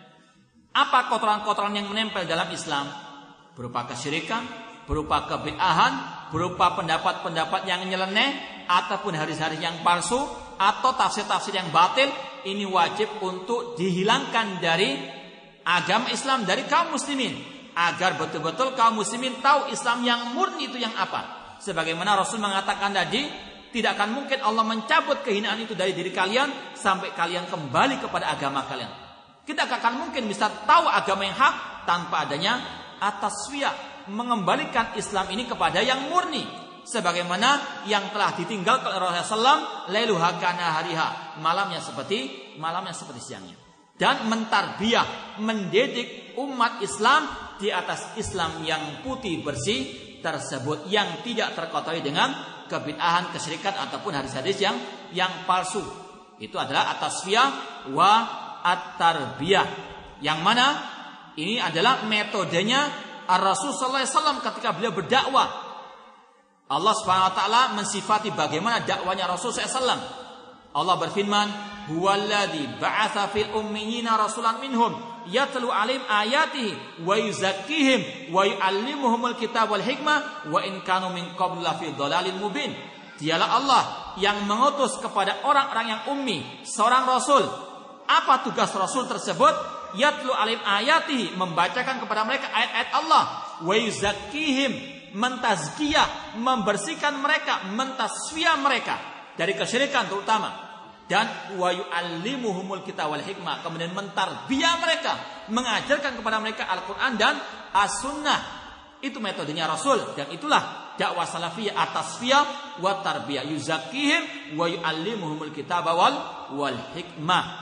Apa kotoran-kotoran yang menempel dalam Islam? Berupa kesyirikan, berupa kebid'ahan, berupa pendapat-pendapat yang nyeleneh, ataupun hadis-hadis yang palsu, atau tafsir-tafsir yang batil. Ini wajib untuk dihilangkan dari agama Islam, dari kaum muslimin, agar betul-betul kaum muslimin tahu Islam yang murni itu yang apa. Sebagaimana Rasul mengatakan tadi, tidak akan mungkin Allah mencabut kehinaan itu dari diri kalian sampai kalian kembali kepada agama kalian. Kita akan mungkin bisa tahu agama yang hak tanpa adanya at-tasfiyah, mengembalikan Islam ini kepada yang murni. Sebagaimana yang telah ditinggalkan oleh Rasulullah shallallahu alaihi wasallam, lailuha kana hariha, malamnya seperti malamnya seperti siangnya. Dan mentarbiyah, mendidik umat Islam di atas Islam yang putih bersih tersebut, yang tidak terkotori dengan kebid'ahan, kesyirikan ataupun hadis-hadis yang yang palsu. Itu adalah at-tasfiyah wa at-tarbiyah. Yang mana ini adalah metodenya Ar-Rasul sallallahu alaihi wasallam ketika beliau berdakwah. Allah Subhanahu wa taala mensifati bagaimana dakwanya Rasul sallallahu alaihi wasallam. Allah berfirman, "Huwallazi ba'atsa fil ummiyina rasulan minhum yatlu 'alaihim ayatihi wa yuzakkihim wa yu'allimuhumul kitaba wal hikmah wa in kanu min qablu lafi dhalalin mubin." Dialah Allah yang mengutus kepada orang-orang yang ummi seorang rasul. Apa tugas rasul tersebut? Yatlu 'alaihim ayatihi, membacakan kepada mereka ayat-ayat Allah, wa yuzakkihim, mentazkiyah, membersihkan mereka, mentasfiyah mereka dari kesyirikan terutama, dan wa yu'allimuhumul kitab wal hikmah, kemudian mentarbiyah mereka, mengajarkan kepada mereka Al-Qur'an dan As-Sunnah. Itu metodenya Rasul, dan itulah dakwah salafiyah, at-tasfiyah wa tarbiyah, yuzakkihim wa yu'allimuhumul kitab wal wal hikmah.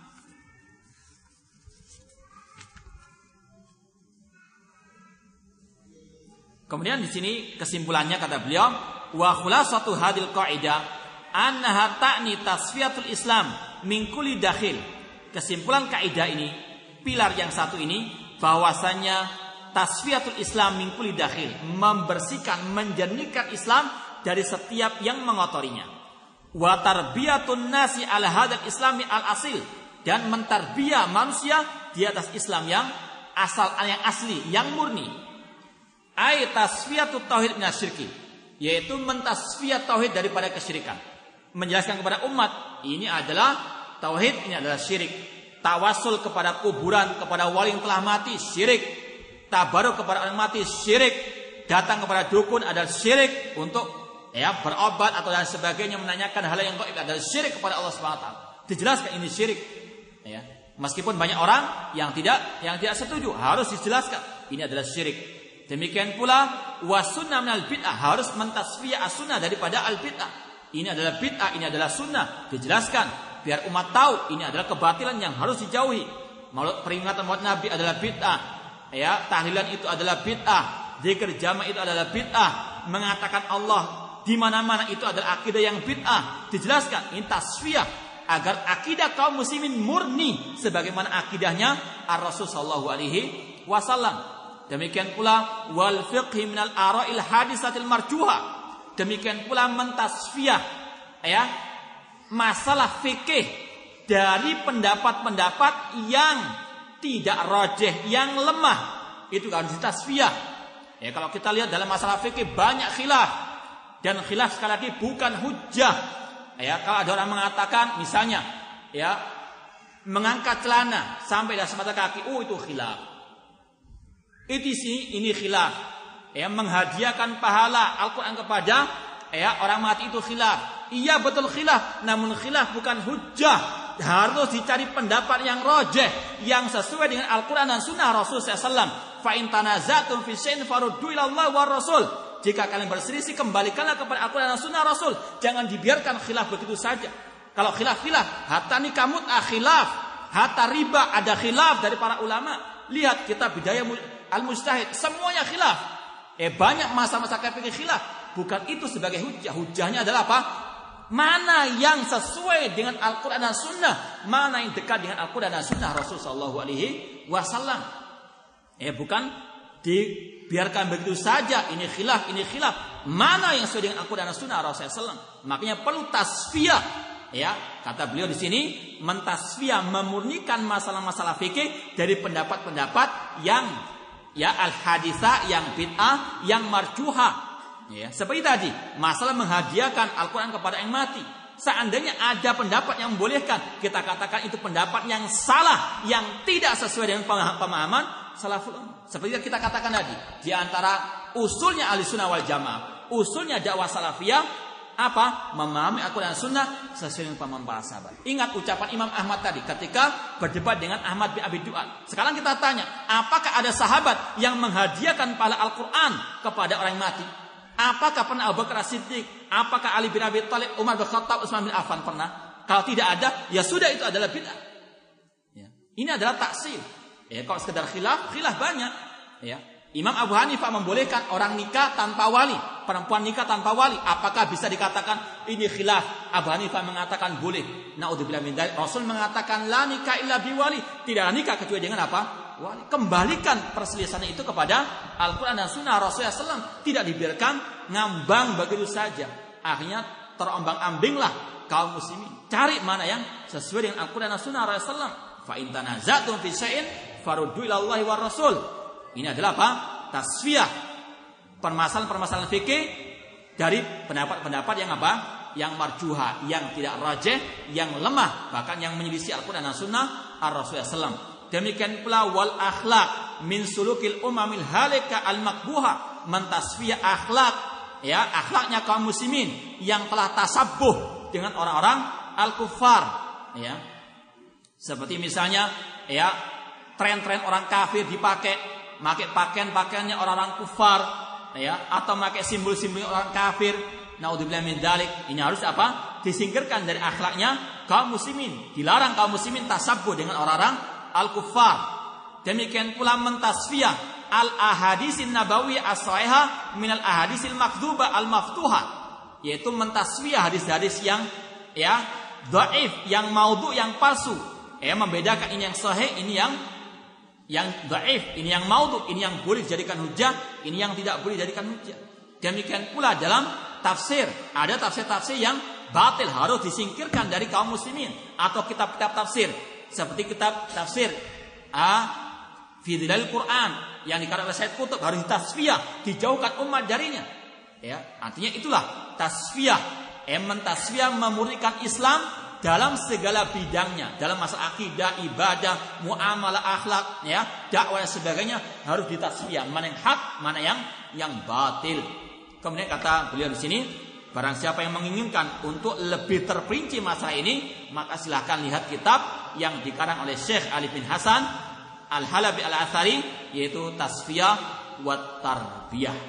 Kemudian di sini kesimpulannya kata beliau, wa khulasatu hadil qaidah annaha ta'ni tasfiyatul Islam min kulli dakhil. Kesimpulan kaidah ini, pilar yang satu ini, bahwasanya tasfiyatul Islam min kulli dakhil, membersihkan, menjernihkan Islam dari setiap yang mengotorinya. Wa tarbiyatun nasi ala hadal islami al asil, dan mentarbiyah manusia di atas Islam yang asal, yang asli, yang murni. Ai tasfiyatut tauhid minasyirki, yaitu mentasfiyat tauhid daripada kesyirikan. Menjelaskan kepada umat, ini adalah tauhid, ini adalah syirik. Tawasul kepada kuburan, kepada wali yang telah mati, syirik. Tabaruk kepada orang mati, syirik. Datang kepada dukun adalah syirik. Untuk ya berobat atau dan sebagainya, menanyakan hal yang gaib adalah syirik kepada Allah Subhanahu wa taala. Dijelaskan ini syirik. Ya, meskipun banyak orang yang tidak yang tidak setuju, harus dijelaskan ini adalah syirik. Demikian pula wasunnah minal bid'ah, harus mentasfiyah as-sunnah daripada al-bid'ah. Ini adalah bid'ah, ini adalah sunnah. Dijelaskan biar umat tahu ini adalah kebatilan yang harus dijauhi. Maulud peringatan Maulud Nabi adalah bid'ah. Ya, tahlilan itu adalah bid'ah. Zikir jama' itu adalah bid'ah. Mengatakan Allah di mana-mana itu adalah akidah yang bid'ah. Dijelaskan ini tasfiyah agar akidah kaum muslimin murni sebagaimana akidahnya Ar-Rasul sallallahu alaihi wasallam. Demikian pula wal fiqhi minal ara'il hadisatil marjuha. Demikian pula mentasfiyah ya masalah fikih dari pendapat-pendapat yang tidak rajih, yang lemah. Itu harus ditasfiyah. Ya, kalau kita lihat dalam masalah fikih banyak khilaf, dan khilaf sekali lagi bukan hujjah. Ya, kalau ada orang mengatakan misalnya ya mengangkat celana sampai dah semata kaki, oh itu khilaf. Itu sih ini khilaf. Ya, menghadiahkan pahala Al-Qur'an kepada ya orang mati itu khilaf. Iya betul khilaf, namun khilaf bukan hujjah. Harus dicari pendapat yang rajih, yang sesuai dengan Al-Qur'an dan sunnah Rasul sallallahu alaihi wasallam. Fa in tanazatum fi syai'in faruddu ila Allah war Rasul. Jika kalian berselisih, kembalikanlah kepada Al-Quran dan Sunnah Rasul. Jangan dibiarkan khilaf begitu saja. Kalau khilaf-khilaf, hatta nikah mut'ah khilaf, hatta riba ada khilaf dari para ulama. Lihat kitab Bidayah Al-Mujtahid, semuanya khilaf. Eh banyak masa-masa fikih khilaf. Bukan itu sebagai hujjah. Hujjahnya adalah apa? Mana yang sesuai dengan Al-Quran dan Sunnah, mana yang dekat dengan Al-Quran dan Sunnah Rasul Sallallahu Alaihi Wasallam. Eh bukan dibiarkan begitu saja, ini khilaf, ini khilaf. Mana yang sesuai dengan Al-Quran dan Sunnah Rasulullah sallallahu alaihi wasallam. Makanya perlu tasfiyah. Ya, kata beliau di sini, mentasfiyah, memurnikan masalah-masalah fikih dari pendapat-pendapat yang ya al-haditsah, yang bid'ah, yang marjuhah. Ya, seperti tadi, masalah menghadiahkan Al-Quran kepada yang mati. Seandainya ada pendapat yang membolehkan, kita katakan itu pendapat yang salah, yang tidak sesuai dengan pemahaman salaful ummah. Seperti yang kita katakan tadi, di antara usulnya Ahlussunnah wal Jamaah, usulnya dakwah salafiyah apa? Memahami Al-Quran dan Sunnah sesuai dengan pemahaman para sahabat. Ingat ucapan Imam Ahmad tadi ketika berdebat dengan Ahmad bin Abi Du'ad. Sekarang kita tanya, apakah ada sahabat yang menghadiahkan pahala Al-Quran kepada orang mati? Apakah pernah Abu Bakar As-Siddiq? Apakah Ali bin Abi Thalib, Umar bin Khattab, Utsman bin Affan pernah? Kalau tidak ada, ya sudah, itu adalah bid'ah. Ya. Ini adalah taksir. Ya, kalau sekedar khilaf, khilaf banyak. Ya. Imam Abu Hanifah membolehkan orang nikah tanpa wali, perempuan nikah tanpa wali. Apakah bisa dikatakan ini khilaf? Abu Hanifah mengatakan boleh. Naudzubillah min dzalik. Rasul mengatakan la nikah illa biwali. Tidak nikah kecuali dengan apa? Wali. Kembalikan perselisihan itu kepada Al-Quran dan Sunnah Rasulullah sallallahu alaihi wasallam. Tidak dibiarkan ngambang begitu saja. Akhirnya terombang-ambinglah kaum muslimin. Cari mana yang sesuai dengan Al-Quran dan Sunnah Rasulullah sallallahu alaihi wasallam. Fa in tanazatum fi syai'in faruddu ila Allahi war Rasul. Ini adalah apa? Tasfiyah. Permasalahan-permasalahan fikih dari pendapat-pendapat yang apa? Yang marjuha, yang tidak rajih, yang lemah, bahkan yang menyelisih Al-Quran dan Sunnah Ar-Rasulullah sallallahu alaihi wasallam. Demikian pula wal akhlak min sulukil umamil halika al-makbuha, mentasfiyah akhlak, ya, akhlaknya kaum muslimin yang telah tasabbuh dengan orang-orang al-kuffar, ya. Seperti misalnya, ya, tren-tren orang kafir dipakai, pakai pakaian-pakaiannya orang-orang kufar, ya, atau pakai simbol-simbol orang kafir. Naudzubillah min dzalik. Ini harus apa? Disingkirkan dari akhlaknya kaum muslimin. Dilarang kaum muslimin tasabbuh dengan orang-orang al-kuffar. Demikian pula mentasfiyah al-ahadisin nabawi as-sahihah minal ahadisil makdzuba al-maftuha, yaitu mentasfiyah hadis-hadis yang ya dhaif, yang maudhu, yang palsu. Ya, membedakan ini yang sahih, ini yang yang dhaif, ini yang maudhu, ini yang boleh dijadikan hujjah, ini yang tidak boleh dijadikan hujjah. Demikian pula dalam tafsir, ada tafsir-tafsir yang batil, harus disingkirkan dari kaum muslimin, atau kitab-kitab tafsir seperti kitab tafsir ah fi Dhilal Quran yang dikarang oleh Said Qutb harus ditasfiyah, dijauhkan umat darinya. Ya, artinya itulah tasfiyah, emen tasfiyah, memurnikan Islam dalam segala bidangnya, dalam masalah akidah, ibadah, muamalah, akhlak, ya, dakwah dan sebagainya harus ditasfiyah, mana yang hak, mana yang yang batil. Kemudian kata beliau di sini, barang siapa yang menginginkan untuk lebih terperinci masalah ini, maka silahkan lihat kitab yang dikarang oleh Syekh Ali bin Hasan Al-Halabi Al-Athari, yaitu Tasfiyah wa Tarbiyah.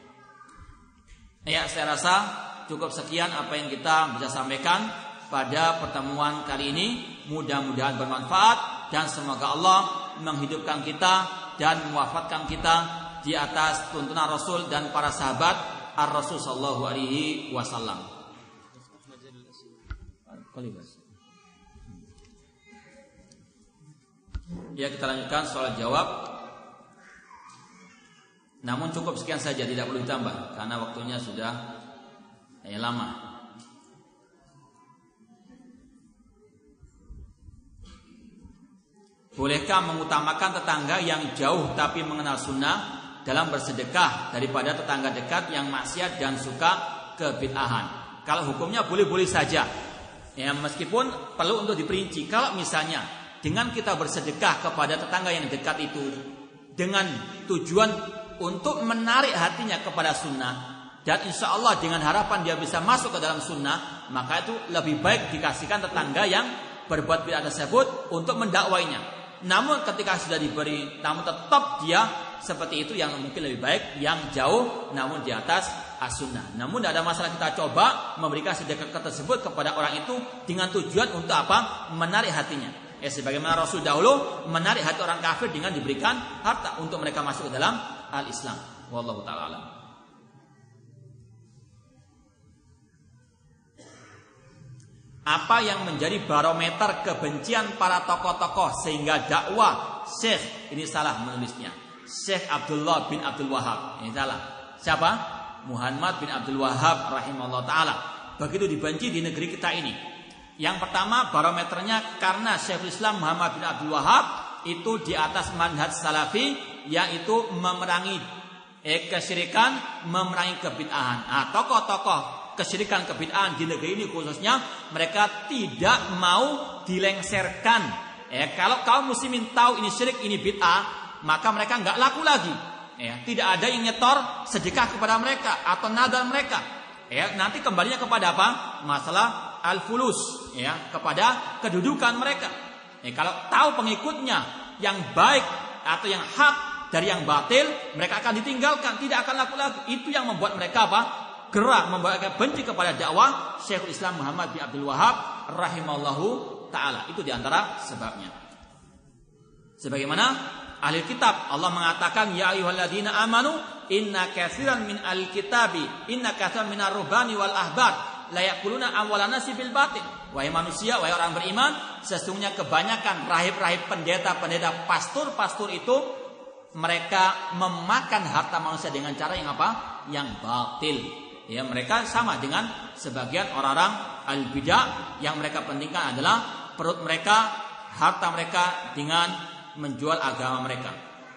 Ya, saya rasa cukup sekian apa yang kita bisa sampaikan pada pertemuan kali ini. Mudah-mudahan bermanfaat. dan semoga Allah menghidupkan kita dan mewafatkan kita di atas tuntunan Rasul dan para sahabat Ar-Rasul sallallahu alaihi wasallam. Ya, kita lanjutkan soal jawab. Namun cukup sekian saja, tidak perlu ditambah karena waktunya sudah eh, lama. Bolehkah mengutamakan tetangga yang jauh tapi mengenal sunnah dalam bersedekah daripada tetangga dekat yang maksiat dan suka kebid'ahan? Kalau hukumnya boleh-boleh saja. Ya, meskipun perlu untuk diperinci. Kalau misalnya dengan kita bersedekah kepada tetangga yang dekat itu dengan tujuan untuk menarik hatinya kepada sunnah, dan insya Allah dengan harapan dia bisa masuk ke dalam sunnah, maka itu lebih baik dikasihkan tetangga yang berbuat bid'ah tersebut untuk mendakwainya. Namun ketika sudah diberi, namun tetap dia seperti itu, yang mungkin lebih baik yang jauh namun di atas as-sunnah. Namun tidak ada masalah kita coba memberikan sedekah tersebut kepada orang itu dengan tujuan untuk apa? Menarik hatinya. Ya, sebagaimana Rasul dahulu menarik hati orang kafir dengan diberikan harta untuk mereka masuk ke dalam al-Islam. Wallahu ta'ala alam. Apa yang menjadi barometer kebencian para tokoh-tokoh sehingga dakwah Syekh, ini salah menulisnya, Syekh Abdullah bin Abdul Wahab, ini salah. Siapa? Muhammad bin Abdul Wahab rahimahullah ta'ala. Begitu dibenci di negeri kita ini. Yang pertama, barometernya karena Syekhul Islam Muhammad bin Abdul Wahab itu di atas manhaj salafi, yaitu memerangi eh, kesyirikan, memerangi kebid'ahan. Nah, tokoh-tokoh kesyirikan kebid'ahan di negeri ini khususnya, mereka tidak mau dilengserkan. Ya, kalau kaum muslimin tahu ini syirik, ini bid'ah, maka mereka nggak laku lagi. Ya, tidak ada yang nyetor sedekah kepada mereka atau nadar mereka. Ya, nanti kembalinya kepada apa? Masalah al-fulus, ya, kepada kedudukan mereka. Ya, kalau tahu pengikutnya yang baik atau yang hak dari yang batil, mereka akan ditinggalkan, tidak akan laku lagi. Itu yang membuat mereka apa? Gerak, membuat mereka benci kepada dakwah Syekhul Islam Muhammad bin Abdul Wahab rahimallahu ta'ala. Itu diantara sebabnya. Sebagaimana ahli kitab, Allah mengatakan, ya ayyuhalladzina amanu inna katsiran min al-kitabi inna katsiran minar ruhbani wal ahbar la yaquluna amwalan nasi bil batil. Wahai manusia, wahai orang beriman, sesungguhnya kebanyakan rahib-rahib, pendeta-pendeta, pastor-pastor itu mereka memakan harta manusia dengan cara yang apa? Yang batil. Ya, mereka sama dengan sebagian orang-orang al-bidah yang mereka pentingkan adalah perut mereka, harta mereka dengan menjual agama mereka.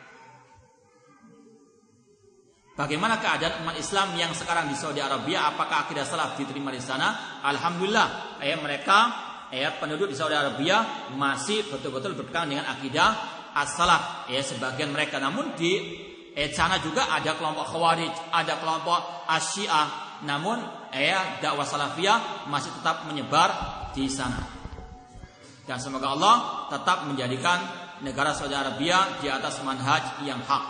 Bagaimana keadaan umat Islam yang sekarang di Saudi Arabia? Apakah akidah salaf diterima di sana? Alhamdulillah, ya, mereka, ya, penduduk di Saudi Arabia masih betul-betul berpegang dengan akidah as-salaf, ya, sebagian mereka. Namun di eh, sana juga ada kelompok khawarij, ada kelompok asyiah. Namun ya, dakwah salafiyah masih tetap menyebar di sana. Dan semoga Allah tetap menjadikan negara Saudi Arabia di atas manhaj yang hak.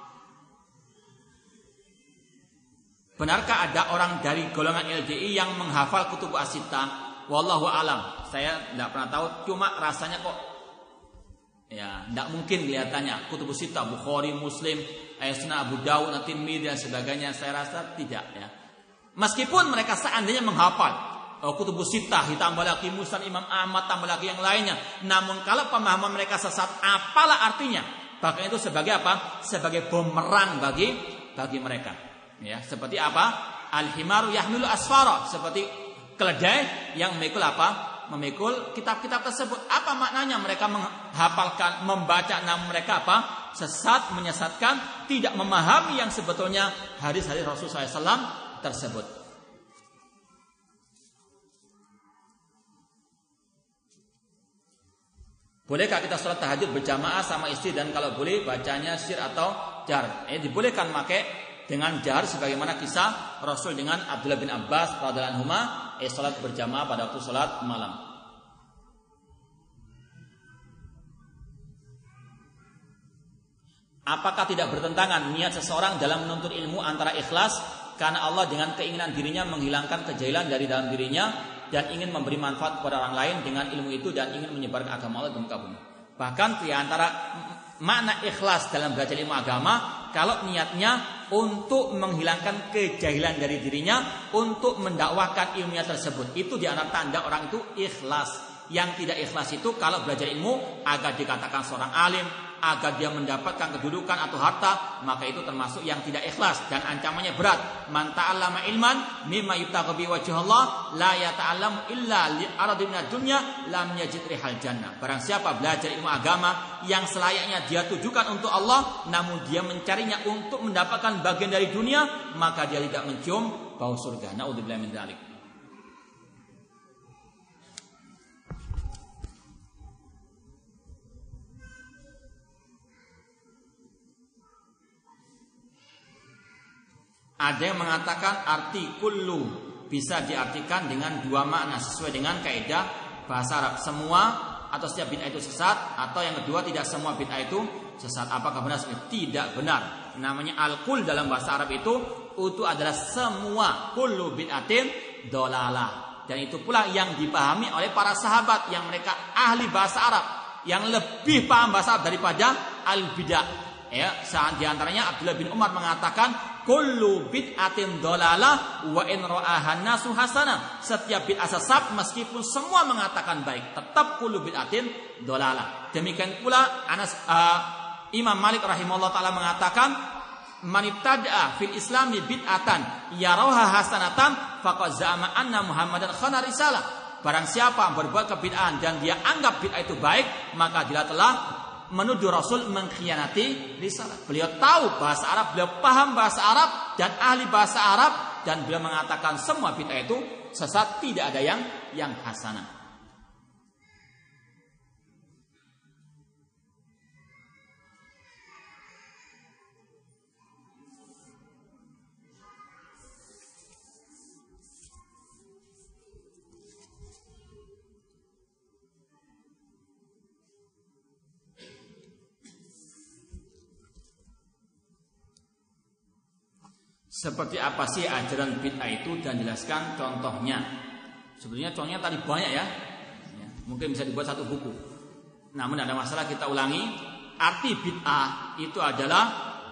Benarkah ada orang dari golongan L D I yang menghafal kutub as-sittah? Wallahu alam. Saya tidak pernah tahu, cuma rasanya kok ya tidak mungkin kelihatannya. Kutub as-sittah, Bukhari, Muslim, Sunan Abu Dawud, At-Tirmidzi dan sebagainya, saya rasa tidak, ya. Meskipun mereka seandainya menghafal oh, kutubus sittah, ditambah lagi Musnad Imam Ahmad, tambah lagi yang lainnya, namun kalau pemahaman mereka sesat, apalah artinya? Bahkan itu sebagai apa? Sebagai bumerang bagi bagi mereka. Ya, seperti apa? Al-himaru yahmilu asfara, seperti keledai yang memikul apa? Memikul kitab-kitab tersebut. Apa maknanya mereka menghafalkan, membaca, namun mereka apa? Sesat, menyesatkan, tidak memahami yang sebetulnya hadis-hadis Rasulullah shallallahu alaihi wasallam tersebut. Bolehkah kita sholat tahajud berjamaah sama istri, dan kalau boleh bacanya sir atau jar? Eh, dibolehkan pakai dengan jar sebagaimana kisah Rasul dengan Abdullah bin Abbas radhiyallahu anhuma eh sholat berjamaah pada waktu sholat malam. Apakah tidak bertentangan niat seseorang dalam menuntut ilmu antara ikhlas karena Allah dengan keinginan dirinya menghilangkan kejahilan dari dalam dirinya dan ingin memberi manfaat kepada orang lain dengan ilmu itu dan ingin menyebarkan agama Allah di muka bumi? Bahkan di antara makna ikhlas dalam belajar ilmu agama, kalau niatnya untuk menghilangkan kejahilan dari dirinya, untuk mendakwahkan ilmunya tersebut, itu di antara tanda orang itu ikhlas. Yang tidak ikhlas itu kalau belajar ilmu agar dikatakan seorang alim, agar dia mendapatkan kedudukan atau harta, maka itu termasuk yang tidak ikhlas dan ancamannya berat. Man ta'allama ilman mimma yubtagha bi wajhillah la yata'allamu illa li aradin dunya lam yajid rihal jannah. Barang siapa belajar ilmu agama yang selayaknya dia tujukan untuk Allah, namun dia mencarinya untuk mendapatkan bagian dari dunia, maka dia tidak mencium bau surga. Naudzubillah min dzalik. Ada yang mengatakan arti kullu bisa diartikan dengan dua makna sesuai dengan kaidah bahasa Arab. Semua atau setiap bid'ah itu sesat, atau yang kedua tidak semua bid'ah itu sesat. Apakah benar? Tidak benar. Namanya al-kul dalam bahasa Arab itu itu adalah semua, kullu bid'atin dolalah. Dan itu pula yang dipahami oleh para sahabat yang mereka ahli bahasa Arab, yang lebih paham bahasa Arab daripada al-bid'ah. Ya, saat diantaranya Abdullah bin Umar mengatakan kullu bid'atin dolalah wa in ra'ahan nasu hasanah. Setiap bid'ah sesat meskipun semua mengatakan baik, tetap kullu bid'atin dolalah. Demikian pula Anas uh, Imam Malik rahimahullah taala mengatakan man ibtada'a fil islami bid'atan yaraha hasanatan faqad za'ama anna Muhammadan khana risalah. Barang siapa berbuat kebid'ahan dan dia anggap bid'ah itu baik, maka dia telah menuduh Rasul mengkhianati risalah. Beliau tahu bahasa Arab, beliau paham bahasa Arab dan ahli bahasa Arab, dan beliau mengatakan semua bid'ah itu sesat, tidak ada yang yang hasanah. Seperti apa sih ajaran bid'ah itu, dan jelaskan contohnya. Sebetulnya contohnya tadi banyak ya. ya Mungkin bisa dibuat satu buku. Namun ada masalah, kita ulangi. Arti bid'ah itu adalah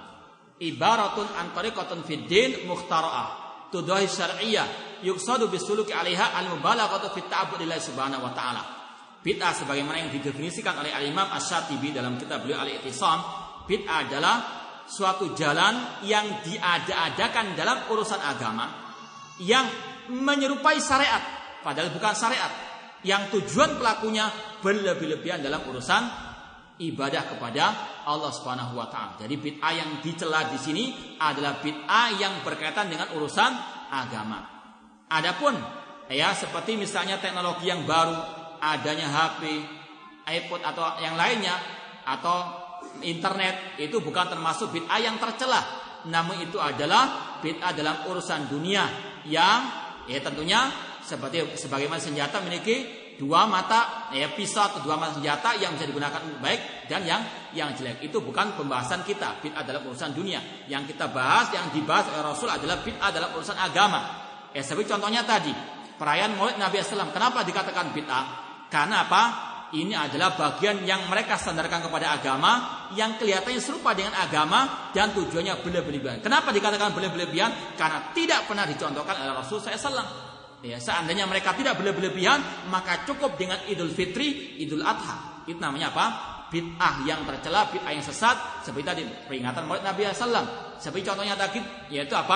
ibaratun an tariqatun fid din mukhtara'ah tudahi syar'iyyah yuqsadu bisuluki 'alaiha al-mubalaghatu fit ta'abbud lillahi subhanahu wa ta'ala. Bid'ah sebagaimana yang didefinisikan oleh Al-Imam Asy-Syatibi dalam kitab beliau Al-I'tisam, bid'ah adalah suatu jalan yang diada-adakan dalam urusan agama yang menyerupai syariat padahal bukan syariat, yang tujuan pelakunya berlebih-lebihan dalam urusan ibadah kepada Allah Subhanahu wa taala. Jadi bid'ah yang dicela di sini adalah bid'ah yang berkaitan dengan urusan agama. Adapun ya seperti misalnya teknologi yang baru, adanya H P, iPod atau yang lainnya, atau internet, itu bukan termasuk bid'ah yang tercela, namun itu adalah bid'ah dalam urusan dunia yang ya tentunya seperti sebagaimana senjata memiliki dua mata, ya pisau atau dua mata senjata yang bisa digunakan baik dan yang yang jelek. Itu bukan pembahasan kita. Bid'ah dalam urusan dunia. Yang kita bahas, yang dibahas oleh Rasul adalah bid'ah dalam urusan agama. Ya seperti contohnya tadi perayaan Maulid Nabi sallallahu alaihi wasallam. Kenapa dikatakan bid'ah? Karena apa? Ini adalah bagian yang mereka sandarkan kepada agama, yang kelihatannya serupa dengan agama dan tujuannya berlebihan. Kenapa dikatakan berlebihan? Karena tidak pernah dicontohkan oleh Rasul sallallahu alaihi wasallam. Ya, seandainya mereka tidak berlebihan, maka cukup dengan Idul Fitri, Idul Adha. Itu namanya apa? Bid'ah yang tercela, bid'ah yang sesat. Seperti tadi peringatan Maulid Nabi sallallahu alaihi wasallam. Seperti contohnya tadi, yaitu apa?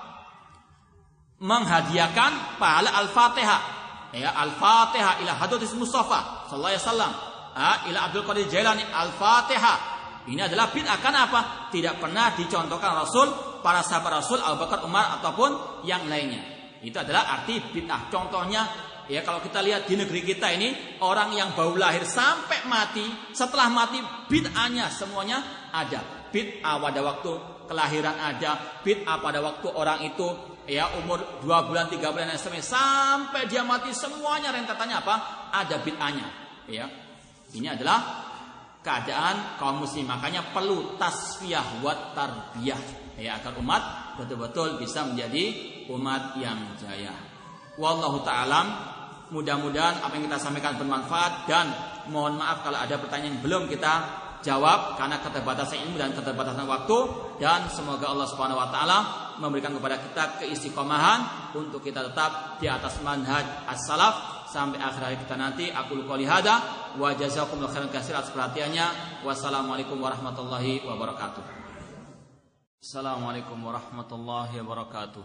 Menghadiahkan pahala Al-Fatihah. Ya, Al-Fatihah ila Hadratis Mustafa sallallahu alaihi wasallam, ila Abdul Qadir Jailani Al-Fatihah. Ini adalah bid'ah. Kenapa? Tidak pernah dicontohkan Rasul, para sahabat Rasul, Abu Bakar, Umar ataupun yang lainnya. Itu adalah arti bid'ah. Contohnya ya kalau kita lihat di negeri kita ini, orang yang baru lahir sampai mati, setelah mati bid'ahnya semuanya ada. Bid'ah pada waktu kelahiran ada, bid'ah pada waktu orang itu ya umur dua bulan, tiga bulan sampai dia mati, semuanya rentetannya apa? Ada bid'ahnya. Ya. Ini adalah keadaan kaum muslim. Makanya perlu tasfiyah wa tarbiyah ya, agar umat betul-betul bisa menjadi umat yang jaya. Wallahu ta'ala Mudah-mudahan apa yang kita sampaikan bermanfaat, dan mohon maaf kalau ada pertanyaan yang belum kita jawab karena keterbatasan ilmu dan keterbatasan waktu. Dan semoga Allah Subhanahu wa taala memberikan kepada kita keistiqomahan untuk kita tetap di atas manhaj as-salaf sampai akhir hayat kita nanti. Aku qouli hada wa jazakumullahu khairan katsiran atas perhatiannya. Wassalamualaikum warahmatullahi wabarakatuh. Assalamualaikum warahmatullahi wabarakatuh.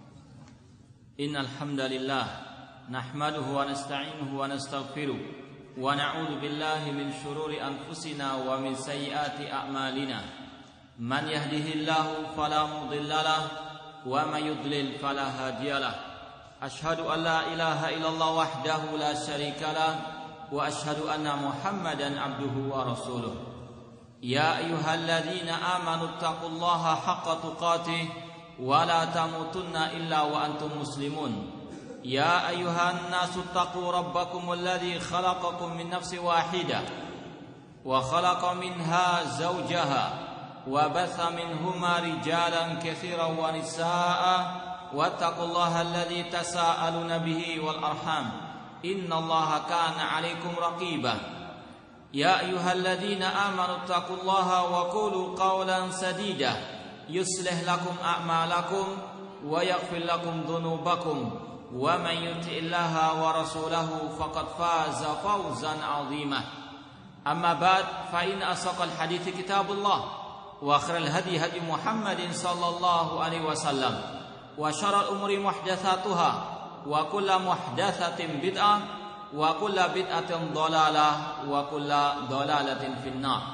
Innal hamdalillah nahmaduhu wa nasta'inuhu wa nastaghfiruh wa na'udzu billahi min shururi anfusina wa min sayyiati a'malina. Man yahdihillahu fala mudhillalah wa may yudlil fala hadiyalah. Asyhadu an la ilaha illallah wahdahu la syarikalah wa asyhadu anna Muhammadan abduhu wa rasuluh. Ya ayyuhalladzina amanu taqullaha haqqa tuqatih wa la tamutunna illa wa antum muslimun. يا أيها الناس اتقوا ربكم الذي خلقكم من نفس واحدة وخلق منها زوجها وبث منهما رجالا كثيرا ونساء واتقوا الله الذي تساءلون به والأرحام إن الله كان عليكم رقيبا يا أيها الذين آمنوا اتقوا الله وقولوا قولا سديدا يصلح لكم أعمالكم ويغفر لكم ذنوبكم ومن يطع الله ورسوله فقد فاز فوزا عظيما. أما بعد فإن أصدق الحديث كتاب الله وخير الهدي هدي محمد صلى الله عليه وسلم وشر الأمور محدثاتها وكل محدثة بدعة وكل بدعة ضلالة وكل ضلالة في النار.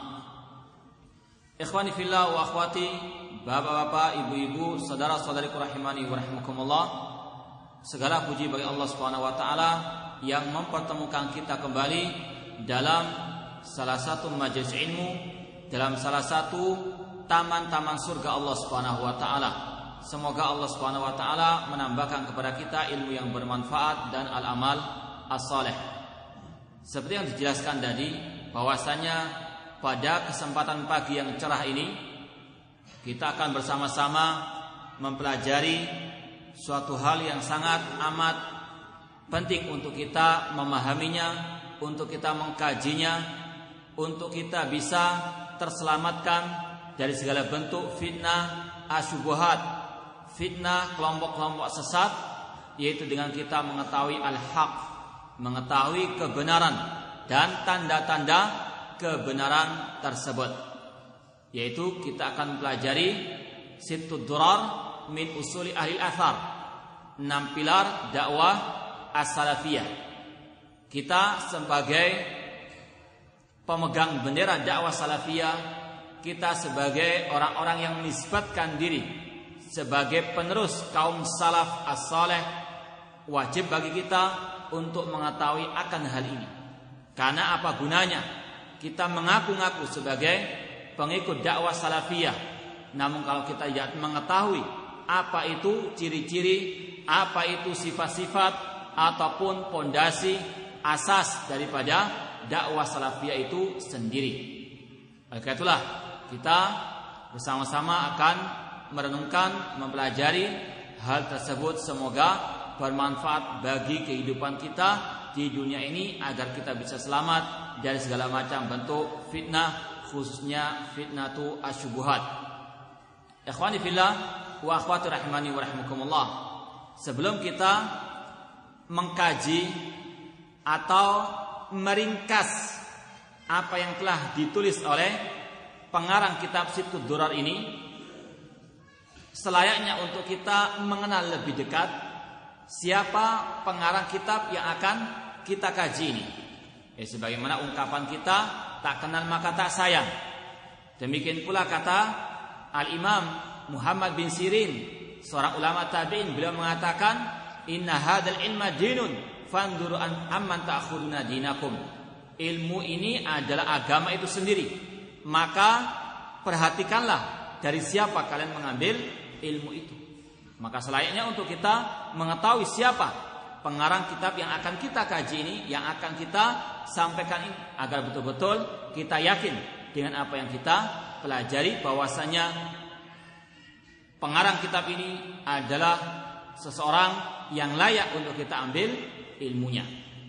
Ikhwani fillah wa akhwati, bapak-bapak, ibu-ibu, saudara-saudariku rahimani wa rahimakumullah. Segala puji bagi Allah Subhanahu wa taala yang mempertemukan kita kembali dalam salah satu majelis ilmu, dalam salah satu taman-taman surga Allah Subhanahu wa taala. Semoga Allah Subhanahu wa taala menambahkan kepada kita ilmu yang bermanfaat dan al-amal as-saleh. Seperti yang dijelaskan tadi, bahwasanya pada kesempatan pagi yang cerah ini kita akan bersama-sama mempelajari suatu hal yang sangat amat penting untuk kita memahaminya, untuk kita mengkajinya, untuk kita bisa terselamatkan dari segala bentuk fitnah asyubuhat, fitnah kelompok-kelompok sesat, yaitu dengan kita mengetahui al-haq, mengetahui kebenaran dan tanda-tanda kebenaran tersebut. Yaitu kita akan mempelajari Sittud Durar min usuli ahli athar, enam pilar dakwah as-salafiyah. Kita sebagai pemegang bendera dakwah salafiyah, kita sebagai orang-orang yang menisbatkan diri sebagai penerus kaum salaf as-saleh, wajib bagi kita untuk mengetahui akan hal ini. Karena apa gunanya kita mengaku-ngaku sebagai pengikut dakwah salafiyah, namun kalau kita tidak mengetahui apa itu ciri-ciri, apa itu sifat-sifat ataupun pondasi asas daripada dakwah salafiyah itu sendiri. Oleh itulah kita bersama-sama akan merenungkan, mempelajari hal tersebut. Semoga bermanfaat bagi kehidupan kita di dunia ini agar kita bisa selamat dari segala macam bentuk fitnah, khususnya fitnatu asyubuhat. Ikhwani fillah wa akhwati rahimani wa rahimakumullah. Sebelum kita mengkaji atau meringkas apa yang telah ditulis oleh pengarang kitab Sittud Durar ini, selayaknya untuk kita mengenal lebih dekat siapa pengarang kitab yang akan kita kaji ini. Ya, sebagaimana ungkapan kita, tak kenal maka tak sayang. Demikian pula kata Al-Imam Muhammad bin Sirin, seorang ulama tabi'in, beliau mengatakan, inna hadzal ilma dinun fanzuru an amman ta'khuduna dinakum. Ilmu ini adalah agama itu sendiri, maka perhatikanlah dari siapa kalian mengambil ilmu itu. Maka selayaknya untuk kita mengetahui siapa pengarang kitab yang akan kita kaji ini, yang akan kita sampaikan ini, agar betul-betul kita yakin dengan apa yang kita pelajari, bahwasanya pengarang kitab ini adalah seseorang yang layak untuk kita ambil ilmunya.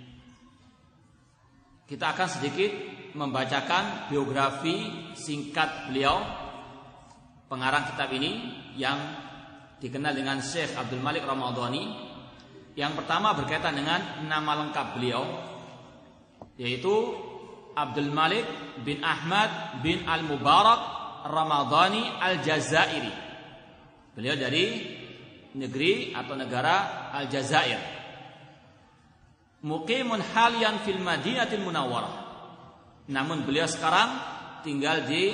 Kita akan sedikit membacakan biografi singkat beliau, pengarang kitab ini yang dikenal dengan Syekh Abdul Malik Ramadhani. Yang pertama berkaitan dengan nama lengkap beliau, yaitu Abdul Malik bin Ahmad bin Al-Mubarak Ramadhani Al-Jazairi. Beliau dari negeri atau negara Al-Jazair. Muqimun halian fil Madinatil Munawwarah. Namun beliau sekarang tinggal di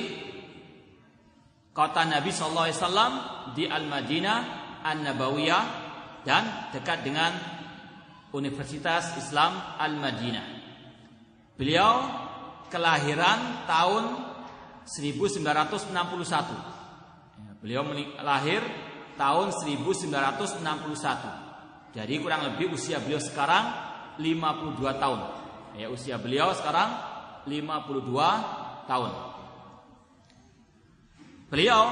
kota Nabi sallallahu alaihi wasallam di Al-Madinah An-Nabawiyah dan dekat dengan Universitas Islam Al-Madinah. Beliau kelahiran tahun seribu sembilan ratus enam puluh satu. Beliau lahir tahun seribu sembilan ratus enam puluh satu. Jadi kurang lebih usia beliau sekarang lima puluh dua tahun. Ya, usia beliau sekarang lima puluh dua tahun. Beliau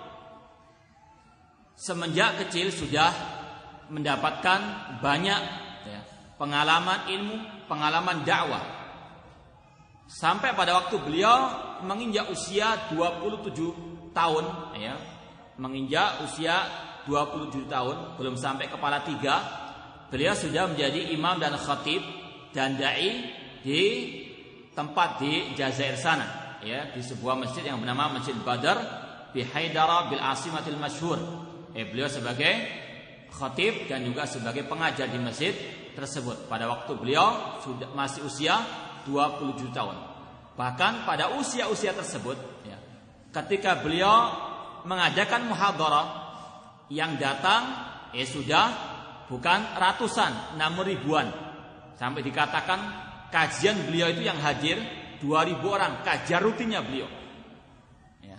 semenjak kecil sudah mendapatkan banyak ya, pengalaman ilmu, pengalaman dakwah. Sampai pada waktu beliau menginjak usia dua puluh tujuh tahun, ya, menginjak usia dua puluh tujuh tahun, belum sampai kepala tiga. Beliau sudah menjadi imam dan khatib dan dai di tempat di Jazair sana, ya, di sebuah masjid yang bernama Masjid Badr bi Haidara bil Asimatil Masyhur. Eh, beliau sebagai khatib dan juga sebagai pengajar di masjid tersebut. Pada waktu beliau sudah masih usia dua puluh tujuh tahun. Bahkan pada usia-usia tersebut, ya, ketika beliau mengadakan muhadharah, yang datang eh sudah bukan ratusan, namun ribuan. Sampai dikatakan kajian beliau itu yang hadir dua ribu orang, kajian rutinnya beliau. Ya.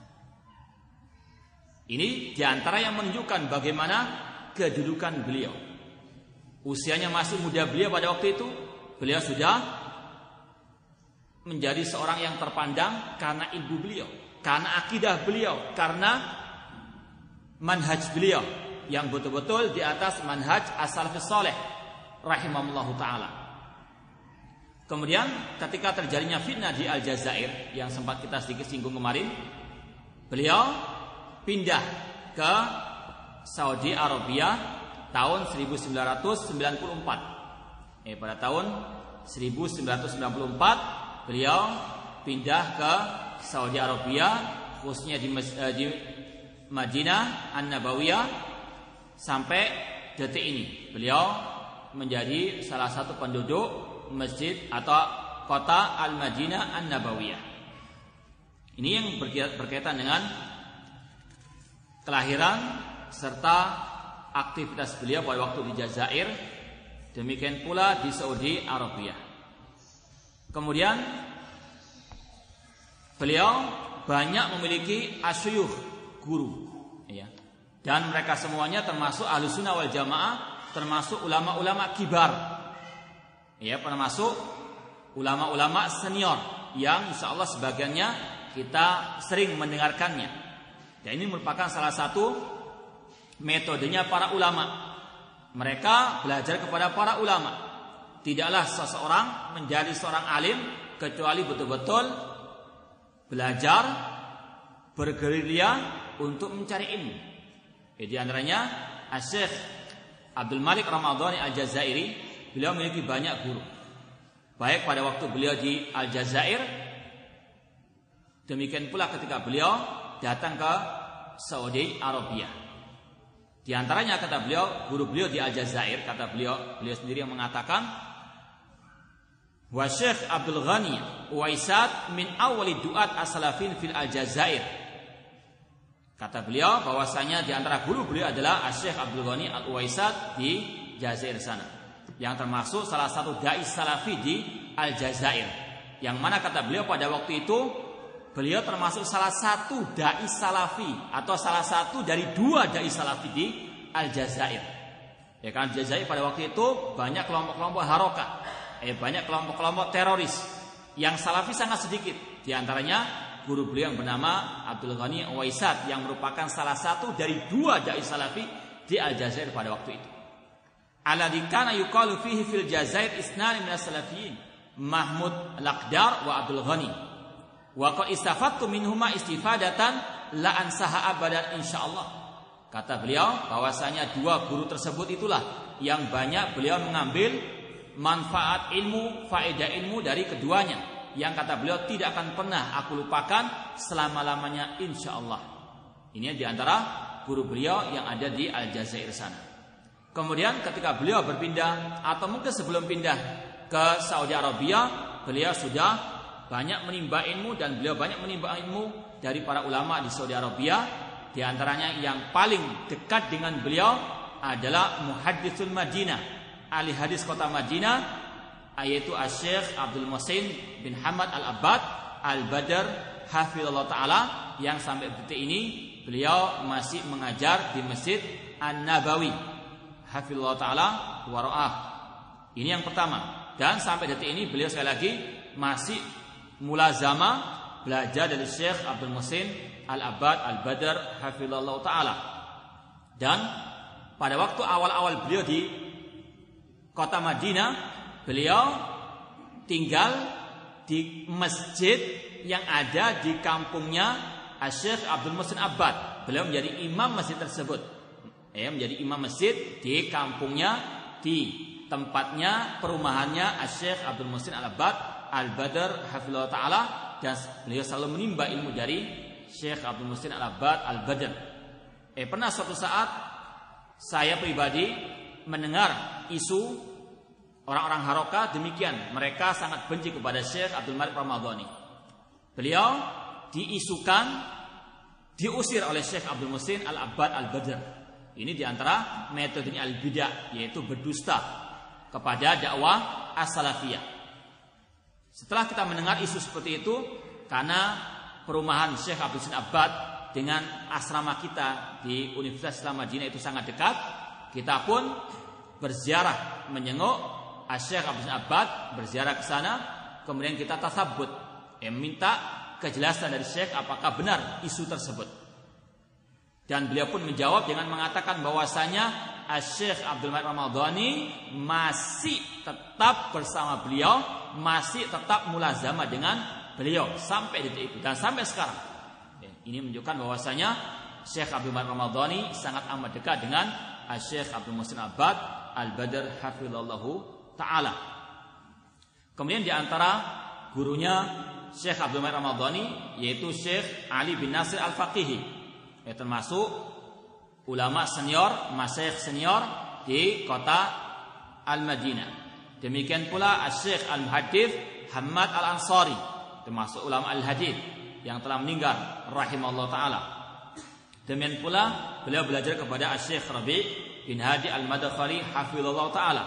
Ini diantara yang menunjukkan bagaimana kedudukan beliau. Usianya masih muda beliau pada waktu itu, beliau sudah menjadi seorang yang terpandang karena ilmu beliau, karena akidah beliau, karena manhaj beliau yang betul-betul di atas manhaj as-salafus saleh rahimahullahu taala. Kemudian ketika terjadinya fitnah di Aljazair yang sempat kita sedikit singgung kemarin, beliau pindah ke Saudi Arabia tahun seribu sembilan ratus sembilan puluh empat. Eh pada tahun seribu sembilan ratus sembilan puluh empat beliau pindah ke Saudi Arabia, khususnya di, eh, di Madinah An-Nabawiyah. Sampai detik ini beliau menjadi salah satu penduduk masjid atau kota Al-Madinah An-Nabawiyah. Ini yang berkaitan dengan kelahiran serta aktivitas beliau pada waktu di Jazair. Demikian pula di Saudi Arabia. Kemudian beliau banyak memiliki asyuyukh, guru, ya. Dan mereka semuanya termasuk Ahlussunnah wal Jamaah, termasuk ulama-ulama kibar, ya, termasuk ulama-ulama senior yang insya Allah sebagiannya kita sering mendengarkannya. Dan ini merupakan salah satu metodenya para ulama. Mereka belajar kepada para ulama. Tidaklah seseorang menjadi seorang alim kecuali betul-betul belajar, bergerilya untuk mencari ilmu. Di antaranya Syekh Abdul Malik Ramadhani Al-Jazairi, beliau memiliki banyak guru. Baik pada waktu beliau di Aljazair, demikian pula ketika beliau datang ke Saudi Arabia. Di antaranya kata beliau, guru beliau di Aljazair, kata beliau, beliau sendiri yang mengatakan, wa Syekh Abdul Ghani Uwaisat min awali du'at as-salafin fil Aljazair. Kata beliau bahwasanya di antara guru beliau adalah Syekh Abdul Ghani Al-Uwaisat di Jazair sana, yang termasuk salah satu dai salafi di Aljazair. Yang mana kata beliau pada waktu itu beliau termasuk salah satu dai salafi atau salah satu dari dua dai salafi di Aljazair. Ya kan, Aljazair pada waktu itu banyak kelompok-kelompok harokat, eh banyak kelompok-kelompok teroris. Yang salafi sangat sedikit. Di antaranya guru beliau yang bernama Abdul Ghani Uwaisat, yang merupakan salah satu dari dua dai salafi di Aljazair pada waktu itu. alladzi kana yuqalu fihi fil Jazair isnani min as-salafiyyin Mahmud Al-Aqdar wa Abdul Ghani wa qad istafattu minhuma istifadatan la ansaha abadan insyaallah. Kata beliau bahwasanya dua guru tersebut itulah yang banyak beliau mengambil manfaat ilmu, faedah ilmu dari keduanya, yang kata beliau tidak akan pernah aku lupakan selama-lamanya insyaallah. Ini di antara guru beliau yang ada di Aljazair sana. Kemudian ketika beliau berpindah atau mungkin sebelum pindah ke Saudi Arabia, beliau sudah banyak menimba ilmu dan beliau banyak menimba ilmu dari para ulama di Saudi Arabia. Di antaranya yang paling dekat dengan beliau adalah Muhadditsul Madinah, ahli hadis kota Madinah, yaitu Asy-Syaikh Abdul Muhsin bin Hamad Al-Abbad Al-Badr hafizallahu taala, yang sampai detik ini beliau masih mengajar di Masjid An-Nabawi hafizallahu taala wa ra'ah. Ini yang pertama. Dan sampai detik ini beliau sekali lagi masih mulazamah belajar dari Syekh Abdul Muhsin Al-Abbad Al-Badr hafizallahu taala. Dan pada waktu awal-awal beliau di kota Madinah, beliau tinggal di masjid yang ada di kampungnya Syekh Abdul Muhsin Abbad. Beliau menjadi imam masjid tersebut. Ya, menjadi imam masjid di kampungnya, di tempatnya, perumahannya Syekh Abdul Muhsin Al-Abbad Al-Badr hafizallahu taala, dan beliau selalu menimba ilmu dari Syekh Abdul Muhsin Al-Abbad Al-Badr. Eh pernah suatu saat saya pribadi mendengar isu orang-orang Harokah demikian, mereka sangat benci kepada Syekh Abdul Malik Ramadhani. Beliau diisukan diusir oleh Syekh Abdul Muhsin Al-Abbad Al-Badr. Ini diantara metodenya al-bidah, yaitu berdusta kepada dakwah as-salafiyah. Setelah kita mendengar isu seperti itu, karena perumahan Syekh Abdul Muhsin Abbad dengan asrama kita di Universitas Islam Madinah itu sangat dekat, kita pun berziarah menjenguk Syekh Abdul Muhsin Abbad, berziarah ke sana, kemudian kita tasabbut, eh, minta kejelasan dari Syekh apakah benar isu tersebut. Dan beliau pun menjawab dengan mengatakan bahwasanya Syekh Abdul Malik Ramadhani masih tetap bersama beliau, masih tetap mulazamah dengan beliau sampai detik itu dan sampai sekarang. Ini menunjukkan bahwasanya Syekh Abdul Malik Ramadhani sangat amat dekat dengan Syekh Abdul Muhsin Abbad Al-Badr hafizallahu taala. Kemudian di antara gurunya Syekh Abdul Malik Ramadhani yaitu Syekh Ali bin Nasir Al-Faqihi, ya, termasuk ulama senior, masyayikh senior di kota Al-Madinah. Demikian pula Syekh Al-Muhaddits Hamad Al-Ansari, termasuk ulama al-hadits yang telah meninggal rahimahullah taala. Demikian pula beliau belajar kepada Syekh Rabi' bin Hadi Al-Madkhali hafizallahu taala.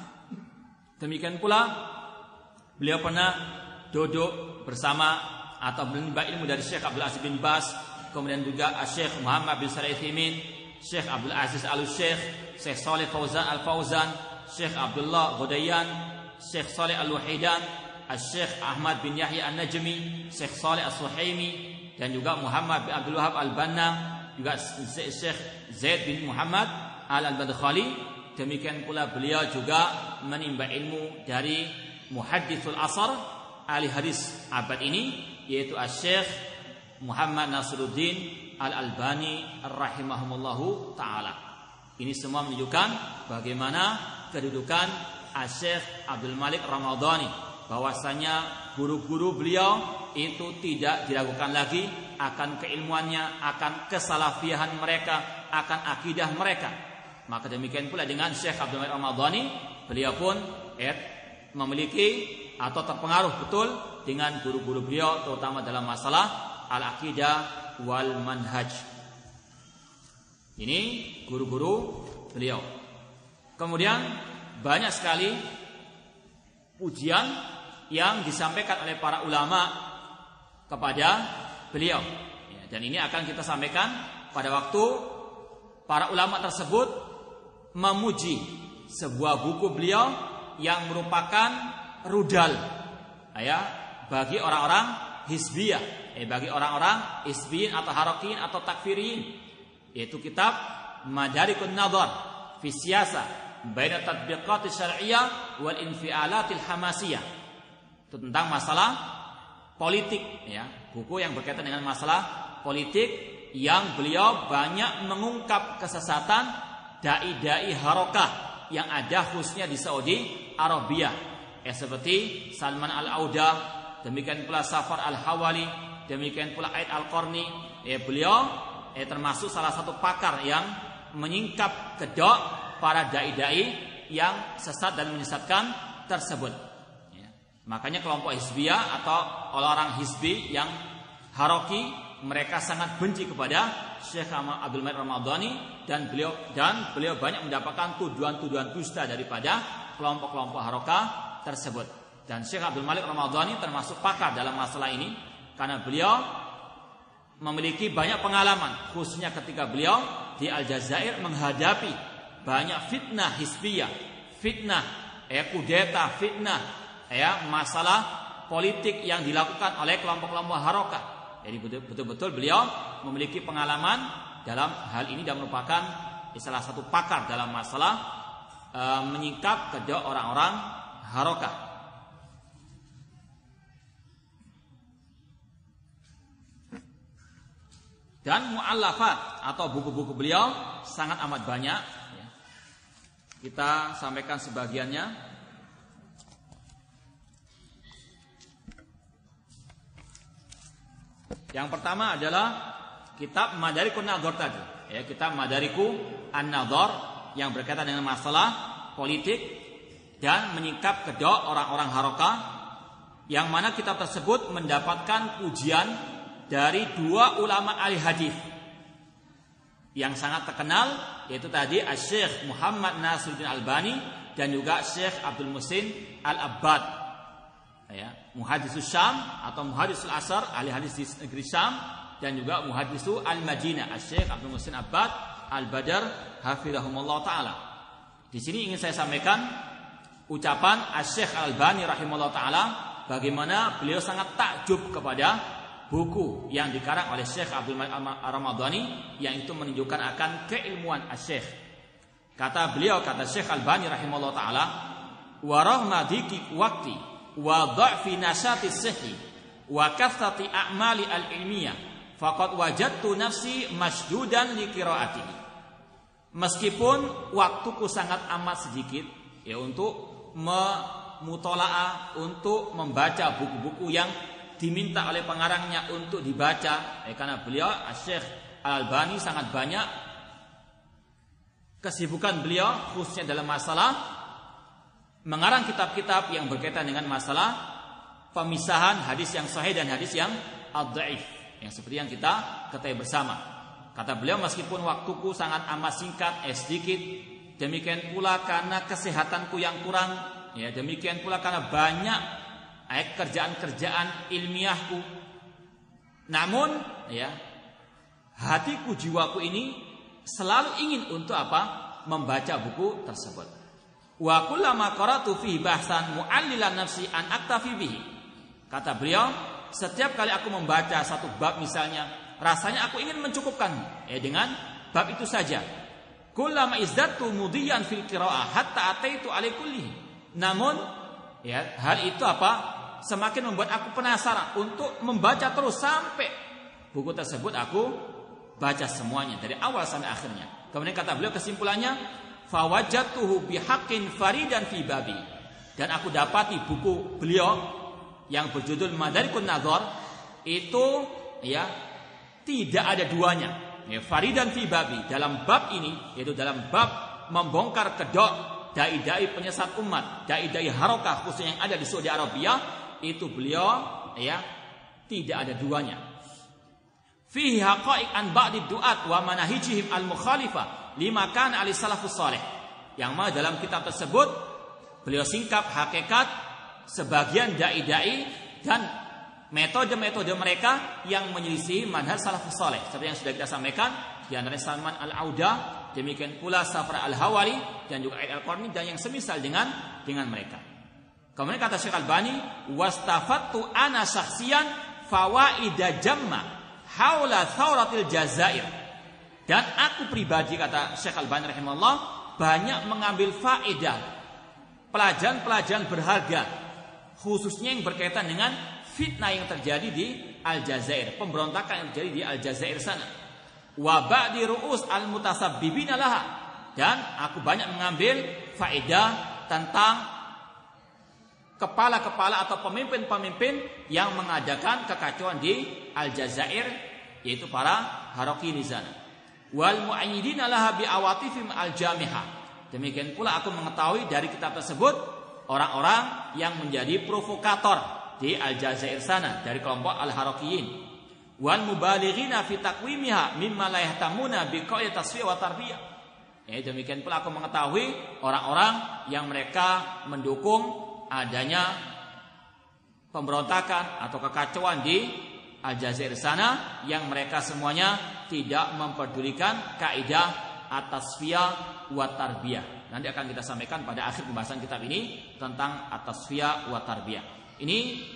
Demikian pula beliau pernah duduk bersama atau menimba ilmu dari Syekh Abdul Aziz bin Baz, kemudian juga Syekh Muhammad bin Shalih Al-Utsaimin, Syekh Abdul Aziz Al-Syekh, Syekh Saleh Fauzan Al-Fauzan, Syekh Abdullah Ghudayyan, Syekh Saleh Al-Wahidan, Syekh Ahmad bin Yahya An-Najmi, Syekh Saleh As-Suhaimi, dan juga Muhammad bin Abdul Wahab Al-Banna, juga Syekh Zaid bin Muhammad Al-Madkhali. Demikian pula beliau juga menimba ilmu dari Muhadditsul Asr, ahli hadis abad ini, yaitu Syekh Muhammad Nasiruddin Al-Albani rahimahumullahu taala. Ini semua menunjukkan bagaimana kedudukan Syekh Abdul Malik Ramadhani, bahwasanya guru-guru beliau itu tidak diragukan lagi akan keilmuannya, akan kesalafiahan mereka, akan akidah mereka. Maka demikian pula dengan Syekh Abdul Malik Ramadhani, beliau pun eh, memiliki atau terpengaruh betul dengan guru-guru beliau, terutama dalam masalah al-aqidah wal manhaj. Ini guru-guru beliau. Kemudian banyak sekali pujian yang disampaikan oleh para ulama kepada beliau, ya, dan ini akan kita sampaikan pada waktu para ulama tersebut memuji sebuah buku beliau yang merupakan rudal, ya, bagi orang-orang hizbiyah, eh, bagi orang-orang hizbiyin atau harokiyin atau takfiriyin, yaitu kitab Madarikun Nadhar fi Siyasah baina tatbiqatis syar'iyyah wal infialatil hamasiyah. Itu tentang masalah politik ya, buku yang berkaitan dengan masalah politik yang beliau banyak mengungkap kesesatan dai-dai harokah yang ada khususnya di Saudi Arabia, ya, seperti Salman Al-Auda, demikian pula Safar Al-Hawali, demikian pula Aid Al-Qarni. Ya, beliau eh, termasuk salah satu pakar yang menyingkap kedok para dai-dai yang sesat dan menyesatkan tersebut. Ya. Makanya kelompok Hizbiyah atau orang-orang Hizbi yang haroki, mereka sangat benci kepada Syekh Abdul Malik Ramadhani dan beliau dan beliau banyak mendapatkan tuduhan-tuduhan dusta daripada kelompok-kelompok harokah tersebut. Dan Syekh Abdul Malik Ramadhani termasuk pakar dalam masalah ini karena beliau memiliki banyak pengalaman, khususnya ketika beliau di Aljazair menghadapi banyak fitnah Hizbiyah, fitnah ya kudeta, fitnah ya masalah politik yang dilakukan oleh kelompok-kelompok harokah. Jadi betul-betul beliau memiliki pengalaman dalam hal ini dan merupakan salah satu pakar dalam masalah e, menyingkap kedok orang-orang harokah. Dan mu'allafat atau buku-buku beliau sangat amat banyak. Kita sampaikan sebagiannya. Yang pertama adalah kitab Madarikun Nadhar tadi, ya, kitab Madariku An-Nadhar yang berkaitan dengan masalah politik dan menyingkap kedok orang-orang harokah, yang mana kitab tersebut mendapatkan pujian dari dua ulama ahli hadis yang sangat terkenal, yaitu tadi Syekh Muhammad Nasiruddin Albani dan juga Syekh Abdul Muhsin Al-Abbad, ya, Muhaddisus Syam atau Muhaddisul Asar, ahli hadis di negeri Syam, dan juga Muhaddisu Al-Madinah, Syekh Abdul Muhsin Abbad Al-Badar hafizahumullah taala. Di sini ingin saya sampaikan ucapan Syekh Al-Albani rahimahullah taala, bagaimana beliau sangat takjub kepada buku yang dikarang oleh Syekh Abdul Malik Ramadhani yang itu menunjukkan akan keilmuan Syekh. Kata beliau, kata Syekh Albani rahimahullah taala, wa rahmadiki waqti wa dha'fi nasati sihhi wa kathrati a'mali al-ilmiyah faqad wajadtu nafsi masjudan li qiraatihi. Meskipun waktuku sangat amat sedikit ya untuk memutolaah, untuk membaca buku-buku yang diminta oleh pengarangnya untuk dibaca, eh, karena beliau Syekh Al-Albani sangat banyak kesibukan beliau khususnya dalam masalah mengarang kitab-kitab yang berkaitan dengan masalah pemisahan hadis yang sahih dan hadis yang ad-dhaif, yang seperti yang kita ketahui bersama. Kata beliau, meskipun waktuku sangat amat singkat, eh sedikit, demikian pula karena kesehatanku yang kurang, ya, demikian pula karena banyak kerjaan-kerjaan ilmiahku. Namun ya, hatiku, jiwaku ini selalu ingin untuk apa? Membaca buku tersebut. Wa kullama qara'tu fihi bahsan mu'allilan nafsi an aktafi bihi. Kata beliau, setiap kali aku membaca satu bab misalnya, rasanya aku ingin mencukupkan ya dengan bab itu saja. Kullama izdatu mudiyan fil qira'ah hatta ataitu alai kullihi. Namun ya, hal itu apa? Semakin membuat aku penasaran untuk membaca terus sampai buku tersebut aku baca semuanya dari awal sampai akhirnya. Kemudian kata beliau kesimpulannya, fawajadtuhu bihaqqin faridan fi babi. Dan aku dapati buku beliau yang berjudul Madarikun Nadhar itu ya tidak ada duanya. Ya, faridan fi babi, dalam bab ini, yaitu dalam bab membongkar kedok dai-dai penyesat umat, dai-dai harokah khususnya yang ada di Saudi Arabia, itu beliau ya tidak ada duanya. Fihi haqa'iq an ba'di du'at wa manahijihim al-mukhalifah lima kana ali salafus salih. Yang mana dalam kitab tersebut beliau singkap hakikat sebagian dai-dai dan metode-metode mereka yang menyelisih manhaj salafus salih, seperti yang sudah kita sampaikan, di antaranya Salman Al-Auda, demikian pula Safar Al-Hawali dan juga Aid Al-Qarni dan yang semisal dengan dengan mereka. Kemudian kata Syekh Albani, wastafattu ana syakhsiyan fawaida jamma haula thawratil Jazair. Dan aku pribadi, kata Syekh Albani rahimahullah, banyak mengambil faedah, pelajaran-pelajaran berharga, khususnya yang berkaitan dengan fitnah yang terjadi di Aljazair, pemberontakan yang terjadi di Aljazair sana. Wa ba'di ru'us al-mutasabbibina laha, dan aku banyak mengambil faedah tentang kepala-kepala atau pemimpin-pemimpin yang mengadakan kekacauan di Aljazair, yaitu para Haroki di sana. Wal mu'ayyidina laha bi awatifim al-jamihah. Demikian pula aku mengetahui dari kitab tersebut orang-orang yang menjadi provokator di Aljazair sana dari kelompok al-Harokiyin. Wal mubalighina fi taqwimiha mimma la yahtamuna bi qaid tasfiyah wa tarbiyah. Ya, demikian pula aku mengetahui orang-orang yang mereka mendukung adanya pemberontakan atau kekacauan di Aljazair sana, yang mereka semuanya tidak mempedulikan kaidah at-tasfiyah wa tarbiyah. Nanti akan kita sampaikan pada akhir pembahasan kitab ini tentang at-tasfiyah wa tarbiyah. Ini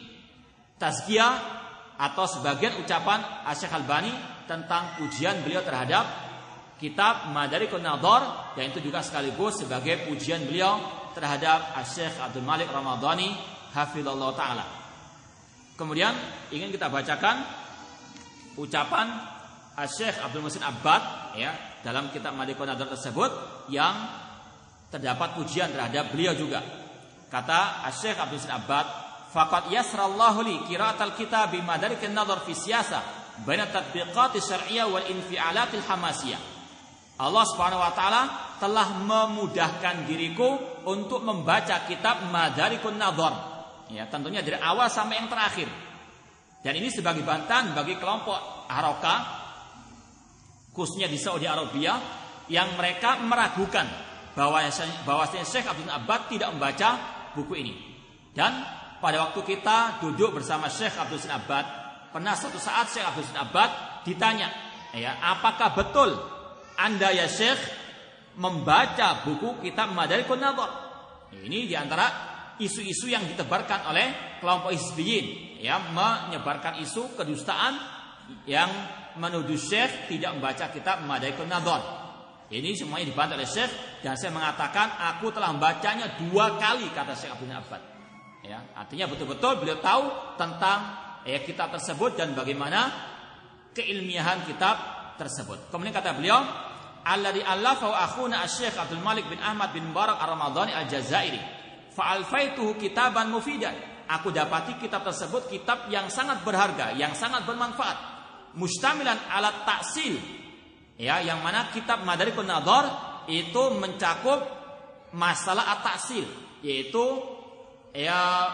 tazkiyah atau sebagian ucapan Asy-Syaikh Albani tentang pujian beliau terhadap kitab Madarikun Nadhar, dan itu juga sekaligus sebagai pujian beliau terhadap Asy-Syaikh Abdul Malik Ramadhani hafizallahu taala. Kemudian ingin kita bacakan ucapan Asy-Syaikh Abdul Muhsin Abbad ya dalam kitab Madarikun Nadhar tersebut yang terdapat pujian terhadap beliau juga. Kata Asy-Syaikh Abdul Muhsin Abbad, faqad yasrallahu li qira'atal kitab bi Madarikin Nadhar fi siyasah baina tatbiqati syar'iyyah wal infi'alatil hamasiyah. Allah Subhanahu wa taala telah memudahkan diriku untuk membaca kitab Madarikun Nadhar. Ya, tentunya dari awal sampai yang terakhir. Dan ini sebagai bantahan bagi kelompok Haroka khususnya di Saudi Arabia yang mereka meragukan bahwa bahwasanya Syekh Abdul Abbad tidak membaca buku ini. Dan pada waktu kita duduk bersama Syekh Abdul Abbad, pernah suatu saat Syekh Abdul Abbad ditanya, ya, apakah betul Anda ya Syekh membaca buku kitab Madarikun Nadhar? Ini diantara isu-isu yang ditebarkan oleh kelompok Hizbiyin, ya, menyebarkan isu kedustaan yang menuduh Syekh tidak membaca kitab Madarikun Nadhar. Ini semuanya dibantah oleh Syekh, dan saya mengatakan aku telah membacanya dua kali, kata Syekh Abdul Abbad. Ya, artinya betul-betul beliau tahu tentang ya, kitab tersebut dan bagaimana keilmiahan kitab tersebut. Kemudian kata beliau, alladzi allafahu akhuna asy-Syaikh Abdul Malik bin Ahmad bin Mubarak ar-Ramadhani al-Jazairi fa alfaituhu kitaban mufidan. Aku dapati kitab tersebut kitab yang sangat berharga, yang sangat bermanfaat, mustamilan ala ta'sil. Ya, yang mana kitab Madarikun Nadhar itu mencakup masalah at-ta'sil, yaitu ya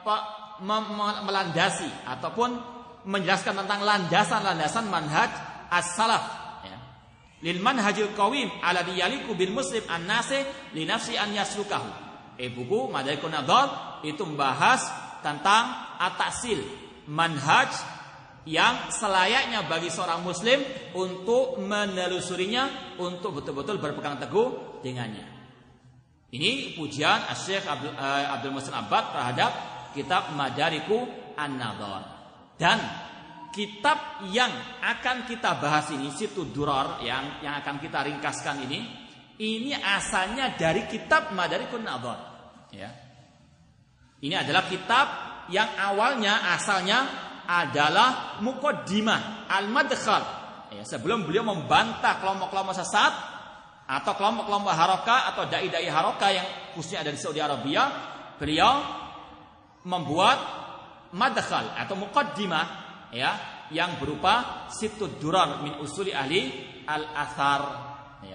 melandasi ataupun menjelaskan tentang landasan-landasan manhaj as-salaf ya. Lil manhajil qawim alladhi yaliqu bil muslim an-nasi li nafsi an yaslukahu. Eh buku Madarikun Nadhar itu membahas tentang at-ta'sil, manhaj yang selayaknya bagi seorang muslim untuk menelusurinya, untuk betul-betul berpegang teguh dengannya. Ini pujian Asy-Syaikh Abdul, uh, Abdul Muhsin Abbad terhadap kitab Madariku An-Nadhar. Dan kitab yang akan kita bahas ini, Situ Durar, yang yang akan kita ringkaskan ini, ini asalnya dari kitab Madarikun Nadhar. Ya. Ini adalah kitab yang awalnya asalnya adalah Muqaddimah Al-Madkhal. Ya, sebelum beliau membantah kelompok-kelompok sesat atau kelompok-kelompok haroka atau dai-dai haroka yang khususnya ada di Saudi Arabia, beliau membuat madkhal atau muqaddimah ya yang berupa Situd Durar min usuli ahli al-athar ya.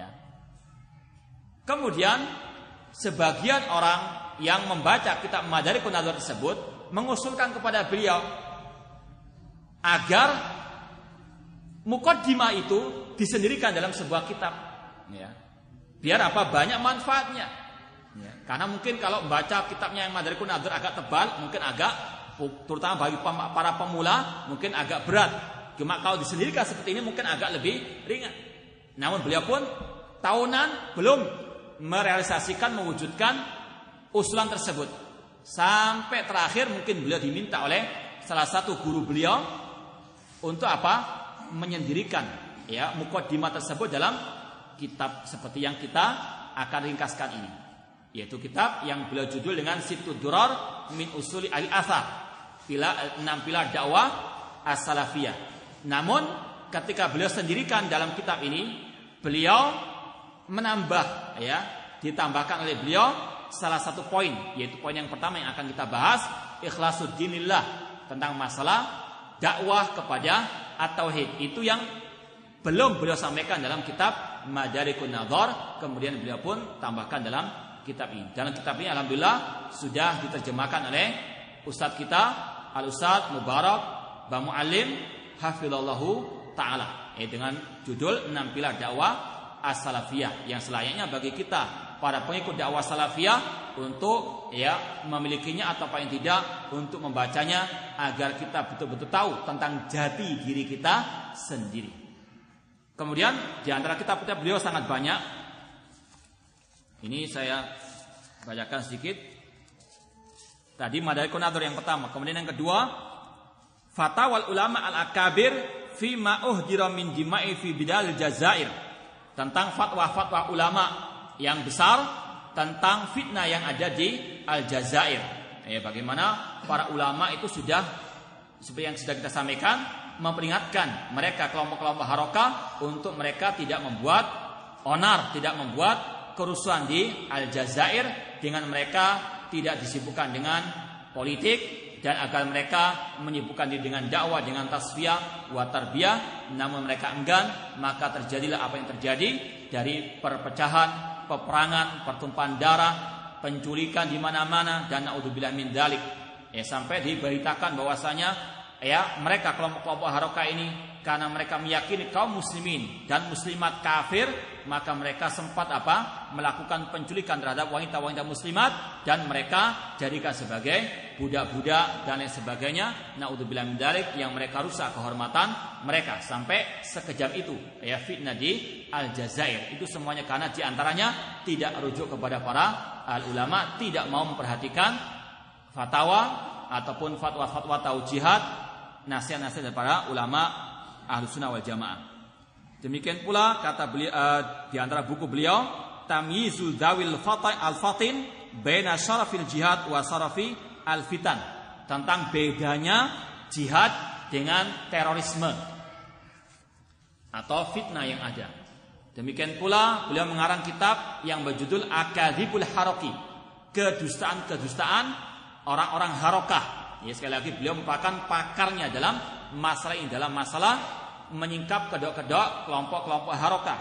Kemudian sebagian orang yang membaca kitab Madarikun Nadhar tersebut mengusulkan kepada beliau agar muqaddimah itu disendirikan dalam sebuah kitab ya. Biar apa? Banyak manfaatnya ya. Karena mungkin kalau membaca kitabnya yang Madarikun Nadhar agak tebal, mungkin agak, terutama bagi para pemula, mungkin agak berat. Cuma kalau disendirikan seperti ini mungkin agak lebih ringan. Namun beliau pun tahunan belum merealisasikan, mewujudkan usulan tersebut. Sampai terakhir mungkin beliau diminta oleh salah satu guru beliau untuk apa? Menyendirikan ya muqaddimah tersebut dalam kitab seperti yang kita akan ringkaskan ini, yaitu kitab yang beliau judul dengan Sittud Durar min Usuli Al-Athar, enam pilar dakwah as-salafiyah. Namun ketika beliau sendirikan dalam kitab ini, beliau menambah, ya, ditambahkan oleh beliau salah satu poin, yaitu poin yang pertama yang akan kita bahas, ikhlasuddinillah, tentang masalah dakwah kepada at-tauhid. Itu yang belum beliau sampaikan dalam kitab Madarikun Nadhar, kemudian beliau pun tambahkan dalam kitab ini. Dalam kitab ini alhamdulillah sudah diterjemahkan oleh ustadz kita Al-Ustadz Mubarak Ba Muallim hafizallahu taala, eh, dengan judul enam pilar dakwah as-salafiyah, yang selayaknya bagi kita para pengikut dakwah salafiyah untuk, ya, memilikinya atau paling tidak untuk membacanya agar kita betul-betul tahu tentang jati diri kita sendiri. Kemudian di antara kitab-kitab beliau sangat banyak. Ini saya bacakan sedikit. Tadi Madarikun Nadhar yang pertama, kemudian yang kedua Fatawal Ulama Al-Akabir fi ma uhdira min jima'i fi bidal Jazair, tentang fatwa-fatwa ulama yang besar tentang fitnah yang ada di Al-Jazair. Eh, bagaimana para ulama itu sudah, seperti yang sudah kita sampaikan, memperingatkan mereka kelompok-kelompok harokah untuk mereka tidak membuat onar, tidak membuat kerusuhan di Al-Jazair, dengan mereka tidak disibukkan dengan politik, dan agar mereka menyibukkan diri dengan dakwah, dengan tasfiyah wa tarbiyah. Namun mereka enggan, maka terjadilah apa yang terjadi dari perpecahan, peperangan, pertumpahan darah, penculikan di mana-mana, dan naudzubillah min dzalik. Ya, sampai diberitakan bahwasanya, ya, mereka kelompok-kelompok harokah ini karena mereka meyakini kaum muslimin dan muslimat kafir, maka mereka sempat apa? Melakukan penculikan terhadap wanita-wanita muslimat, dan mereka jadikan sebagai budak-budak dan lain sebagainya. Naudzubillah min dzalik, yang mereka rusak kehormatan mereka sampai sekejam itu, ya, fitnah di Al-Jazair. Itu semuanya karena diantaranya tidak rujuk kepada para al-ulama, tidak mau memperhatikan fatwa ataupun fatwa-fatwa taujihat, nasihat-nasihat dari para ulama Ahlus Sunnah wal Jamaah. Demikian pula kata beliau, uh, di antara buku beliau, Tamyizul Dawil Al-Fatin baina syarafil jihad wa syarafi al-fitan, tentang bedanya jihad dengan terorisme atau fitnah yang ada. Demikian pula beliau mengarang kitab yang berjudul Akadzibul Haroki, kedustaan-kedustaan orang-orang harokah. Ya, sekali lagi beliau merupakan pakarnya dalam masalah ini, dalam masalah menyingkap kedok-kedok kelompok-kelompok harokah.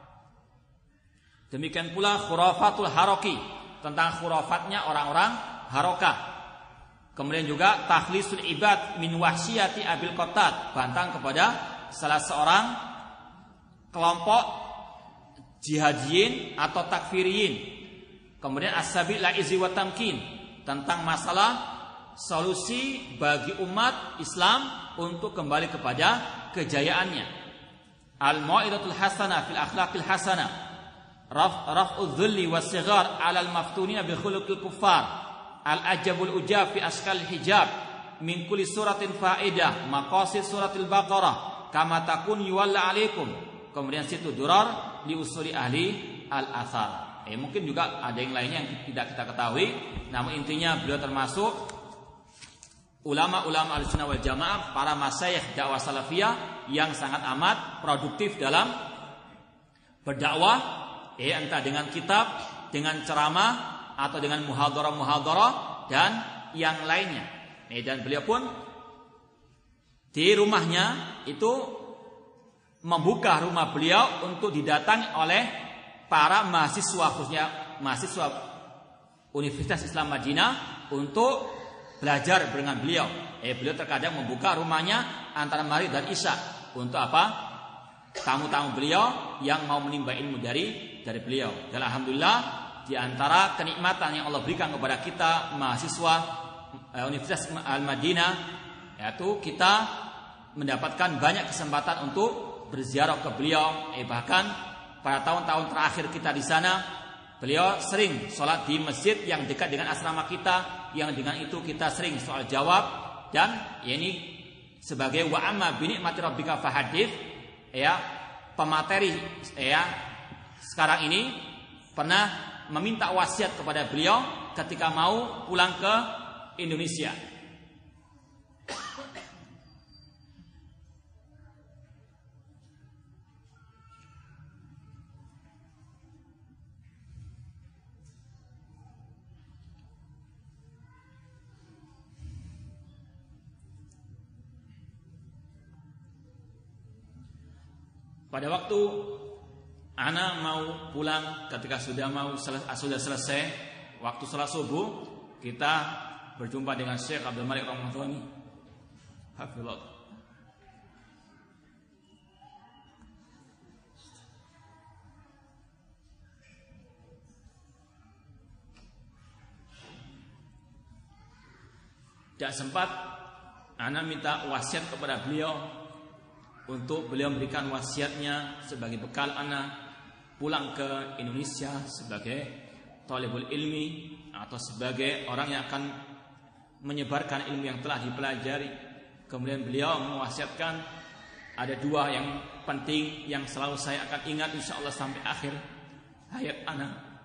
Demikian pula Khurafatul Haroki, tentang khurafatnya orang-orang harokah. Kemudian juga Takhlisul Ibad min Wahsyiyati Abil Qattad, bantang kepada salah seorang kelompok jihadiyin atau takfiriyin. Kemudian As-Sabil la Izzi wa Tamkin, tentang masalah solusi bagi umat Islam untuk kembali kepada kejayaannya. Al-Mau'izatul Hasanah fil Akhlaqil Hasanah, Raf'udz Dzulli was-Sighar 'alal maftunina bi khuluqil kuffar, Al-Ajabul Ujab fi Ashkal Hijab, min kulli suratin fa'idah, Maqasid suratil Baqarah, kama takun yuwalla 'alaikum. Kemudian Sittud Durar li Usuli Ahli Al-Athar. Eh, mungkin juga ada yang lainnya yang tidak kita ketahui, namun intinya beliau termasuk ulama-ulama Ahlussunnah wal Jamaah, para masyayikh dakwah salafiyah yang sangat amat produktif dalam berdakwah, eh, entah dengan kitab, dengan ceramah, atau dengan muhadharah-muhadharah dan yang lainnya. Eh, dan beliau pun di rumahnya itu membuka rumah beliau untuk didatangi oleh para mahasiswa, khususnya mahasiswa Universitas Islam Madinah, untuk belajar dengan beliau. Eh, beliau terkadang membuka rumahnya antara maghrib dan isya untuk apa? Tamu-tamu beliau yang mau menimba ilmu dari dari beliau. Dan alhamdulillah, di antara kenikmatan yang Allah berikan kepada kita mahasiswa eh, Universitas Al-Madinah, yaitu kita mendapatkan banyak kesempatan untuk berziarah ke beliau. Eh, bahkan pada tahun-tahun terakhir kita di sana, beliau sering sholat di masjid yang dekat dengan asrama kita, yang dengan itu kita sering soal jawab. Dan ya, ini sebagai wa amma bi ni'mati rabbika fahadits, ya, pemateri ya sekarang ini pernah meminta wasiat kepada beliau ketika mau pulang ke Indonesia. Pada waktu ana mau pulang, ketika sudah mau sudah selesai waktu salat subuh, kita berjumpa dengan Syekh Abdul Malik Ramadhani hafizallah. Tidak sempat ana minta wasiat kepada beliau untuk beliau memberikan wasiatnya sebagai bekal ana pulang ke Indonesia sebagai talibul ilmi atau sebagai orang yang akan menyebarkan ilmu yang telah dipelajari. Kemudian beliau mewasiatkan ada dua yang penting yang selalu saya akan ingat insyaallah sampai akhir hayat ana.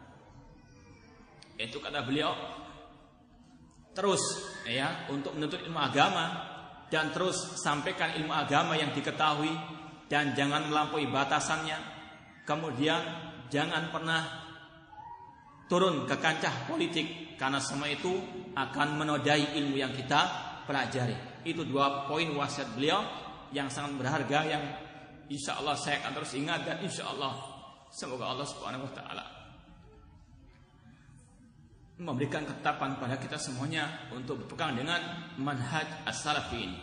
Itu kata beliau, terus ya untuk menuntut ilmu agama dan terus sampaikan ilmu agama yang diketahui dan jangan melampaui batasannya. Kemudian jangan pernah turun ke kancah politik karena semua itu akan menodai ilmu yang kita pelajari. Itu dua poin wasiat beliau yang sangat berharga yang insya Allah saya akan terus ingat, dan insya Allah semoga Allah Subhanahu Wa Taala memberikan ketetapan pada kita semuanya untuk berpegang dengan manhaj as-salafi ini.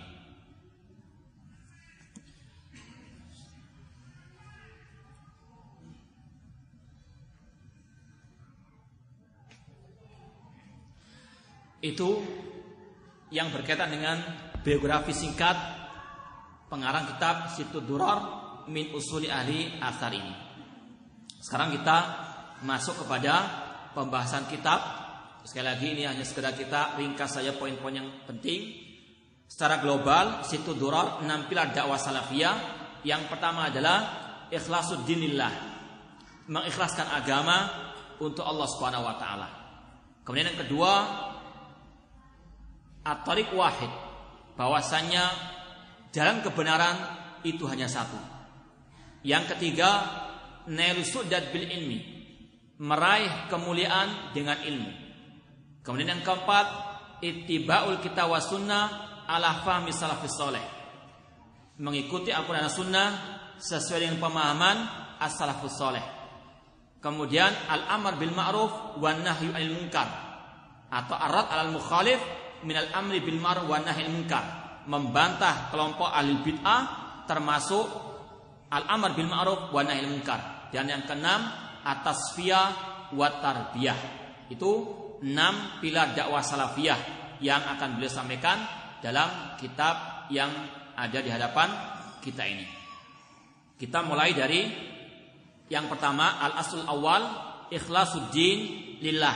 Itu yang berkaitan dengan biografi singkat pengarang kitab Sittud Durar min Usuli Ahli Athar ini. Sekarang kita masuk kepada pembahasan kitab. Sekali lagi ini hanya sekedar kita ringkas saja poin-poin yang penting. Secara global Sittud Durar enam pilar dakwah salafiyah. Yang pertama adalah ikhlasuddin lillah, mengikhlaskan agama untuk Allah Subhanahu wa taala. Kemudian yang kedua at-tariq wahid, bahwasanya jalan kebenaran itu hanya satu. Yang ketiga nailus suddad bil ilmi, meraih kemuliaan dengan ilmu. Kemudian yang keempat ittiba'ul kitab wa sunnah ala fahmi salafis saleh, mengikuti Al-Quran dan Sunnah sesuai dengan pemahaman as-salafus saleh. Kemudian al-amr bil ma'ruf wan nahyu 'anil munkar, atau ar-rad 'alal mukhalif minal amri bil ma'ruf wan nahyi 'anil munkar, membantah kelompok ahli bid'ah termasuk al-amr bil ma'ruf wan nahyi 'anil munkar. Dan yang keenam at-tasfiyah wa tarbiyah. Itu enam pilar dakwah salafiyah yang akan beliau sampaikan dalam kitab yang ada di hadapan kita ini. Kita mulai dari yang pertama, al-aslul awal ikhlasuddin lillah.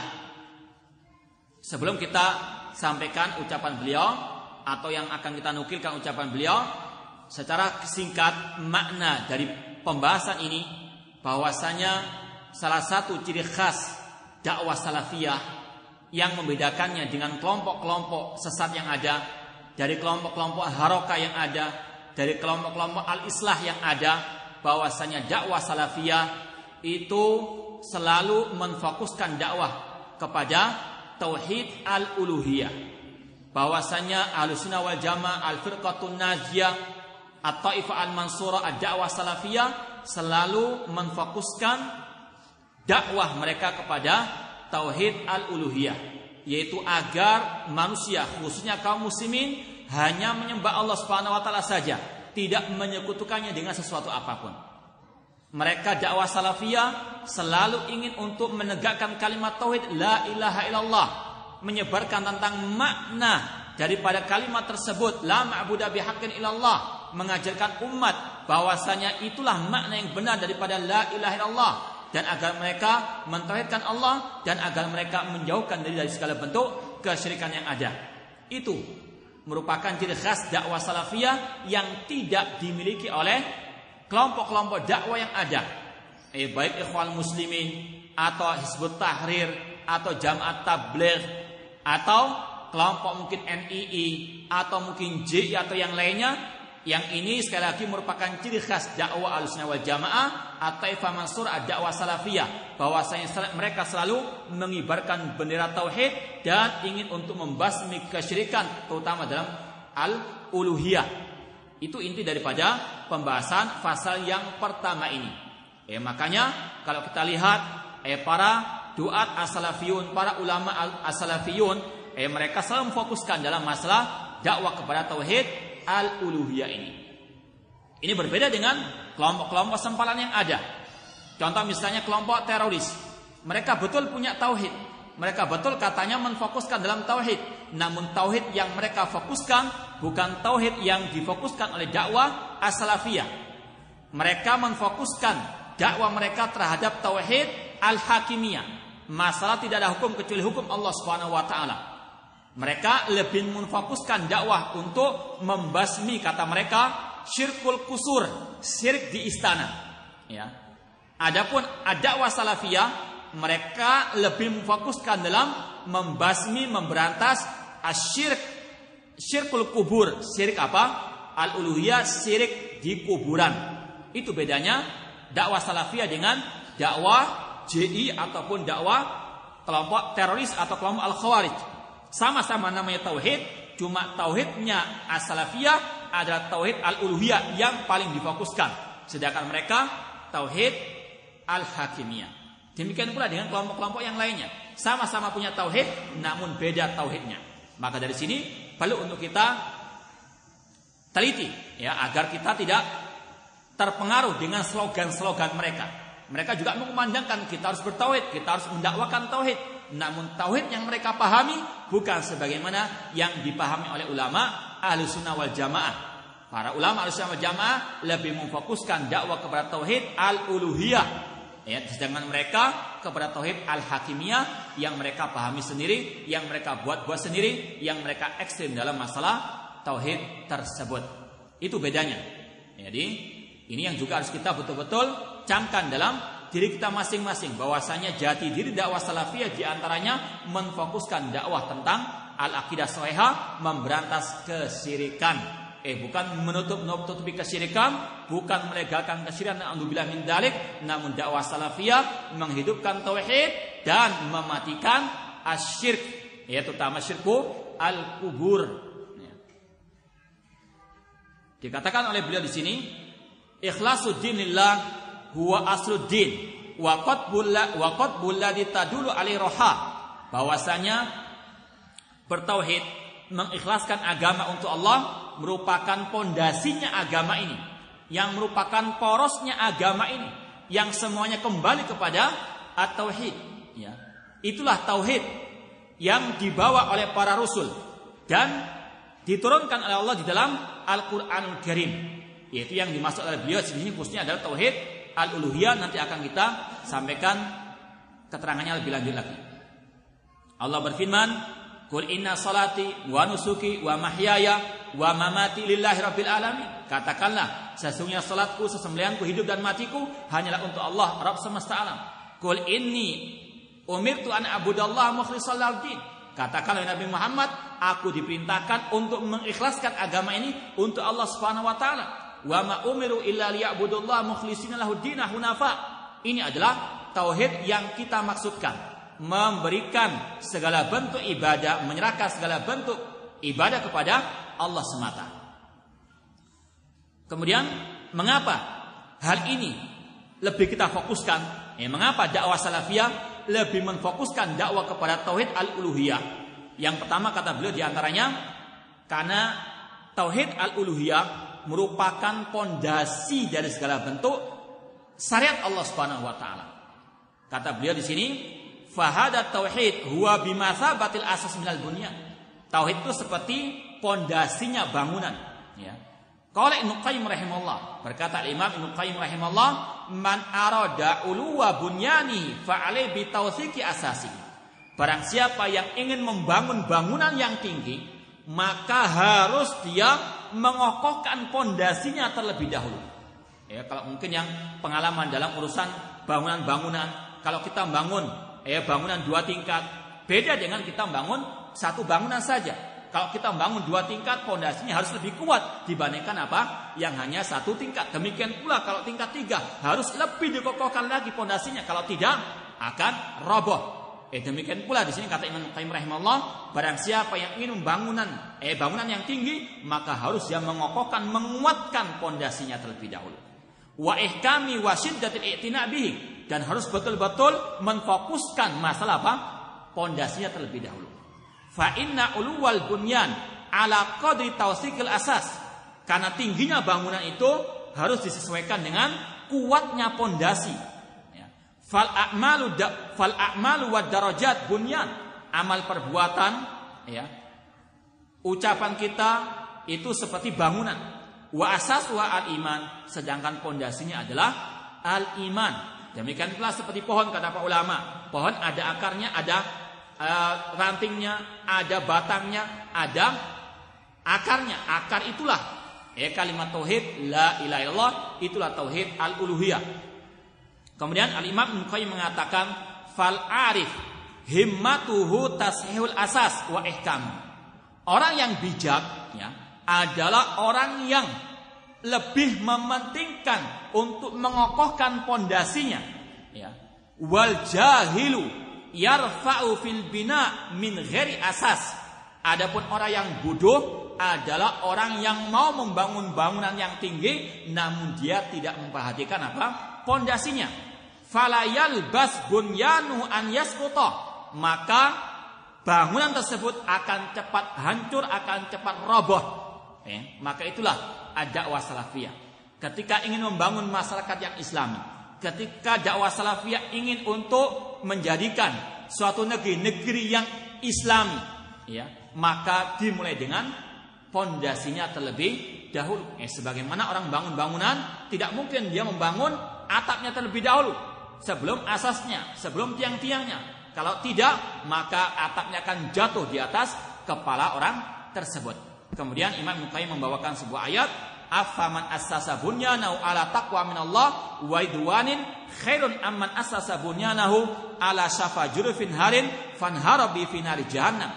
Sebelum kita sampaikan ucapan beliau atau yang akan kita nukilkan ucapan beliau, secara singkat makna dari pembahasan ini bahwasanya salah satu ciri khas dakwah salafiyah yang membedakannya dengan kelompok-kelompok sesat yang ada, dari kelompok-kelompok harokah yang ada, dari kelompok-kelompok al-islah yang ada, bahwasanya dakwah salafiyah itu selalu menfokuskan dakwah kepada tauhid al-uluhiyah. Bahwasanya Ahlussunnah wal Jamaah, al-firqatun najiyah, at-taifah al-mansurah, ad-dakwah salafiyah selalu menfokuskan dakwah mereka kepada tauhid al-uluhiyah, yaitu agar manusia khususnya kaum muslimin hanya menyembah Allah Subhanahu wa taala saja, tidak menyekutukannya dengan sesuatu apapun. Mereka dakwah salafiyah selalu ingin untuk menegakkan kalimat tauhid la ilaha illallah, menyebarkan tentang makna daripada kalimat tersebut la ma'budu bihaqqin illallah, mengajarkan umat bahwasanya itulah makna yang benar daripada la ilaha illallah, dan agar mereka mentauhidkan Allah dan agar mereka menjauhkan diri dari segala bentuk kesyirikan yang ada. Itu merupakan ciri khas dakwah salafiyah yang tidak dimiliki oleh kelompok-kelompok dakwah yang ada. eh, baik Ikhwan Muslimin atau Hizbut Tahrir atau Jamaat Tabligh atau kelompok mungkin N I I atau mungkin J I atau yang lainnya, yang ini sekali lagi merupakan ciri khas dakwah Ahlussunnah wal Jamaah atau Taifah Mansurah dakwah salafiyah, bahwasanya mereka selalu mengibarkan bendera tauhid dan ingin untuk membasmi kesyirikan terutama dalam al-uluhiyah. Itu inti daripada pembahasan fasal yang pertama ini. Eh, makanya kalau kita lihat eh, para duat as-salafiyun, para ulama as-salafiyun, eh, mereka selalu memfokuskan dalam masalah dakwah kepada tauhid al-uluhiyah ini. Ini berbeda dengan kelompok-kelompok sempalan yang ada. Contoh misalnya kelompok teroris. Mereka betul punya tauhid. Mereka betul katanya menfokuskan dalam tauhid. Namun tauhid yang mereka fokuskan bukan tauhid yang difokuskan oleh dakwah as-salafiyah. Mereka menfokuskan dakwah mereka terhadap tauhid al-hakimiyah. Masalah tidak ada hukum kecuali hukum Allah Subhanahu wa taala. Mereka lebih memfokuskan dakwah untuk membasmi, kata mereka, syirkul kusur, syirik di istana. Ya. Adapun dakwah salafiyah, mereka lebih memfokuskan dalam membasmi, memberantas asyirik, syirkul kubur. Syirik apa? Al-uluhiyah, syirik di kuburan. Itu bedanya dakwah salafiyah dengan dakwah J I ataupun dakwah kelompok teroris atau kelompok al-khawarij. Sama-sama namanya tauhid, cuma tauhidnya as-salafiyah adalah tauhid al-uluhiyah yang paling difokuskan, sedangkan mereka tauhid al-hakimiyah. Demikian pula dengan kelompok-kelompok yang lainnya, sama-sama punya tauhid namun beda tauhidnya. Maka dari sini perlu untuk kita teliti ya, agar kita tidak terpengaruh dengan slogan-slogan mereka. Mereka juga mengumandangkan kita harus bertauhid, kita harus mendakwakan tauhid. Namun tauhid yang mereka pahami bukan sebagaimana yang dipahami oleh ulama Ahlussunnah wal Jamaah. Para ulama Ahlussunnah wal Jamaah lebih memfokuskan dakwah kepada tauhid al-uluhiyah, ya, sedangkan mereka kepada tauhid al-hakimiyah yang mereka pahami sendiri, yang mereka buat-buat sendiri, yang mereka ekstrim dalam masalah tauhid tersebut. Itu bedanya. Jadi ini yang juga harus kita betul-betul camkan dalam diri kita masing-masing, bahwasanya jati diri dakwah salafiyah diantaranya menfokuskan dakwah tentang al-aqidah shahihah, memberantas kesyirikan. Eh bukan menutup-nutupi kesyirikan, bukan melegalkan kesyirikan, na'udzubillah min dzalik, namun dakwah salafiyah menghidupkan tauhid dan mematikan asyirk, yaitu terutama syirku al-kubur. Dikatakan oleh beliau di sini, ikhlasuddin lillah huwa asluddin wa qatbul wa qatbul ladzi tadulu alaihi roha, bahwasanya bertauhid, mengikhlaskan agama untuk Allah merupakan pondasinya agama ini, yang merupakan porosnya agama ini, yang semuanya kembali kepada at-tauhid, ya. Itulah tauhid yang dibawa oleh para rasul dan diturunkan oleh Allah di dalam Al-Qur'anul Karim, yaitu yang dimaksud oleh beliau di sini khususnya adalah tauhid al-uluhiyah. Nanti akan kita sampaikan keterangannya lebih lanjut lagi. Allah berfirman, "Qul inna salati wa nusuki wa mahyaya wa mamati lillahi rabbil alamin." Katakanlah, sesungguhnya salatku, sesembelihanku, hidup dan matiku hanyalah untuk Allah, Rabb semesta alam. Qul inni umirtu an a'budallaha mukhlishan lahud-din. Katakanlah Nabi Muhammad, aku diperintahkan untuk mengikhlaskan agama ini untuk Allah Subhanahu wa taala. Wa ma umiru illa liya'budullaha mukhlishina lahud-din hunafa. Ini adalah tauhid yang kita maksudkan, memberikan segala bentuk ibadah, menyerahkan segala bentuk ibadah kepada Allah semata. Kemudian mengapa hal ini lebih kita fokuskan? Eh, mengapa dakwah salafiyah lebih memfokuskan dakwah kepada tauhid al-uluhiyah? Yang pertama kata beliau diantaranya karena tauhid al-uluhiyah merupakan pondasi dari segala bentuk syariat Allah Subhanahu wa taala. Kata beliau di sini, fahada tauhid huwa bimatsabatil asas minal bunyan. Tauhid itu seperti pondasinya bangunan, ya. Qala Ibnu Qayyim rahimahullah, berkata Imam Ibnu Qayyim rahimahullah, man arada uluwa bunyani fa alai bi tawthiki asasi. Barang siapa yang ingin membangun bangunan yang tinggi, maka harus dia mengokohkan pondasinya terlebih dahulu. Ya, kalau mungkin yang pengalaman dalam urusan bangunan-bangunan. Kalau kita bangun eh bangunan dua tingkat, beda dengan kita bangun satu bangunan saja. Kalau kita bangun dua tingkat, pondasinya harus lebih kuat dibandingkan apa? Yang hanya satu tingkat. Demikian pula kalau tingkat tiga harus lebih dikokohkan lagi pondasinya. Kalau tidak akan roboh. Eh demikian pula di sini kata Imam Qayyim rahimahullah, barang siapa yang ingin bangunan eh bangunan yang tinggi, maka harus dia mengokohkan, menguatkan pondasinya terlebih dahulu. Wa ihkami wa syiddatil i'tina bihi, dan harus betul-betul menfokuskan masalah apa? Pondasinya terlebih dahulu. Fa inna uluwal bunyan ala qadri tawsiqil asas. Karena tingginya bangunan itu harus disesuaikan dengan kuatnya pondasi. Fal a'malu da, fal a'malu wad darajat bunyan, amal perbuatan ya, ucapan kita itu seperti bangunan. Wa asas wa al iman, sedangkan pondasinya adalah al iman. Demikian pula seperti pohon, kata para ulama, pohon ada akarnya, ada uh, rantingnya, ada batangnya, ada akarnya. Akar itulah ya kalimat tauhid la ilaha illallah, itulah tauhid al uluhiyah. Kemudian Al-Imam Ibnu Qayyim mengatakan fal arif himmatuhu tashihul asas wa ihkam. Orang yang bijak ya adalah orang yang lebih mementingkan untuk mengokohkan pondasinya ya. Wal jahilu yarfa'u fil bina min ghairi asas. Adapun orang yang bodoh adalah orang yang mau membangun bangunan yang tinggi namun dia tidak memperhatikan apa? Pondasinya. Falayal bas bunyanu an yasquta, maka bangunan tersebut akan cepat hancur, akan cepat roboh. Eh, maka itulah dakwah salafiyah. Ketika ingin membangun masyarakat yang Islami, ketika dakwah salafiyah ingin untuk menjadikan suatu negeri negeri yang Islami, ya, maka dimulai dengan pondasinya terlebih dahulu. Eh, sebagaimana orang bangun bangunan, tidak mungkin dia membangun atapnya terlebih dahulu, sebelum asasnya, sebelum tiang-tiangnya. Kalau tidak, maka atapnya akan jatuh di atas kepala orang tersebut. Kemudian Imam Ibnu Qayyim membawakan sebuah ayat, afaman assasa bunyanahu ala taqwa minallah wa idwanin khairun amman assasa bunyanahu ala syafa jurufin harin fanhara bi finari jahannam.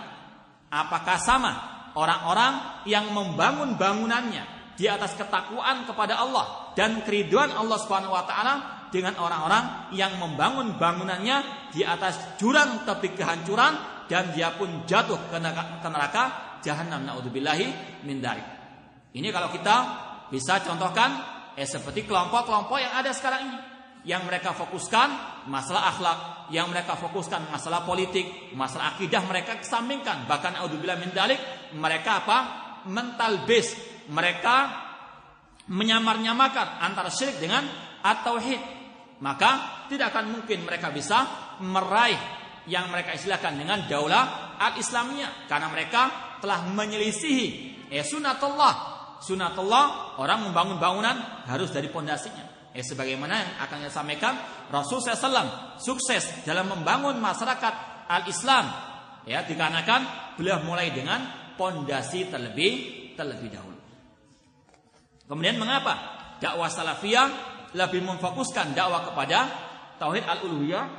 Apakah sama orang-orang yang membangun bangunannya di atas ketakwaan kepada Allah dan keridhaan Allah Subhanahu wa taala dengan orang-orang yang membangun bangunannya di atas jurang tepi kehancuran dan dia pun jatuh ke neraka jahannam, naudzubillahi min dzalik. Ini kalau kita bisa contohkan eh seperti kelompok-kelompok yang ada sekarang ini, yang mereka fokuskan masalah akhlak, yang mereka fokuskan masalah politik, masalah akidah mereka kesampingkan, bahkan naudzubillahi min dzalik mereka apa? Mentalbis, mereka menyamar-nyamakan antara syirik dengan at-tauhid. Maka tidak akan mungkin mereka bisa meraih yang mereka istilahkan dengan daulah al-Islamiyah, karena mereka telah menyelisihi eh sunatullah. Sunatullah, orang membangun bangunan harus dari pondasinya. Eh sebagaimana yang akan saya sampaikan, Rasul sallallahu alaihi wasallam sukses dalam membangun masyarakat al-Islam ya dikarenakan beliau mulai dengan pondasi terlebih terlebih dahulu. Kemudian mengapa dakwah salafiyah lebih memfokuskan dakwah kepada tauhid al-uluhiyah?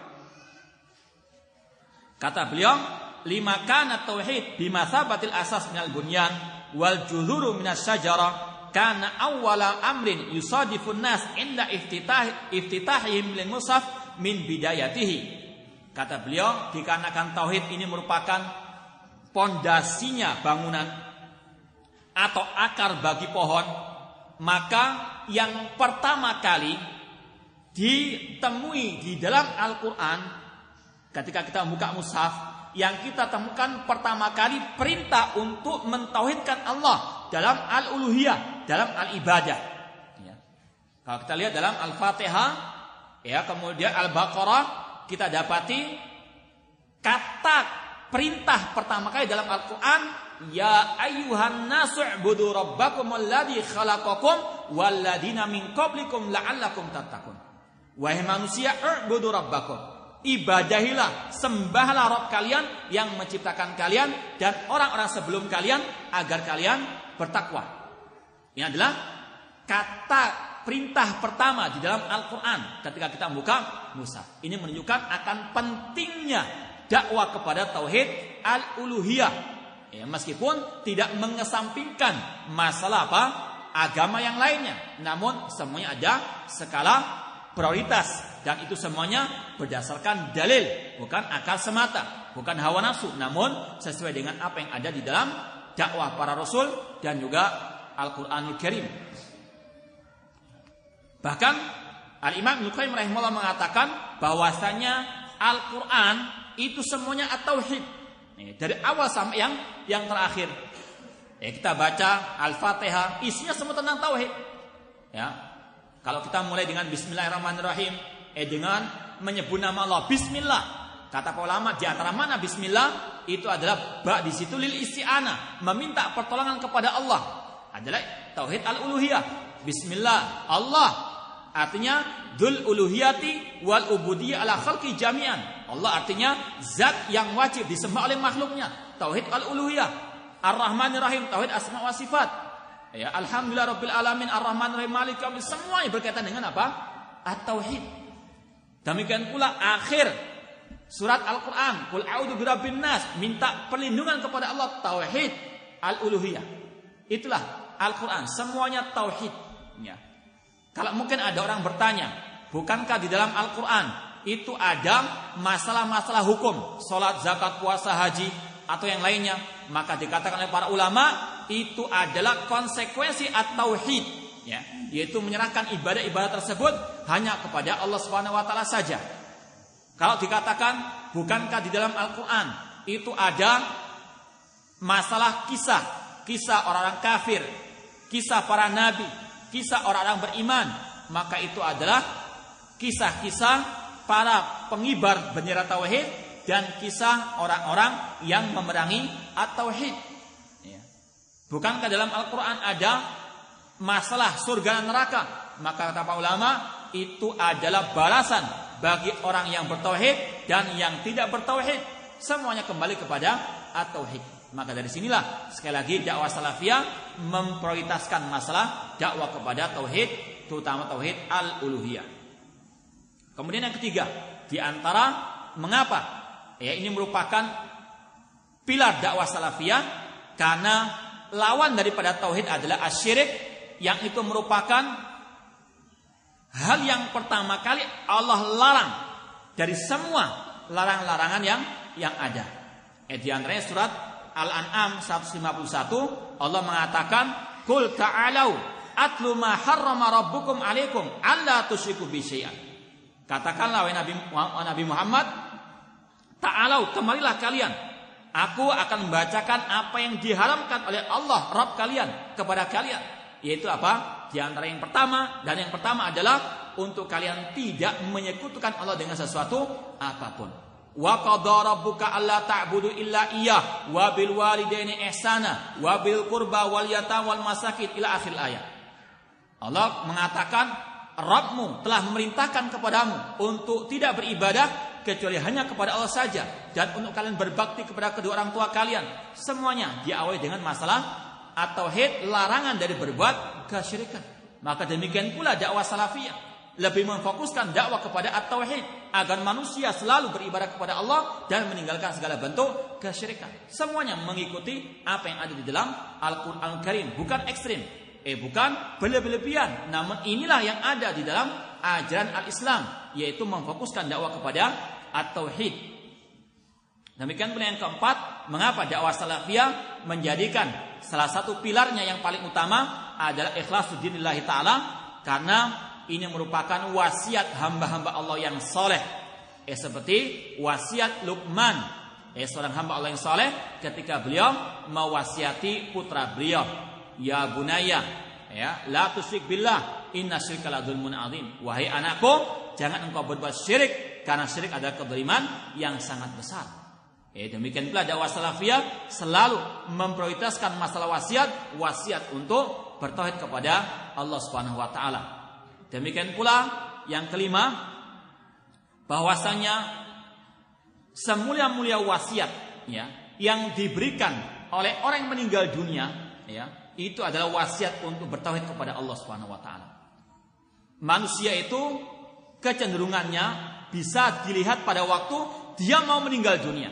Kata beliau, lima kana tauhid bimathabatil asas minal bunyan wal juzuru minas syajara kana awwala amrin yusadifun nas inda iftitah iftitahihim lil mushaf min bidayatihi. Kata beliau, dikarenakan tauhid ini merupakan pondasinya bangunan atau akar bagi pohon, maka yang pertama kali ditemui di dalam Al-Quran, ketika kita membuka mushaf, yang kita temukan pertama kali perintah untuk mentauhidkan Allah dalam al-uluhiyah, dalam al-ibadah ya. Kalau kita lihat dalam Al-Fatihah ya, kemudian Al-Baqarah, kita dapati kata perintah pertama kali dalam Al-Quran, ya ayyuhan nasu ubudu rabbakum alladzi khalaqakum walladzina min qablikum la'allakum tattaqun. Wahai manusia, ubudu rabbakum, ibadahilah, sembahlah Rabb kalian yang menciptakan kalian dan orang-orang sebelum kalian agar kalian bertakwa. Ini adalah kata perintah pertama di dalam Al-Quran ketika kita membuka mushaf. Ini menunjukkan akan pentingnya dakwah kepada tauhid al-uluhiyah. Ya, meskipun tidak mengesampingkan masalah apa agama yang lainnya, namun semuanya ada skala prioritas dan itu semuanya berdasarkan dalil, bukan akal semata, bukan hawa nafsu, namun sesuai dengan apa yang ada di dalam dakwah para rasul dan juga Al-Qur'anul Karim. Bahkan Al-Imam Ibnu Qayyim rahimahullah mengatakan bahwasanya Al-Qur'an itu semuanya at-tauhid. Dari awal sampai yang yang terakhir. Ya, kita baca Al-Fatihah, isinya semua tentang tauhid. Ya. Kalau kita mulai dengan bismillahirrahmanirrahim, eh dengan menyebut nama Allah, bismillah. Kata para ulama di antara mana bismillah itu adalah ba di situ lil isti'anah, meminta pertolongan kepada Allah. Adalah tauhid al-uluhiyah. Bismillah, Allah artinya dzul uluhiyati wal ubudiyyah ala khalqi jami'an. Allah artinya zat yang wajib disembah oleh makhluknya. Tauhid al-uluhiyah. Ar-Rahmanir Rahim, tauhid asma wa sifat. Ya, alhamdulillah rabbil alamin ar-Rahmanir Rahim maliki yaumiddin, semuanya berkaitan dengan apa? At-tauhid. Demikian pula akhir surat Al-Qur'an, qul a'udzu birabbin nas, minta perlindungan kepada Allah, tauhid al-uluhiyah. Itulah Al-Qur'an, semuanya tauhid. Ya. Kalau mungkin ada orang bertanya, bukankah di dalam Al-Qur'an itu ada masalah-masalah hukum, salat, zakat, puasa, haji atau yang lainnya? Maka dikatakan oleh para ulama itu adalah konsekuensi at-tauhid, ya, yaitu menyerahkan ibadah-ibadah tersebut hanya kepada Allah Subhanahu wa taala saja. Kalau dikatakan bukankah di dalam Al-Qur'an itu ada masalah kisah, kisah orang-orang kafir, kisah para nabi, kisah orang-orang beriman, maka itu adalah kisah-kisah para pengibar bendera tauhid dan kisah orang-orang yang memerangi at-tauhid. Ya. Bukankah dalam Al-Quran ada masalah surga dan neraka? Maka kata para ulama itu adalah balasan bagi orang yang bertauhid dan yang tidak bertauhid. Semuanya kembali kepada at-tauhid. Maka dari sinilah sekali lagi dakwah salafiyah memprioritaskan masalah dakwah kepada tauhid, terutama tauhid al-uluhiyah. Kemudian yang ketiga, di antara mengapa ya ini merupakan pilar dakwah salafiyah, karena lawan daripada tauhid adalah asyirik, yang itu merupakan hal yang pertama kali Allah larang dari semua larang-larangan yang yang ada. Eh, di antaranya surat Al-An'am seratus lima puluh satu Allah mengatakan, "Qul ta'alau atlu ma harrama rabbukum 'alaikum alla tusyriku bi syai'an." Katakanlah wahai Nabi, Nabi Muhammad, ta'alau, kemarilah kalian. Aku akan membacakan apa yang diharamkan oleh Allah Rabb kalian kepada kalian. Yaitu apa? Di antara yang pertama, dan yang pertama adalah untuk kalian tidak menyekutukan Allah dengan sesuatu apapun. Wa qadara rabbuka alla ta'budu illa iyyah wa bil walidaini ihsana wa bil qurba wal yatama wal masakin ila akhir ayat. Allah mengatakan Rabbmu telah memerintahkan kepadamu untuk tidak beribadah kecuali hanya kepada Allah saja, dan untuk kalian berbakti kepada kedua orang tua kalian. Semuanya diawali dengan masalah at-tauhid, larangan dari berbuat kesyirikan. Maka demikian pula dakwah salafiyah lebih memfokuskan dakwah kepada at-tauhid agar manusia selalu beribadah kepada Allah dan meninggalkan segala bentuk kesyirikan. Semuanya mengikuti apa yang ada di dalam Al-Qur'anul Karim, bukan ekstrim. Eh bukan berlebihan, namun inilah yang ada di dalam ajaran al-Islam, yaitu memfokuskan dakwah kepada at-tauhid. Demikian pula yang keempat, mengapa dakwah salafiyah menjadikan salah satu pilarnya yang paling utama adalah ikhlasuddinillahi ta'ala, karena ini merupakan wasiat hamba-hamba Allah yang soleh. Eh seperti wasiat Luqman, eh seorang hamba Allah yang soleh, ketika beliau mewasiati putra beliau, ya bunaya, ya la tusyrik billah inna syirka la dzulmun adzim. Wahai anakku, jangan engkau berbuat syirik, karena syirik adalah kezaliman yang sangat besar. Eh demikian pula dakwah salafiyah selalu memprioritaskan masalah wasiat, wasiat untuk bertauhid kepada Allah Subhanahu wa taala. Demikian pula yang kelima, bahwasanya semulia-mulia wasiat, ya, yang diberikan oleh orang yang meninggal dunia, ya, itu adalah wasiat untuk bertauhid kepada Allah Subhanahu wa taala. manusia itu kecenderungannya bisa dilihat pada waktu dia mau meninggal dunia.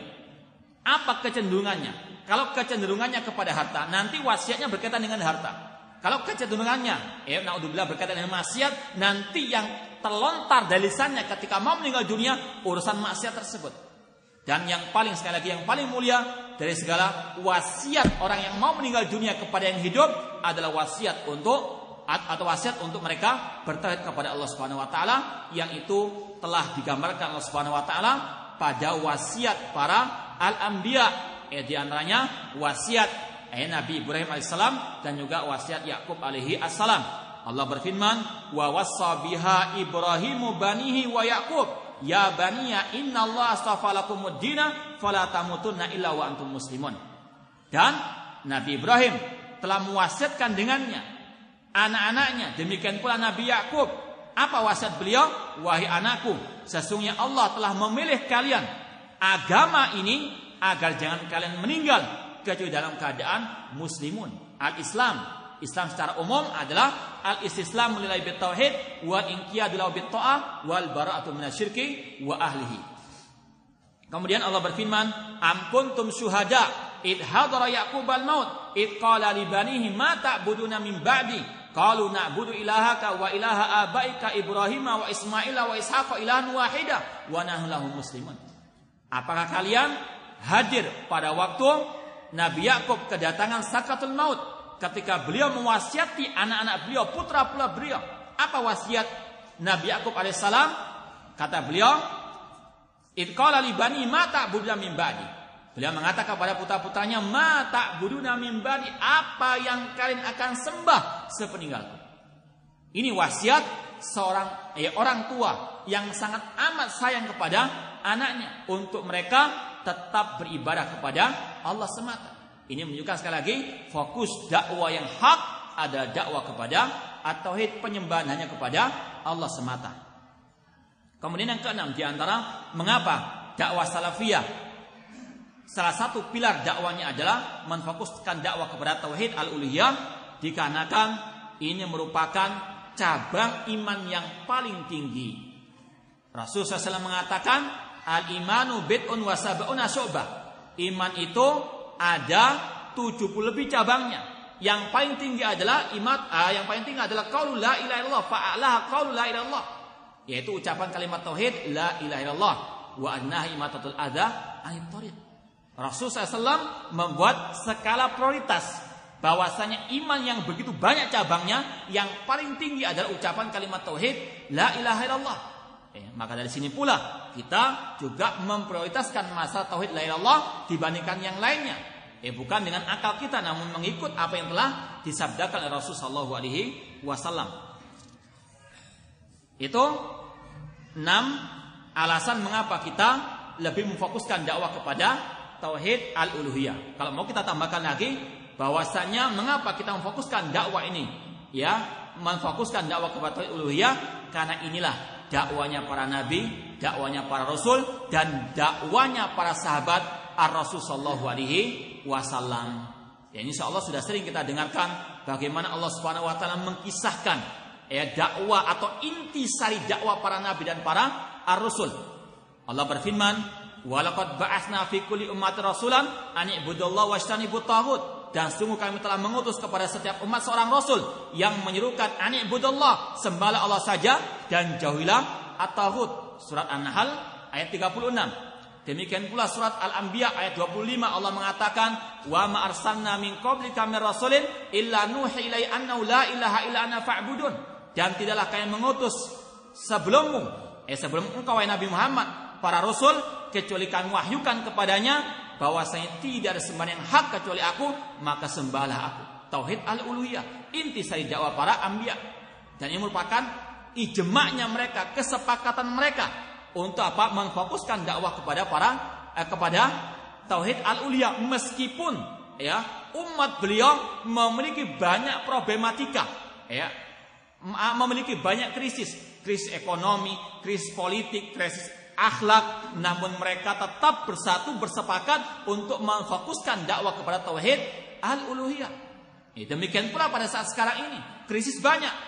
Apa kecenderungannya? Kalau kecenderungannya kepada harta, nanti wasiatnya berkaitan dengan harta. Kalau kecenderungannya, ya naudzubillah berkaitan dengan maksiat, nanti yang terlontar dari lisannya ketika mau meninggal dunia urusan maksiat tersebut. Dan yang paling sekali lagi yang paling mulia dari segala wasiat orang yang mau meninggal dunia kepada yang hidup adalah wasiat untuk atau wasiat untuk mereka bertauhid kepada Allah Subhanahu wa taala, yang itu telah digambarkan Allah Subhanahu wa taala pada wasiat para al-anbiya, eh, di antaranya wasiat eh, Nabi Ibrahim alaihissalam dan juga wasiat Yakub alaihi assalam. Allah berfirman, wa wassa biha Ibrahimu banihi wa Yakub ya baniya innallaha astafa lakumud dina fala tamutunna illa wa antum muslimun. Dan Nabi Ibrahim telah mewasiatkan dengannya anak-anaknya, demikian pula Nabi Yakub. Apa wasiat beliau? Wahai anakku, sesungguhnya Allah telah memilih kalian agama ini agar jangan kalian meninggal kecuali dalam keadaan muslimun. Al-Islam, Islam secara umum adalah al-istislamu lillahi bitauhid wal inqiyadu lahu bitta'ah wal bara'atu minasyirki wa ahlihi. Kemudian Allah berfirman, am kuntum syuhada id hadara yaqub al-maut id qala li banihi ma ta'buduna min ba'di qalu na'budu ilahaka wa ilaha abaika Ibrahim wa Ismaila wa Ishaqa ilahan wahida wa nahnu lahu muslimun. Apakah kalian hadir pada waktu Nabi Yakub kedatangan sakratul maut, ketika beliau mewasiati anak-anak beliau, putra-putra beliau? Apa wasiat Nabi Yakub alaihissalam? Kata beliau, id qala li bani ma ta'buduna min ba'di. Beliau mengatakan kepada putra-putranya, ma ta'buduna min ba'di, apa yang kalian akan sembah sepeninggalku. Ini wasiat seorang eh, orang tua yang sangat amat sayang kepada anaknya untuk mereka tetap beribadah kepada Allah semata. Ini menunjukkan sekali lagi fokus dakwah yang hak ada dakwah kepada at-tauhid, penyembahan hanya kepada Allah semata. Kemudian yang keenam di antara mengapa dakwah salafiyah salah satu pilar dakwanya adalah menfokuskan dakwah kepada tauhid al-uluhiyah, dikarenakan ini merupakan cabang iman yang paling tinggi. Rasul sallallahu alaihi wasallam mengatakan, al-imanu bid'un wa sab'una syu'bah. Iman itu ada tujuh puluh lebih cabangnya. Yang paling tinggi adalah iman, ah, yang paling tinggi adalah qaulu la ilaha illallah, fa'alaha qaulu la ilaha illallah, yaitu ucapan kalimat tauhid la ilaha illallah wa annahi imatatul adza anit thariq. Rasul sallallahu alaihi wasallam membuat skala prioritas bahwasanya iman yang begitu banyak cabangnya, yang paling tinggi adalah ucapan kalimat tauhid la ilaha illallah. Eh, maka dari sini pula kita juga memprioritaskan masalah tauhid la ilaha illallah dibandingkan yang lainnya. Eh, bukan dengan akal kita, namun mengikut apa yang telah disabdakan oleh Rasul sallallahu alaihi wasallam. Itu enam alasan mengapa kita lebih memfokuskan dakwah kepada tauhid al-uluhiyah. Kalau mau kita tambahkan lagi bahwasanya mengapa kita memfokuskan dakwah ini, ya, memfokuskan dakwah kepada tauhid uluhiyah, karena inilah dakwanya para nabi, dakwanya para rasul, dan dakwanya para sahabat ar-Rasul sallallahu alaihi wasallam. Ya, insyaallah sudah sering kita dengarkan bagaimana Allah Subhanahu wa taala mengkisahkan ya dakwah atau intisari dakwah para nabi dan para ar-rasul. Allah berfirman, "Wa laqad ba'atsna fi kulli ummatin rasulan an i'budullaha wajtanibut taghut." Dan sungguh kami telah mengutus kepada setiap umat seorang rasul yang menyerukan an i'budullah, sembahlah Allah saja dan jauhilah at-taghut. Surat An-Nahl ayat tiga puluh enam. Demikian pula surat Al-Anbiya ayat dua puluh lima, Allah mengatakan, "Wa ma arsalna min qablika min rasulin illa nuhi ilai annahu la ilaha illa ana fa'budun." Dan tidaklah kami mengutus sebelummu, eh sebelum engkau wahai Nabi Muhammad, para rasul, kecuali kami wahyukan kepadanya bahwasanya tidak ada sembahan yang hak kecuali aku, maka sembahlah aku. Tauhid al-uluhiyah, intisari dakwah para anbiya. Dan ini merupakan ijma'nya mereka, kesepakatan mereka untuk apa? Memfokuskan dakwah kepada para eh, kepada tauhid al-uluhiyah, meskipun ya umat beliau memiliki banyak problematika, ya, memiliki banyak krisis, krisis ekonomi, krisis politik, krisis akhlak, namun mereka tetap bersatu bersepakat untuk memfokuskan dakwah kepada tauhid al-uluhiyah. Demikian pula pada saat sekarang ini krisis banyak,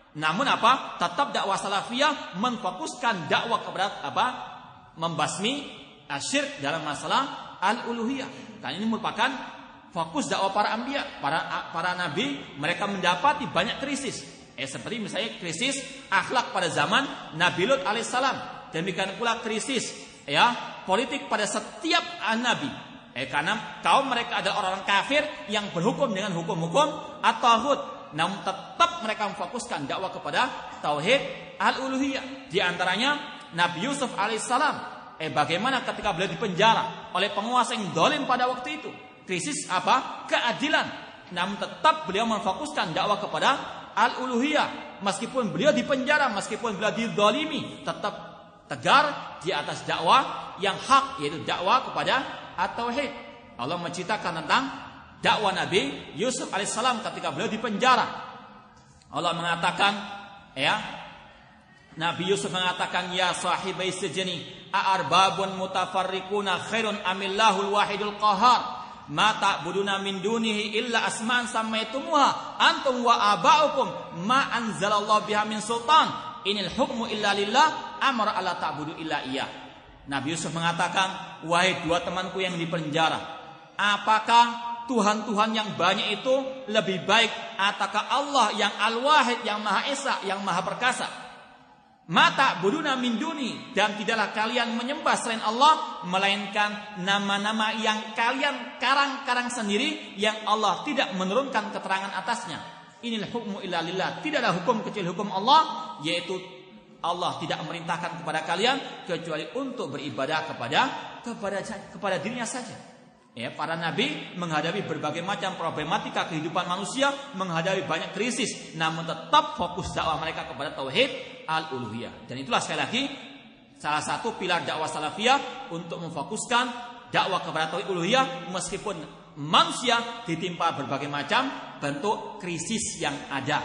Namun apa? Tetap dakwah salafiyah memfokuskan dakwah kepada apa? Membasmi asyirk dalam masalah al-uluhiyah. Karena ini merupakan fokus dakwah para anbiya, para para nabi. Mereka mendapati banyak krisis. Eh seperti misalnya krisis akhlak pada zaman Nabi Lut alaihissalam. Demikian pula krisis ya politik pada setiap nabi. Eh karena kaum mereka adalah orang-orang kafir yang berhukum dengan hukum-hukum at-taghut. Namun tetap mereka memfokuskan dakwah kepada tauhid al-uluhiyah. Di antaranya Nabi Yusuf alaihissalam. Eh bagaimana ketika beliau dipenjara oleh penguasa yang zalim pada waktu itu? Krisis apa? Keadilan. Namun tetap beliau memfokuskan dakwah kepada al-uluhiyah. Meskipun beliau dipenjara, meskipun beliau dizalimi, tetap tegar di atas dakwah yang hak, yaitu dakwah kepada at-tauhid. Allah menceritakan tentang dakwah Nabi Yusuf alaihissalam ketika beliau dipenjara. Allah mengatakan, ya, Nabi Yusuf mengatakan, ya sahibai sejeni, a'arbabun mutafarriquna khairun amillahul wahidul qahar. Ma ta'buduna min dunihi illa asma'an sammaitumuha antum wa aba'ukum ma anzalallahu biha min sultan inil hukmu illa lillah amara alla ta'budu illa iya. Nabi Yusuf mengatakan, wahai dua temanku yang dipenjara, apakah Tuhan-Tuhan yang banyak itu lebih baik ataukah Allah yang al-wahid, yang maha esa, yang maha perkasa? Mata buduna min duni, dan tidaklah kalian menyembah selain Allah melainkan nama-nama yang kalian karang-karang sendiri yang Allah tidak menurunkan keterangan atasnya. Inil hukmu illa lillah, tidaklah hukum kecuali hukum Allah, yaitu Allah tidak memerintahkan kepada kalian kecuali untuk beribadah kepada kepada kepada dirinya saja. Ya, para nabi menghadapi berbagai macam problematika kehidupan manusia, menghadapi banyak krisis, namun tetap fokus dakwah mereka kepada tauhid al-uluhiyah. Dan itulah sekali lagi salah satu pilar dakwah salafiyah untuk memfokuskan dakwah kepada tauhid uluhiyah meskipun manusia ditimpa berbagai macam bentuk krisis yang ada.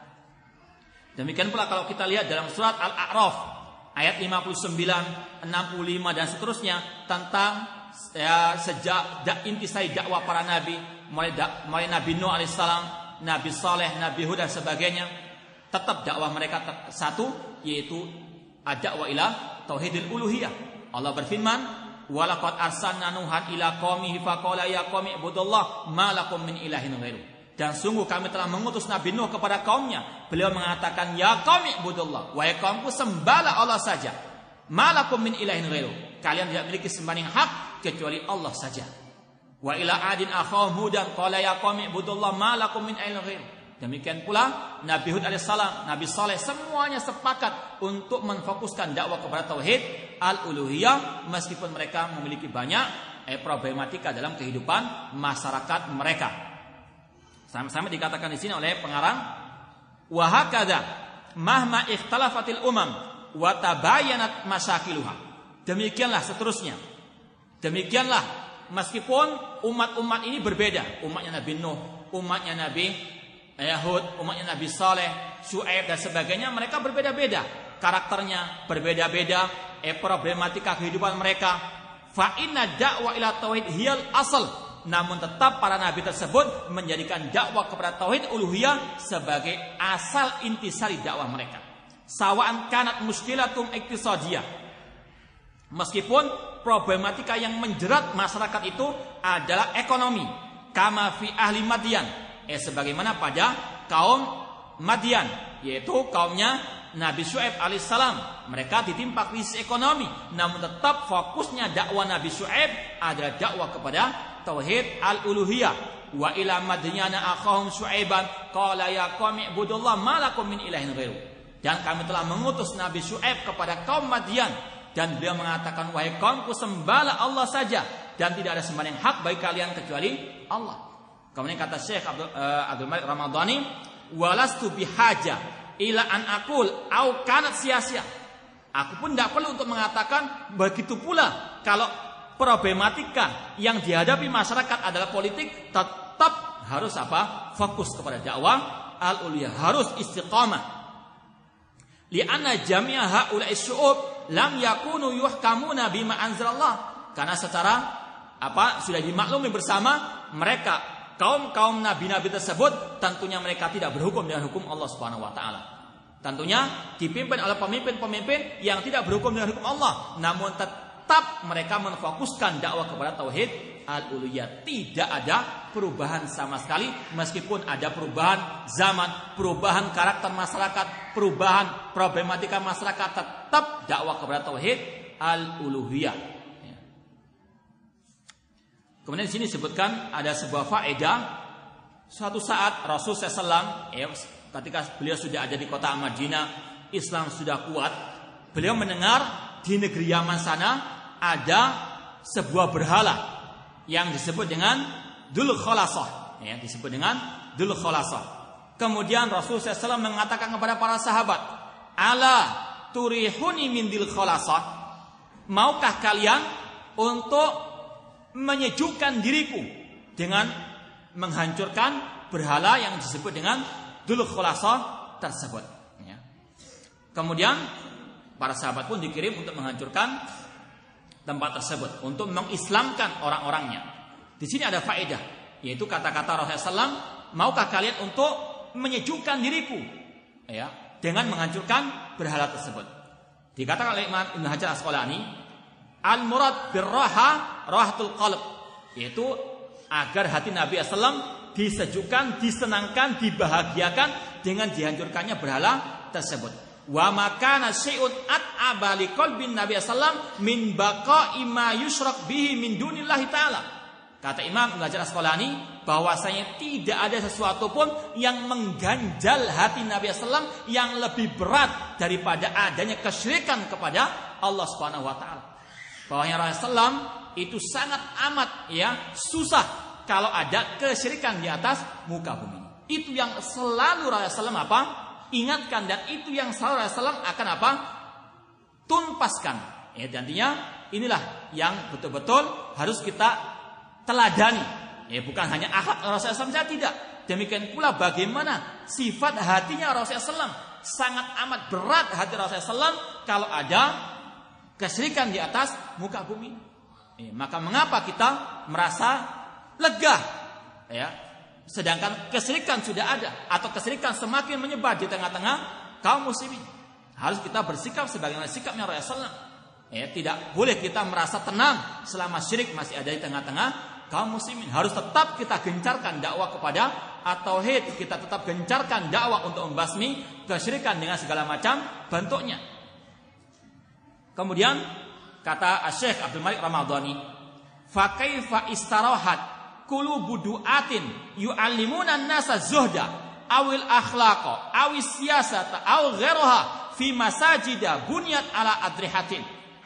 Demikian pula kalau kita lihat dalam surat Al-A'raf ayat lima puluh sembilan, enam puluh lima dan seterusnya tentang ya, sejak da, intisai dakwah para nabi, mulai, da, mulai Nabi Nuh alaihissalam, Nabi Saleh, Nabi Hud dan sebagainya, tetap dakwah mereka satu, yaitu ad-da'wah ila tauhidil uluhiyah. Allah berfirman, walaqad arsalna nuhan ila qaumihi faqala ya qaumi ibudullah ma lakum min ilahin ghairu. Dan sungguh kami telah mengutus Nabi Nuh kepada kaumnya. Beliau mengatakan, ya qaumi ibudullah, wahai kaumku sembahlah Allah saja. Ma lakum min ilahin ghairu. Kalian tidak memiliki sembahan yang hak kecuali Allah saja. Wa ila adin akhahum hudan qala ya qaumi ibudullah ma lakum min ilahin ghairu. Demikian pula Nabi Hud alaihissalam, Nabi Saleh, semuanya sepakat untuk memfokuskan dakwah kepada tauhid al-uluhiyah meskipun mereka memiliki banyak eh, problematika dalam kehidupan masyarakat mereka. Sama-sama dikatakan di sini oleh pengarang, wa hakadha mahma ikhtalafatil umam wa tabayyanat masyakiluha. Demikianlah seterusnya. Demikianlah meskipun umat-umat ini berbeda, umatnya Nabi Nuh, umatnya Nabi Hud, umatnya Nabi Saleh, Syuaib dan sebagainya, mereka berbeda-beda karakternya, berbeda-beda eh, problematika kehidupan mereka. Fa inna da'wa ila tauhid hiyal asal. Namun tetap para nabi tersebut menjadikan dakwah kepada tauhid uluhiyah sebagai asal intisari dakwah mereka. Sawa'an kanat muskilatum iktisadiyah. Meskipun problematika yang menjerat masyarakat itu adalah ekonomi, kama fi ahli Madian, eh sebagaimana pada kaum Madian, yaitu kaumnya Nabi Syuaib alaihissalam. Mereka ditimpa krisis ekonomi, namun tetap fokusnya dakwah Nabi Syuaib adalah dakwah kepada tauhid al-uluhiyah. Wa ila madyana akhahum Syuaiban qala ya qaumi ibudullah ma lakum min ilahin ghairu. Dan kami telah mengutus Nabi Syuaib kepada kaum Madian, dan beliau mengatakan, wahai kaumku sembahlah Allah saja dan tidak ada sembahan yang hak bagi kalian kecuali Allah. Kemudian kata Syekh Abdul, uh, Abdul Malik Ramadhani, walastu bihaja ila an aqul au kanat sia-sia. Aku pun tidak perlu untuk mengatakan begitu pula kalau problematika yang dihadapi masyarakat adalah politik, tetap harus apa? Fokus kepada dakwah al-uliyah, harus istiqamah. Li'anna jami'a haula'i syu'ub lam yakunu yuhkamuna bima anzalallah. Karena secara apa sudah dimaklumi bersama, mereka kaum-kaum nabi-nabi tersebut tentunya mereka tidak berhukum dengan hukum Allah Subhanahu wa taala. Tentunya dipimpin oleh pemimpin-pemimpin yang tidak berhukum dengan hukum Allah, namun tetap mereka menfokuskan dakwah kepada tauhid al-uluhiyah. Tidak ada perubahan sama sekali, meskipun ada perubahan zaman, perubahan karakter masyarakat, perubahan problematika masyarakat, tetap dakwah kepada tauhid al-uluhiyah. Kemudian di sini disebutkan ada sebuah faedah. Suatu saat Rasulullah shallallahu alaihi wasallam, ketika beliau sudah ada di kota Madinah, Islam sudah kuat, beliau mendengar di negeri Yaman sana ada sebuah berhala yang disebut dengan Dzul Khulasah, ya, disebut dengan Dzul Khulasah. Kemudian Rasulullah shallallahu alaihi wasallam mengatakan kepada para sahabat, "Ala turihuni min Dzul Khulasah? Maukah kalian untuk menyejukkan diriku dengan menghancurkan berhala yang disebut dengan Dzul Khulasah tersebut?" Ya. Kemudian para sahabat pun dikirim untuk menghancurkan tempat tersebut, untuk mengislamkan orang-orangnya. Di sini ada faedah, yaitu kata-kata Rasulullah shallallahu alaihi wasallam, "Maukah kalian untuk menyejukkan diriku, ya, dengan menghancurkan berhala tersebut?" Dikatakan oleh Imam Ibnu Hajar Asqalani, al-murad birraha rahatul qalb, yaitu agar hati Nabi shallallahu alaihi wasallam disejukkan, disenangkan, dibahagiakan dengan dihancurkannya berhala tersebut. Wa makana syai'un at'aba liqalbin Nabi shallallahu alaihi wasallam min baqa'i ma yusyrak bihi min dunillahi ta'ala. Kata Imam Ibnu Hajar Asqalani, bahwasanya tidak ada sesuatu pun yang mengganjal hati Nabi shallallahu alaihi wasallam yang lebih berat daripada adanya kesyirikan kepada Allah Subhanahu wa taala. Bahwasanya Rasulullah shallallahu alaihi wasallam itu sangat amat, ya, susah kalau ada kesyirikan di atas muka bumi. Itu yang selalu Rasulullah shallallahu alaihi wasallam apa? Ingatkan, dan itu yang selalu Rasulullah shallallahu alaihi wasallam akan apa? Tuntaskan. Ya, nantinya inilah yang betul-betul harus kita teladani. Ya, bukan hanya akhlak Rasulullah shallallahu alaihi wasallam saja, tidak. Demikian pula bagaimana sifat hatinya Rasulullah shallallahu alaihi wasallam. Sangat amat berat hati Rasulullah shallallahu alaihi wasallam kalau ada kesyirikan di atas muka bumi. Ya, maka mengapa kita merasa lega, ya, sedangkan kesyirikan sudah ada, atau kesyirikan semakin menyebar di tengah-tengah kaum muslimin? Harus kita bersikap sebagaimana sikapnya Rasulullah shallallahu alaihi wasallam. Ya, tidak boleh kita merasa tenang selama syirik masih ada di tengah-tengah kaum muslimin. Harus tetap kita gencarkan dakwah kepada at-tauhid, kita tetap gencarkan dakwah untuk membasmi kesyirikan dengan segala macam bentuknya. Kemudian kata Syekh Abdul Malik Ramadhani, fa kaifa istarahat qulubu du'atin yu'allimuna an-nasa zuhda awil akhlaqa awis siyasata aw ghairaha fi masajida bunyat ala adrihatin.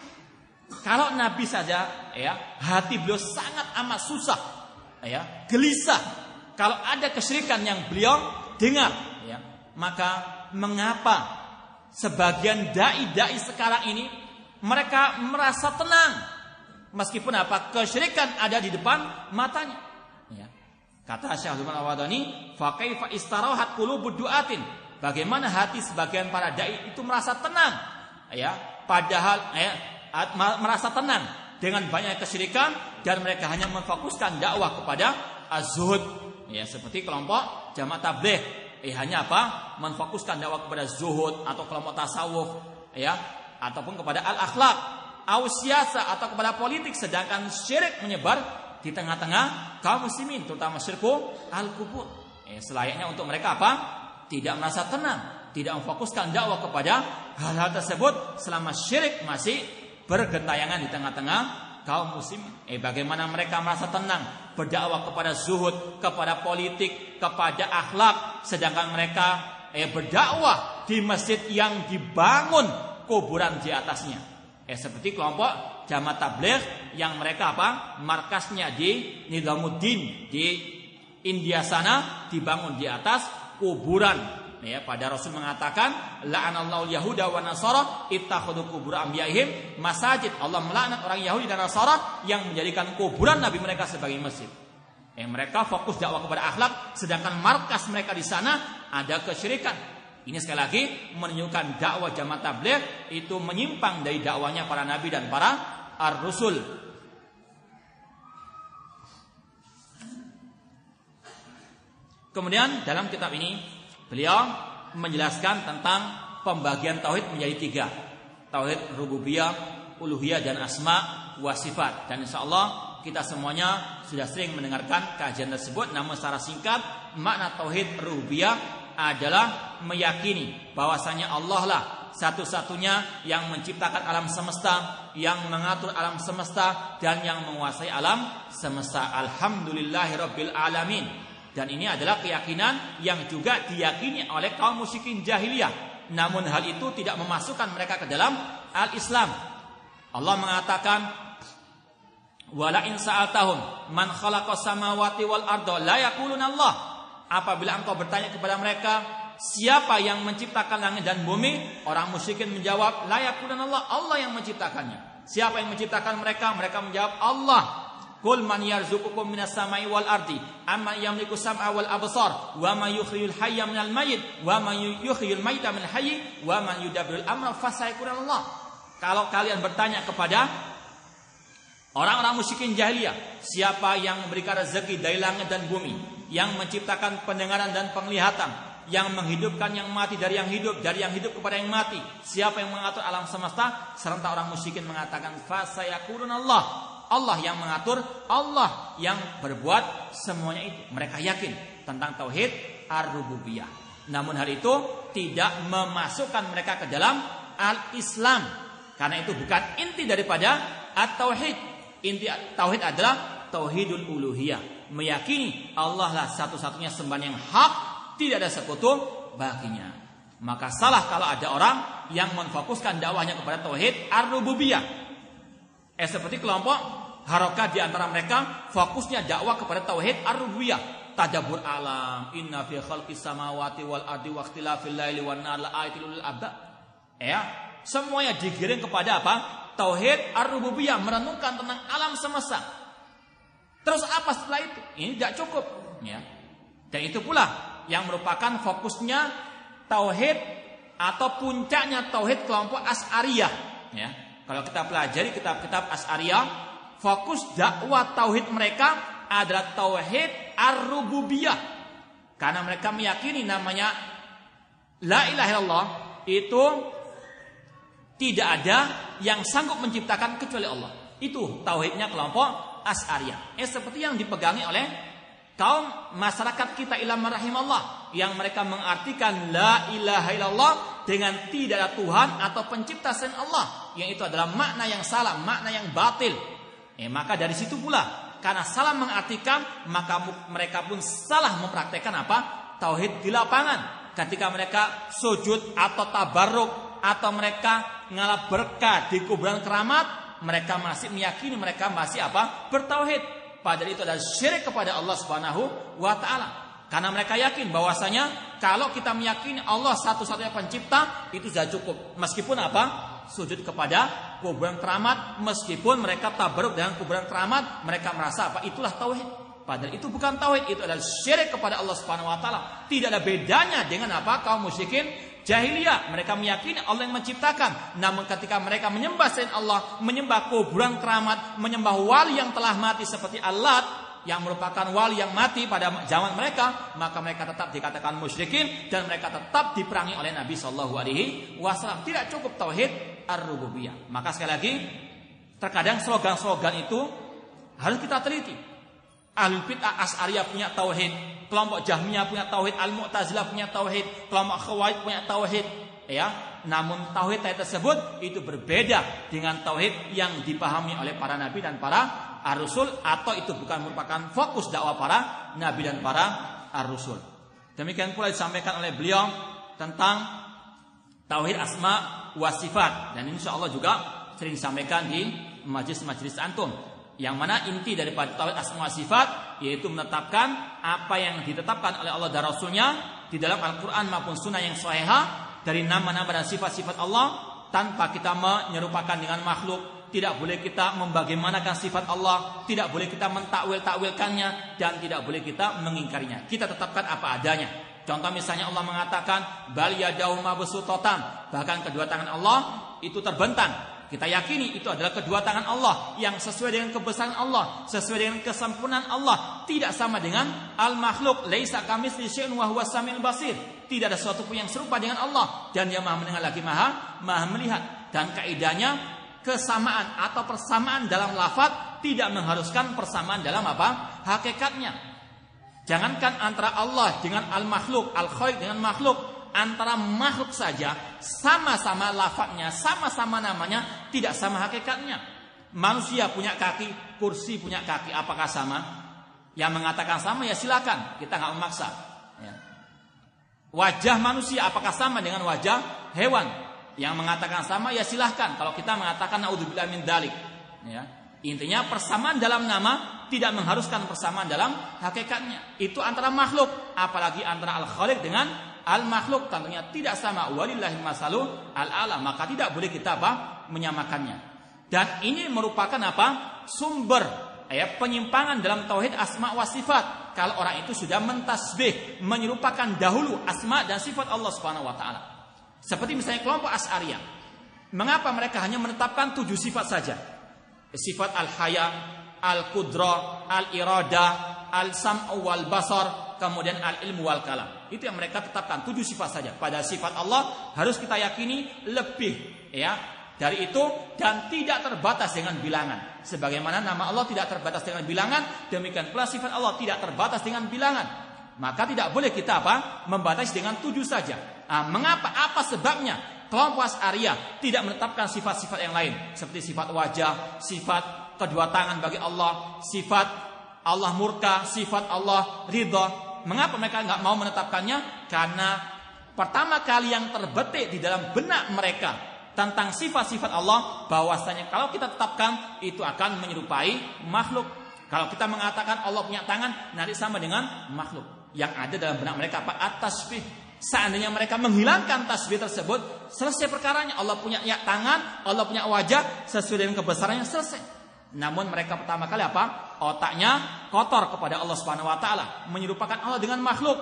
Kalau Nabi saja, ya, hati beliau sangat amat susah, ya, gelisah kalau ada kesyirikan yang beliau dengar, ya, maka mengapa sebagian dai-dai sekarang ini mereka merasa tenang meskipun apa? Kesyirikan ada di depan matanya. Ya. Kata Syekh Abdul Malik, fa kaifa istarahat qulubud du'atin? Bagaimana hati sebagian para dai itu merasa tenang, ya, padahal ya, merasa tenang dengan banyak kesyirikan, dan mereka hanya memfokuskan dakwah kepada az-zuhud, ya, seperti kelompok jamaah tabligh, eh hanya apa? Memfokuskan dakwah kepada zuhud, atau kelompok tasawuf, ya, ataupun kepada al-akhlak, au siyasa, atau kepada politik, sedangkan syirik menyebar di tengah-tengah kaum muslimin, terutama syirku al-kubur. Eh, selayaknya untuk mereka apa? Tidak merasa tenang, tidak memfokuskan dakwah kepada hal-hal tersebut selama syirik masih bergentayangan di tengah-tengah kaum muslimin. Eh, bagaimana mereka merasa tenang berdakwah kepada zuhud, kepada politik, kepada akhlak, sedangkan mereka eh berdakwah di masjid yang dibangun kuburan di atasnya. Eh, seperti kelompok jamaah tabligh yang mereka apa? Markasnya di Nizamuddin di India sana, dibangun di atas kuburan. Ya, pada Rasul mengatakan, la'anallahu yahuda wa nasara ittakhadhu qubur anbiya'ihim masajid. Allah melaknat orang Yahudi dan Nasara yang menjadikan kuburan nabi mereka sebagai masjid. Eh, mereka fokus dakwah kepada akhlak, sedangkan markas mereka di sana ada kesyirikan. Ini sekali lagi menunjukkan dakwah jamaah tabligh itu menyimpang dari dakwahnya para nabi dan para ar-rusul. Kemudian dalam kitab ini beliau menjelaskan tentang pembagian tauhid menjadi tiga. Tauhid rububiyah, uluhiyah dan asma wa sifat. Dan insyaallah kita semuanya sudah sering mendengarkan kajian tersebut. Namun secara singkat, makna tauhid rububiyah adalah meyakini bahwasanya Allah lah satu-satunya yang menciptakan alam semesta, yang mengatur alam semesta, dan yang menguasai alam semesta. Alhamdulillahirabbil alamin. Dan ini adalah keyakinan yang juga diyakini oleh kaum musyrikin jahiliyah. Namun hal itu tidak memasukkan mereka ke dalam al-Islam. Allah mengatakan, wala in sa'altahum man khalaqas samawati wal arda la yaquluna Allah. Apabila engkau bertanya kepada mereka, siapa yang menciptakan langit dan bumi? Orang musyrikin menjawab, la yaquluna Allah, Allah yang menciptakannya. Siapa yang menciptakan mereka? Mereka menjawab, Allah. Qul man yarzuqukum minas samai wal ardi amma yamliku sam'a wal absar wa man yukhriyul hayya minal mayyit wa man yukhriyul mayyita minal hayy wa man yudabbirul amra fasayquluna Allah. Kalau kalian bertanya kepada orang-orang musyrikin jahiliyah, siapa yang memberikan rezeki dari langit dan bumi, yang menciptakan pendengaran dan penglihatan, yang menghidupkan yang mati dari yang hidup, dari yang hidup kepada yang mati, siapa yang mengatur alam semesta? Serentak orang musyrikin mengatakan, fasayaquluna Allah. Allah yang mengatur, Allah yang berbuat semuanya itu. Mereka yakin tentang tauhid ar-rububiyah. Namun hal itu tidak memasukkan mereka ke dalam al-Islam, karena itu bukan inti daripada at-tauhid. Inti tauhid adalah tauhidul uluhiyah, meyakini Allah lah satu-satunya sembahan yang hak, tidak ada sekutu baginya. Maka salah kalau ada orang yang memfokuskan dakwahnya kepada tauhid ar-rububiyah. Eh seperti kelompok Harokah di antara mereka fokusnya dakwah kepada tauhid ar-rububiyah. Tadabbur alam, inna fi khalqis samawati wal ardi wa ikhtilafil laili wan nahari laayatil lil albab. Ya, semuanya digiring kepada apa? Tauhid ar-rububiyah, merenungkan tentang alam semesta. Terus apa setelah itu? Ini tidak cukup, ya. Dan itu pula yang merupakan fokusnya tauhid atau puncaknya tauhid kelompok Asy'ariyah, ya. Kalau kita pelajari kitab-kitab Asy'ariyah, fokus dakwah tauhid mereka adalah tauhid ar-rububiyah. Karena mereka meyakini namanya la ilaha illallah itu tidak ada yang sanggup menciptakan kecuali Allah. Itu tauhidnya kelompok Asy'ariyah. Eh seperti yang dipegangi oleh kaum masyarakat kita ilham rahimallah, yang mereka mengartikan la ilaha illallah dengan tidak ada Tuhan atau pencipta selain Allah, yang itu adalah makna yang salah, makna yang batil. Eh maka dari situ pula, karena salah mengartikan, maka mereka pun salah mempraktekkan apa? Tauhid di lapangan. Ketika mereka sujud atau tabarruk, atau mereka ngalap berkah di kuburan keramat, mereka masih meyakini mereka masih apa? Bertauhid. Padahal itu adalah syirik kepada Allah Subhanahu wa taala. Karena mereka yakin bahwasanya kalau kita meyakini Allah satu-satunya pencipta, itu sudah cukup. Meskipun apa? Sujud kepada kuburan keramat, meskipun mereka tabarruk dengan kuburan keramat, mereka merasa apa? Itulah tauhid. Padahal itu bukan tauhid, itu adalah syirik kepada Allah Subhanahu wa taala. Tidak ada bedanya dengan apa? Kaum musyrikin jahiliyah. Mereka meyakini Allah yang menciptakan. Namun ketika mereka menyembah selain Allah, menyembah kuburan keramat, menyembah wali yang telah mati seperti Al-Lat, yang merupakan wali yang mati pada zaman mereka, maka mereka tetap dikatakan musyrikin dan mereka tetap diperangi oleh Nabi Shallallahu Alaihi Wasallam. Tidak cukup tauhid ar-rububiyah. Maka sekali lagi, terkadang slogan-slogan itu harus kita teliti. Ahlul bid'ah Asy'ariyah punya tauhid, kelompok Jahmiyah punya tauhid, Al-Mu'tazilah punya tauhid, kelompok Khawarij punya tauhid, ya. Namun tauhid tersebut itu berbeda dengan tauhid yang dipahami oleh para nabi dan para ar-rusul, atau itu bukan merupakan fokus dakwah para nabi dan para ar-rusul. Demikian pula disampaikan oleh beliau tentang tauhid asma wa sifat, dan insyaallah juga sering disampaikan di majelis-majelis antum, yang mana inti daripada tauhid asma wa sifat yaitu menetapkan apa yang ditetapkan oleh Allah dan Rasulnya di dalam Al-Quran maupun Sunnah yang sahihah dari nama-nama dan sifat-sifat Allah, tanpa kita menyerupakan dengan makhluk. Tidak boleh kita membagaimanakan sifat Allah, tidak boleh kita mentakwil-takwilkannya, dan tidak boleh kita mengingkarinya. Kita tetapkan apa adanya. Contoh misalnya Allah mengatakan bal yadahu mabsuutatan, bahkan kedua tangan Allah itu terbentang. kita yakini itu adalah kedua tangan Allah yang sesuai dengan kebesaran Allah, sesuai dengan kesempurnaan Allah, tidak sama dengan al-makhluk. Laisa kamitslihi syai'un wa huwas samiul basir. Tidak ada sesuatu pun yang serupa dengan Allah, dan Dia Maha mendengar lagi Maha Maha melihat. Dan kaidahnya kesamaan atau persamaan dalam lafaz tidak mengharuskan persamaan dalam apa? Hakikatnya. Jangankan antara Allah dengan al-makhluk, al-khaliq dengan makhluk, antara makhluk saja sama-sama lafadznya, sama-sama namanya, tidak sama hakikatnya. Manusia punya kaki, kursi punya kaki, apakah sama? Yang mengatakan sama ya silakan, kita nggak memaksa. Ya. Wajah manusia apakah sama dengan wajah hewan? Yang mengatakan sama ya silahkan. Kalau kita mengatakan naudzubillah min dzalik, ya. Intinya persamaan dalam nama tidak mengharuskan persamaan dalam hakikatnya. Itu antara makhluk, apalagi antara al-khaliq dengan al-makhluk, tentunya tidak sama. Walillahil masalul al-a'la, maka tidak boleh kita apa? Menyamakannya. Dan ini merupakan apa? Sumber ya penyimpangan dalam tauhid asma wa sifat. Kalau orang itu sudah mentasbih, menyerupakan dahulu asma dan sifat Allah Subhanahu wa taala. Seperti misalnya kelompok Asy'ariyah. Mengapa mereka hanya menetapkan tujuh sifat saja? Sifat al-haya, al-qudra, al-irada, al-sam'u wal basar, kemudian al-ilmu wal kalam. Itu yang mereka tetapkan, tujuh sifat saja. Pada sifat Allah harus kita yakini lebih ya dari itu, dan tidak terbatas dengan bilangan. Sebagaimana nama Allah tidak terbatas dengan bilangan, demikian pula sifat Allah tidak terbatas dengan bilangan. Maka tidak boleh kita apa? Membatasi dengan tujuh saja. Nah, mengapa? Apa sebabnya? Kelompok Asy'ariyah tidak menetapkan sifat-sifat yang lain, seperti sifat wajah, sifat kedua tangan bagi Allah, sifat Allah murka, sifat Allah ridha. Mengapa mereka nggak mau menetapkannya? Karena pertama kali yang terbetik di dalam benak mereka tentang sifat-sifat Allah, bahwasanya kalau kita tetapkan itu akan menyerupai makhluk. Kalau kita mengatakan Allah punya tangan, nanti sama dengan makhluk. Yang ada dalam benak mereka apa? At-tasbih. Seandainya mereka menghilangkan tasbih tersebut, selesai perkaranya. Allah punya ya, tangan, Allah punya wajah, sesuai dengan kebesarannya, selesai. Namun mereka pertama kali apa? Otaknya kotor kepada Allah Subhanahu wa taala, menyerupakan Allah dengan makhluk.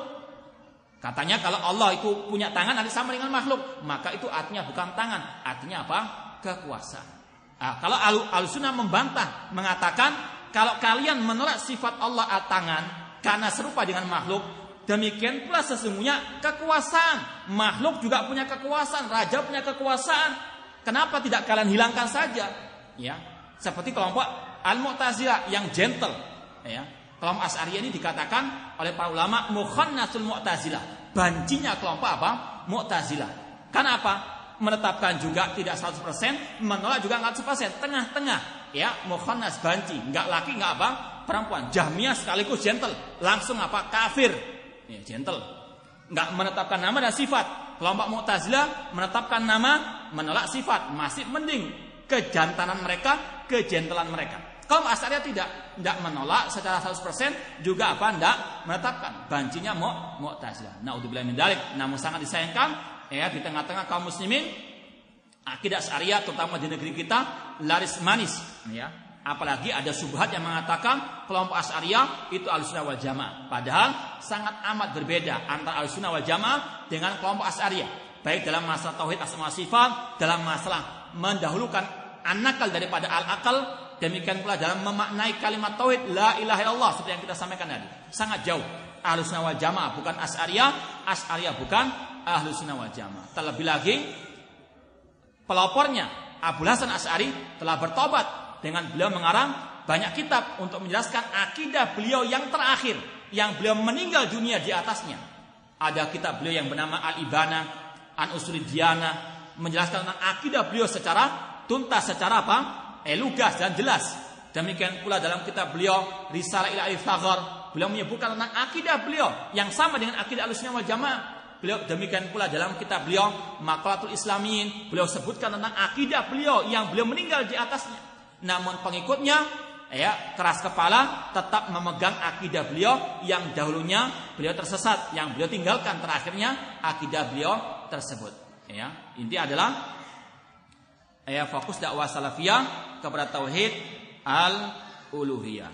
Katanya kalau Allah itu punya tangan nanti sama dengan makhluk, maka itu artinya bukan tangan, artinya apa? Kekuasaan. Nah, kalau Ahlussunnah membantah, mengatakan kalau kalian menolak sifat Allah tangan karena serupa dengan makhluk, demikian pula sesungguhnya kekuasaan. Makhluk juga punya kekuasaan, raja punya kekuasaan. Kenapa tidak kalian hilangkan saja? Ya, seperti kelompok Al-Mu'tazilah yang gentle. Ya, kelompok Asy'ariyah ini dikatakan oleh para ulama mukhannasul Mu'tazilah. Bancinya kelompok apa? Mu'tazilah. Karena apa? Menetapkan juga tidak seratus persen, menolak juga enggak seratus persen, tengah-tengah. Ya, mukhannas banci, enggak laki enggak apa? Perempuan. Jahmiyah sekaligus gentle, langsung apa? Kafir. Ya, gentle. Enggak menetapkan nama dan sifat. Kelompok Mu'tazilah menetapkan nama, menolak sifat. Masih mending kejantanan mereka, kegentelan mereka. Kelompok Asy'ariyah tidak, tidak menolak secara seratus persen, juga apa? Tidak menetapkan. Bancinya Mu'tazilah. Naudzubillah min dzalik. Namun sangat disayangkan ya di tengah-tengah kaum muslimin, akidah Asy'ariyah terutama di negeri kita laris manis ya. Apalagi ada syubhat yang mengatakan kelompok Asy'ariyah itu Ahlussunnah wal Jamaah. Padahal sangat amat berbeda antara Ahlussunnah wal Jamaah dengan kelompok Asy'ariyah. Baik dalam masalah tauhid asma wa sifat, dalam masalah mendahulukan an-nakal daripada al-akal, demikian pula dalam memaknai kalimat tauhid la ilaha illallah seperti yang kita sampaikan tadi. Sangat jauh. Ahlussunnah wal Jamaah bukan Asy'ariyah, Asy'ariyah bukan Ahlussunnah wal Jamaah. Terlebih lagi pelopornya Abu Hasan Asy'ari telah bertobat dengan beliau mengarang banyak kitab untuk menjelaskan akidah beliau yang terakhir, yang beliau meninggal dunia di atasnya. Ada kitab beliau yang bernama Al-Ibana an Usulid Diyanah, menjelaskan tentang akidah beliau secara tuntas, secara apa? Eh, lugas dan jelas. Demikian pula dalam kitab beliau Risalah ila Al-Faghar, beliau menyebutkan tentang akidah beliau yang sama dengan akidah Ahlussunnah wal Jamaah. Beliau demikian pula dalam kitab beliau Maqalatul Islamiyin, beliau sebutkan tentang akidah beliau yang beliau meninggal di atasnya. Namun pengikutnya ya keras kepala tetap memegang akidah beliau yang dahulunya beliau tersesat, yang beliau tinggalkan terakhirnya akidah beliau tersebut. Ya, inti adalah ya fokus dakwah salafiyah kepada tauhid al-uluhiyah.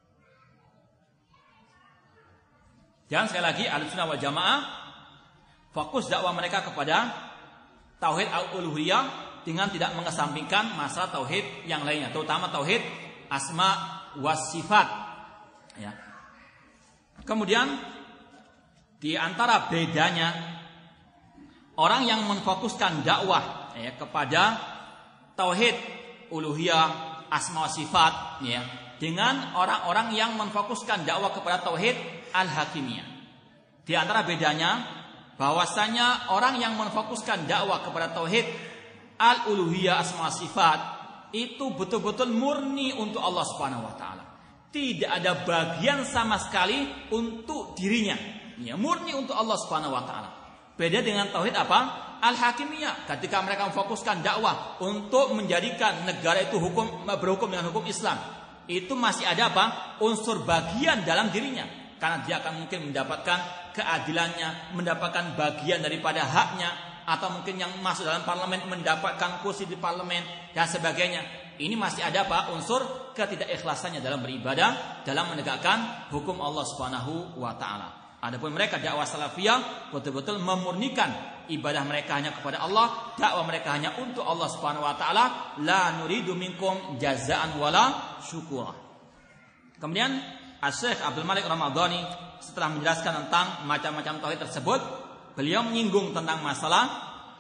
Dan sekali lagi Ahlussunnah wal Jamaah fokus dakwah mereka kepada tauhid al-uluhiyah dengan tidak mengesampingkan masalah tauhid yang lainnya, terutama tauhid asma was sifat. Ya. Kemudian di antara bedanya orang yang memfokuskan dakwah ya, kepada tauhid uluhiyah asma wa sifat ya, dengan orang-orang yang memfokuskan dakwah kepada tauhid al-hakimiyah. Di antara bedanya bahwasanya orang yang memfokuskan dakwah kepada tauhid al-uluhiyah asma wa sifat itu betul-betul murni untuk Allah Subhanahu wa taala. Tidak ada bagian sama sekali untuk dirinya. Ya, murni untuk Allah Subhanahu wa taala. Beda dengan tauhid apa? Al-hakimiyah. Ketika mereka memfokuskan dakwah untuk menjadikan negara itu hukum berhukum dengan hukum Islam, itu masih ada apa? Unsur bagian dalam dirinya. Karena dia akan mungkin mendapatkan keadilannya, mendapatkan bagian daripada haknya, atau mungkin yang masuk dalam parlemen mendapatkan kursi di parlemen dan sebagainya. Ini masih ada apa? Unsur ketidakikhlasannya dalam beribadah, dalam menegakkan hukum Allah Subhanahu wa taala. Adapun mereka dakwah salafiyah betul-betul memurnikan ibadah mereka hanya kepada Allah, dakwah mereka hanya untuk Allah Subhanahu wa taala, la nuridu minkum jazaan wala syukura. Kemudian Asy-Syaikh Abdul Malik Ramadhani setelah menjelaskan tentang macam-macam tauhid tersebut, beliau menyinggung tentang masalah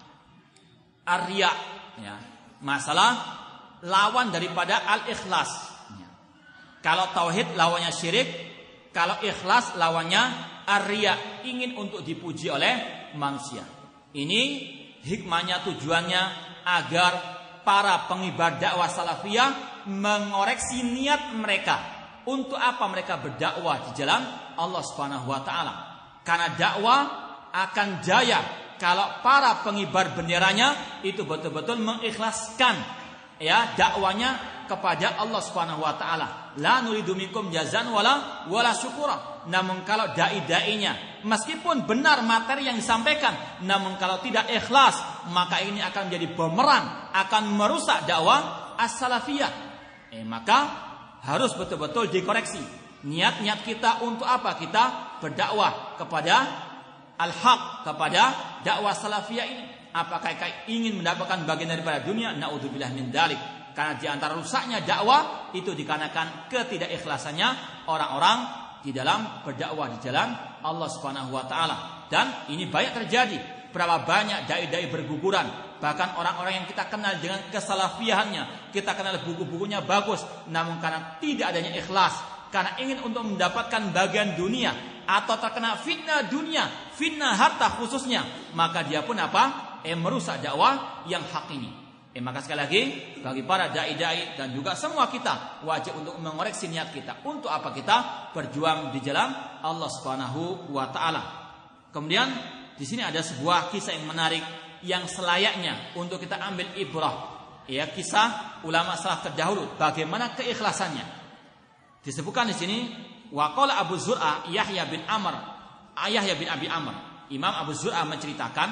ar-riya, ya, masalah lawan daripada al-ikhlas. Ya. Kalau tauhid lawannya syirik, kalau ikhlas lawannya ar-riya, ingin untuk dipuji oleh manusia. Ini hikmahnya, tujuannya agar para pengibar dakwah salafiyah mengoreksi niat mereka. Untuk apa mereka berdakwah di jalan Allah Subhanahu wa taala? Karena dakwah akan jaya kalau para pengibar benderanya itu betul-betul mengikhlaskan ya dakwanya kepada Allah Subhanahu wa taala. La nuridu minkum jazaan wala wala syukura. Namun kalau dai-dainya meskipun benar materi yang disampaikan, namun kalau tidak ikhlas, maka ini akan menjadi bumerang, akan merusak dakwah as-salafiyah. Eh maka harus betul-betul dikoreksi niat-niat kita untuk apa kita berdakwah kepada al-haq, kepada dakwah salafiyah ini. Apakah kita ingin mendapatkan bagian daripada dunia? Naudzubillah min dzalik. Karena di antara rusaknya dakwah itu dikarenakan ketidakikhlasannya orang-orang di dalam berdakwah di jalan Allah Subhanahu wa taala. Dan ini banyak terjadi. Berapa banyak dai-dai berguguran. Bahkan orang-orang yang kita kenal dengan kesalafiahannya, kita kenal buku-bukunya bagus, namun karena tidak adanya ikhlas, karena ingin untuk mendapatkan bagian dunia atau terkena fitnah dunia, fitnah harta khususnya, maka dia pun apa? Eh merusak dakwah yang hak ini. Eh maka sekali lagi bagi para dai-dai dan juga semua kita wajib untuk mengoreksi niat kita. Untuk apa kita berjuang di jalan Allah Subhanahu wa taala. Kemudian di sini ada sebuah kisah yang menarik yang selayaknya untuk kita ambil ibrah. Ya, kisah ulama salaf terdahulu bagaimana keikhlasannya. Disebutkan di sini waqala Abu Zur'a Yahya bin Amr, Yahya bin Abi Amr. Imam Abu Zur'a menceritakan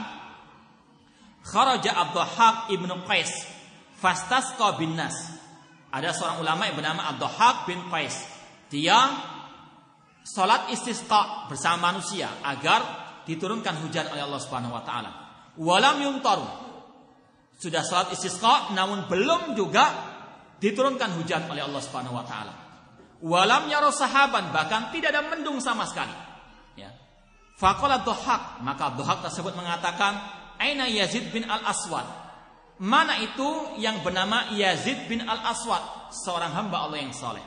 kharaja Ad-Dhahhak ibnu Qais fastasqa bin nas. Ada seorang ulama yang bernama Ad-Dhahhak bin Qais. Dia salat istisqa bersama manusia agar diturunkan hujan oleh Allah Subhanahu wa taala. Walam yumtaru. Sudah salat istisqa namun belum juga diturunkan hujan oleh Allah Subhanahu wa taala. Walam yara sahaban, bahkan tidak ada mendung sama sekali. Ya. Faqala Dhahhak, maka Dhahhak tersebut mengatakan, "Aina Yazid bin Al-Aswad?" Mana itu yang bernama Yazid bin Al-Aswad, seorang hamba Allah yang saleh.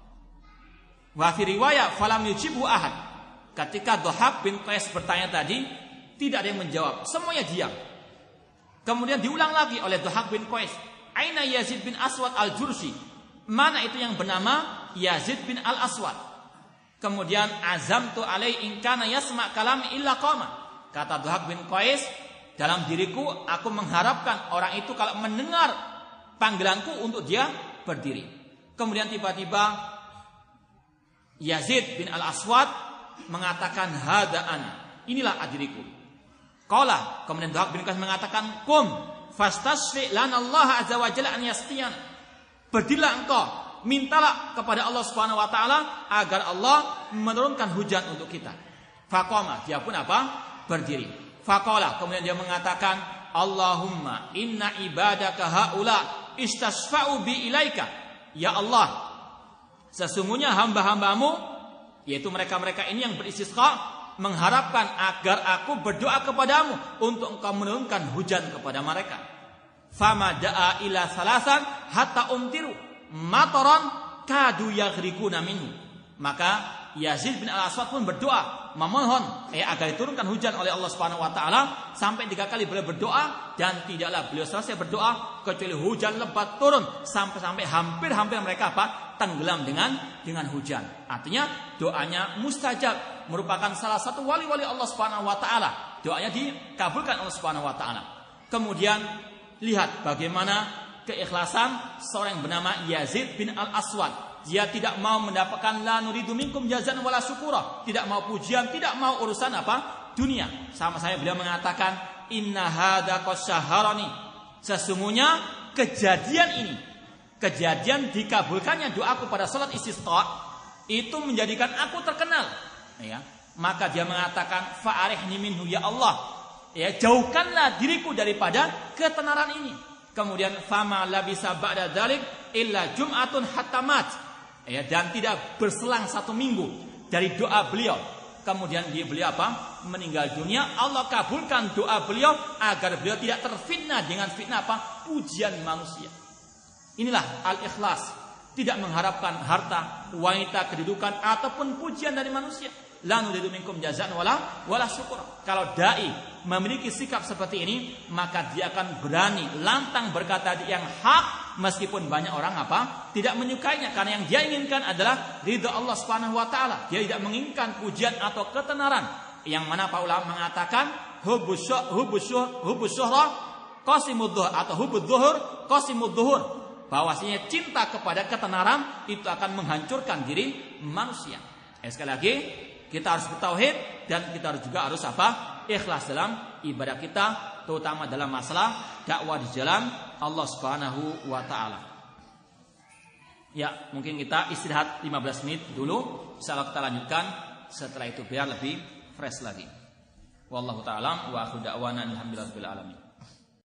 Wa fi riwayat falam yujibu ahad. Ketika Dhahhak bin Qais bertanya tadi, tidak ada yang menjawab, semuanya diam. Kemudian diulang lagi oleh Dhahhak bin Qais, "Aina Yazid bin Aswad al-Jursi?" Mana itu yang bernama Yazid bin Al-Aswad? Kemudian azamtu alai in kana yasma' kalami illa qama. Kata Dhahhak bin Qais, dalam diriku aku mengharapkan orang itu kalau mendengar panggilanku untuk dia berdiri. Kemudian tiba-tiba Yazid bin Al-Aswad mengatakan hada ana, inilah diriku. Qala, kemudian Dhahhak bin Qais mengatakan kum fastasfi lana Allah azza wa jalla an yasqiyan. Berdirilah engkau, mintalah kepada Allah Subhanahu wa taala agar Allah menurunkan hujan untuk kita. Faqama, dia pun apa? Berdiri. Faqala, kemudian dia mengatakan, Allahumma inna ibadaka haula istasfa'u bi ilaika. Ya Allah, sesungguhnya hamba-hambamu, yaitu mereka-mereka ini yang beristisqa, mengharapkan agar aku berdoa kepadamu untuk engkau menurunkan hujan kepada mereka. Fama da'a ila salasan hatta umtiru mataran kadu yaghrikuna minhu. Maka Yazid bin Al-Aswad pun berdoa, memohon eh, agar diturunkan hujan oleh Allah Subhanahu wa taala. Sampai tiga kali beliau berdoa dan tidaklah beliau selesai berdoa kecuali hujan lebat turun sampai-sampai hampir-hampir mereka apa? Tenggelam dengan dengan hujan. Artinya doanya mustajab, merupakan salah satu wali-wali Allah Subhanahu wa taala. Doanya dikabulkan Allah Subhanahu wa taala. Kemudian lihat bagaimana keikhlasan seorang yang bernama Yazid bin Al-Aswad. Dia tidak mau mendapatkan la nuridu minkum jazaan wala syukura, tidak mau pujian, tidak mau urusan apa? Dunia. Sama saya beliau mengatakan, inna hadza qasyaharani. Sesungguhnya kejadian ini, kejadian dikabulkannya doaku pada salat istisqa itu menjadikan aku terkenal, ya. Maka dia mengatakan, fa'arihni minhu ya Allah. Ya, jauhkanlah diriku daripada ketenaran ini. Kemudian fama labisa ba'da dzalik illa jum'atun hatta mat. Ya, dan tidak berselang satu minggu dari doa beliau, kemudian dia beliau apa? Meninggal dunia. Allah kabulkan doa beliau agar beliau tidak terfitnah dengan fitnah apa? Pujian manusia. Inilah al-ikhlas, tidak mengharapkan harta, wanita, kedudukan ataupun pujian dari manusia. La nuridu minkum jazaan wala wala syukur. Kalau dai memiliki sikap seperti ini, maka dia akan berani lantang berkata yang hak meskipun banyak orang apa? Tidak menyukainya, karena yang dia inginkan adalah ridha Allah Subhanahu wa taala. Dia tidak menginginkan pujian atau ketenaran. Yang mana para ulama mengatakan hubbus hubbus hubbus syuhra qasimud dhuhur atau hubbud dhuhur qasimud dhuhur. Bahwasanya cinta kepada ketenaran itu akan menghancurkan diri manusia. Eh, sekali lagi kita harus bertauhid dan kita harus juga harus apa? Ikhlas dalam ibadah kita, terutama dalam masalah dakwah di jalan Allah Subhanahu wa taala. Ya, mungkin kita istirahat lima belas menit dulu. Insyaallah kita lanjutkan setelah itu biar lebih fresh lagi. Wallahu taala wa akhiru da'wana alhamdulillahirabbil alamin.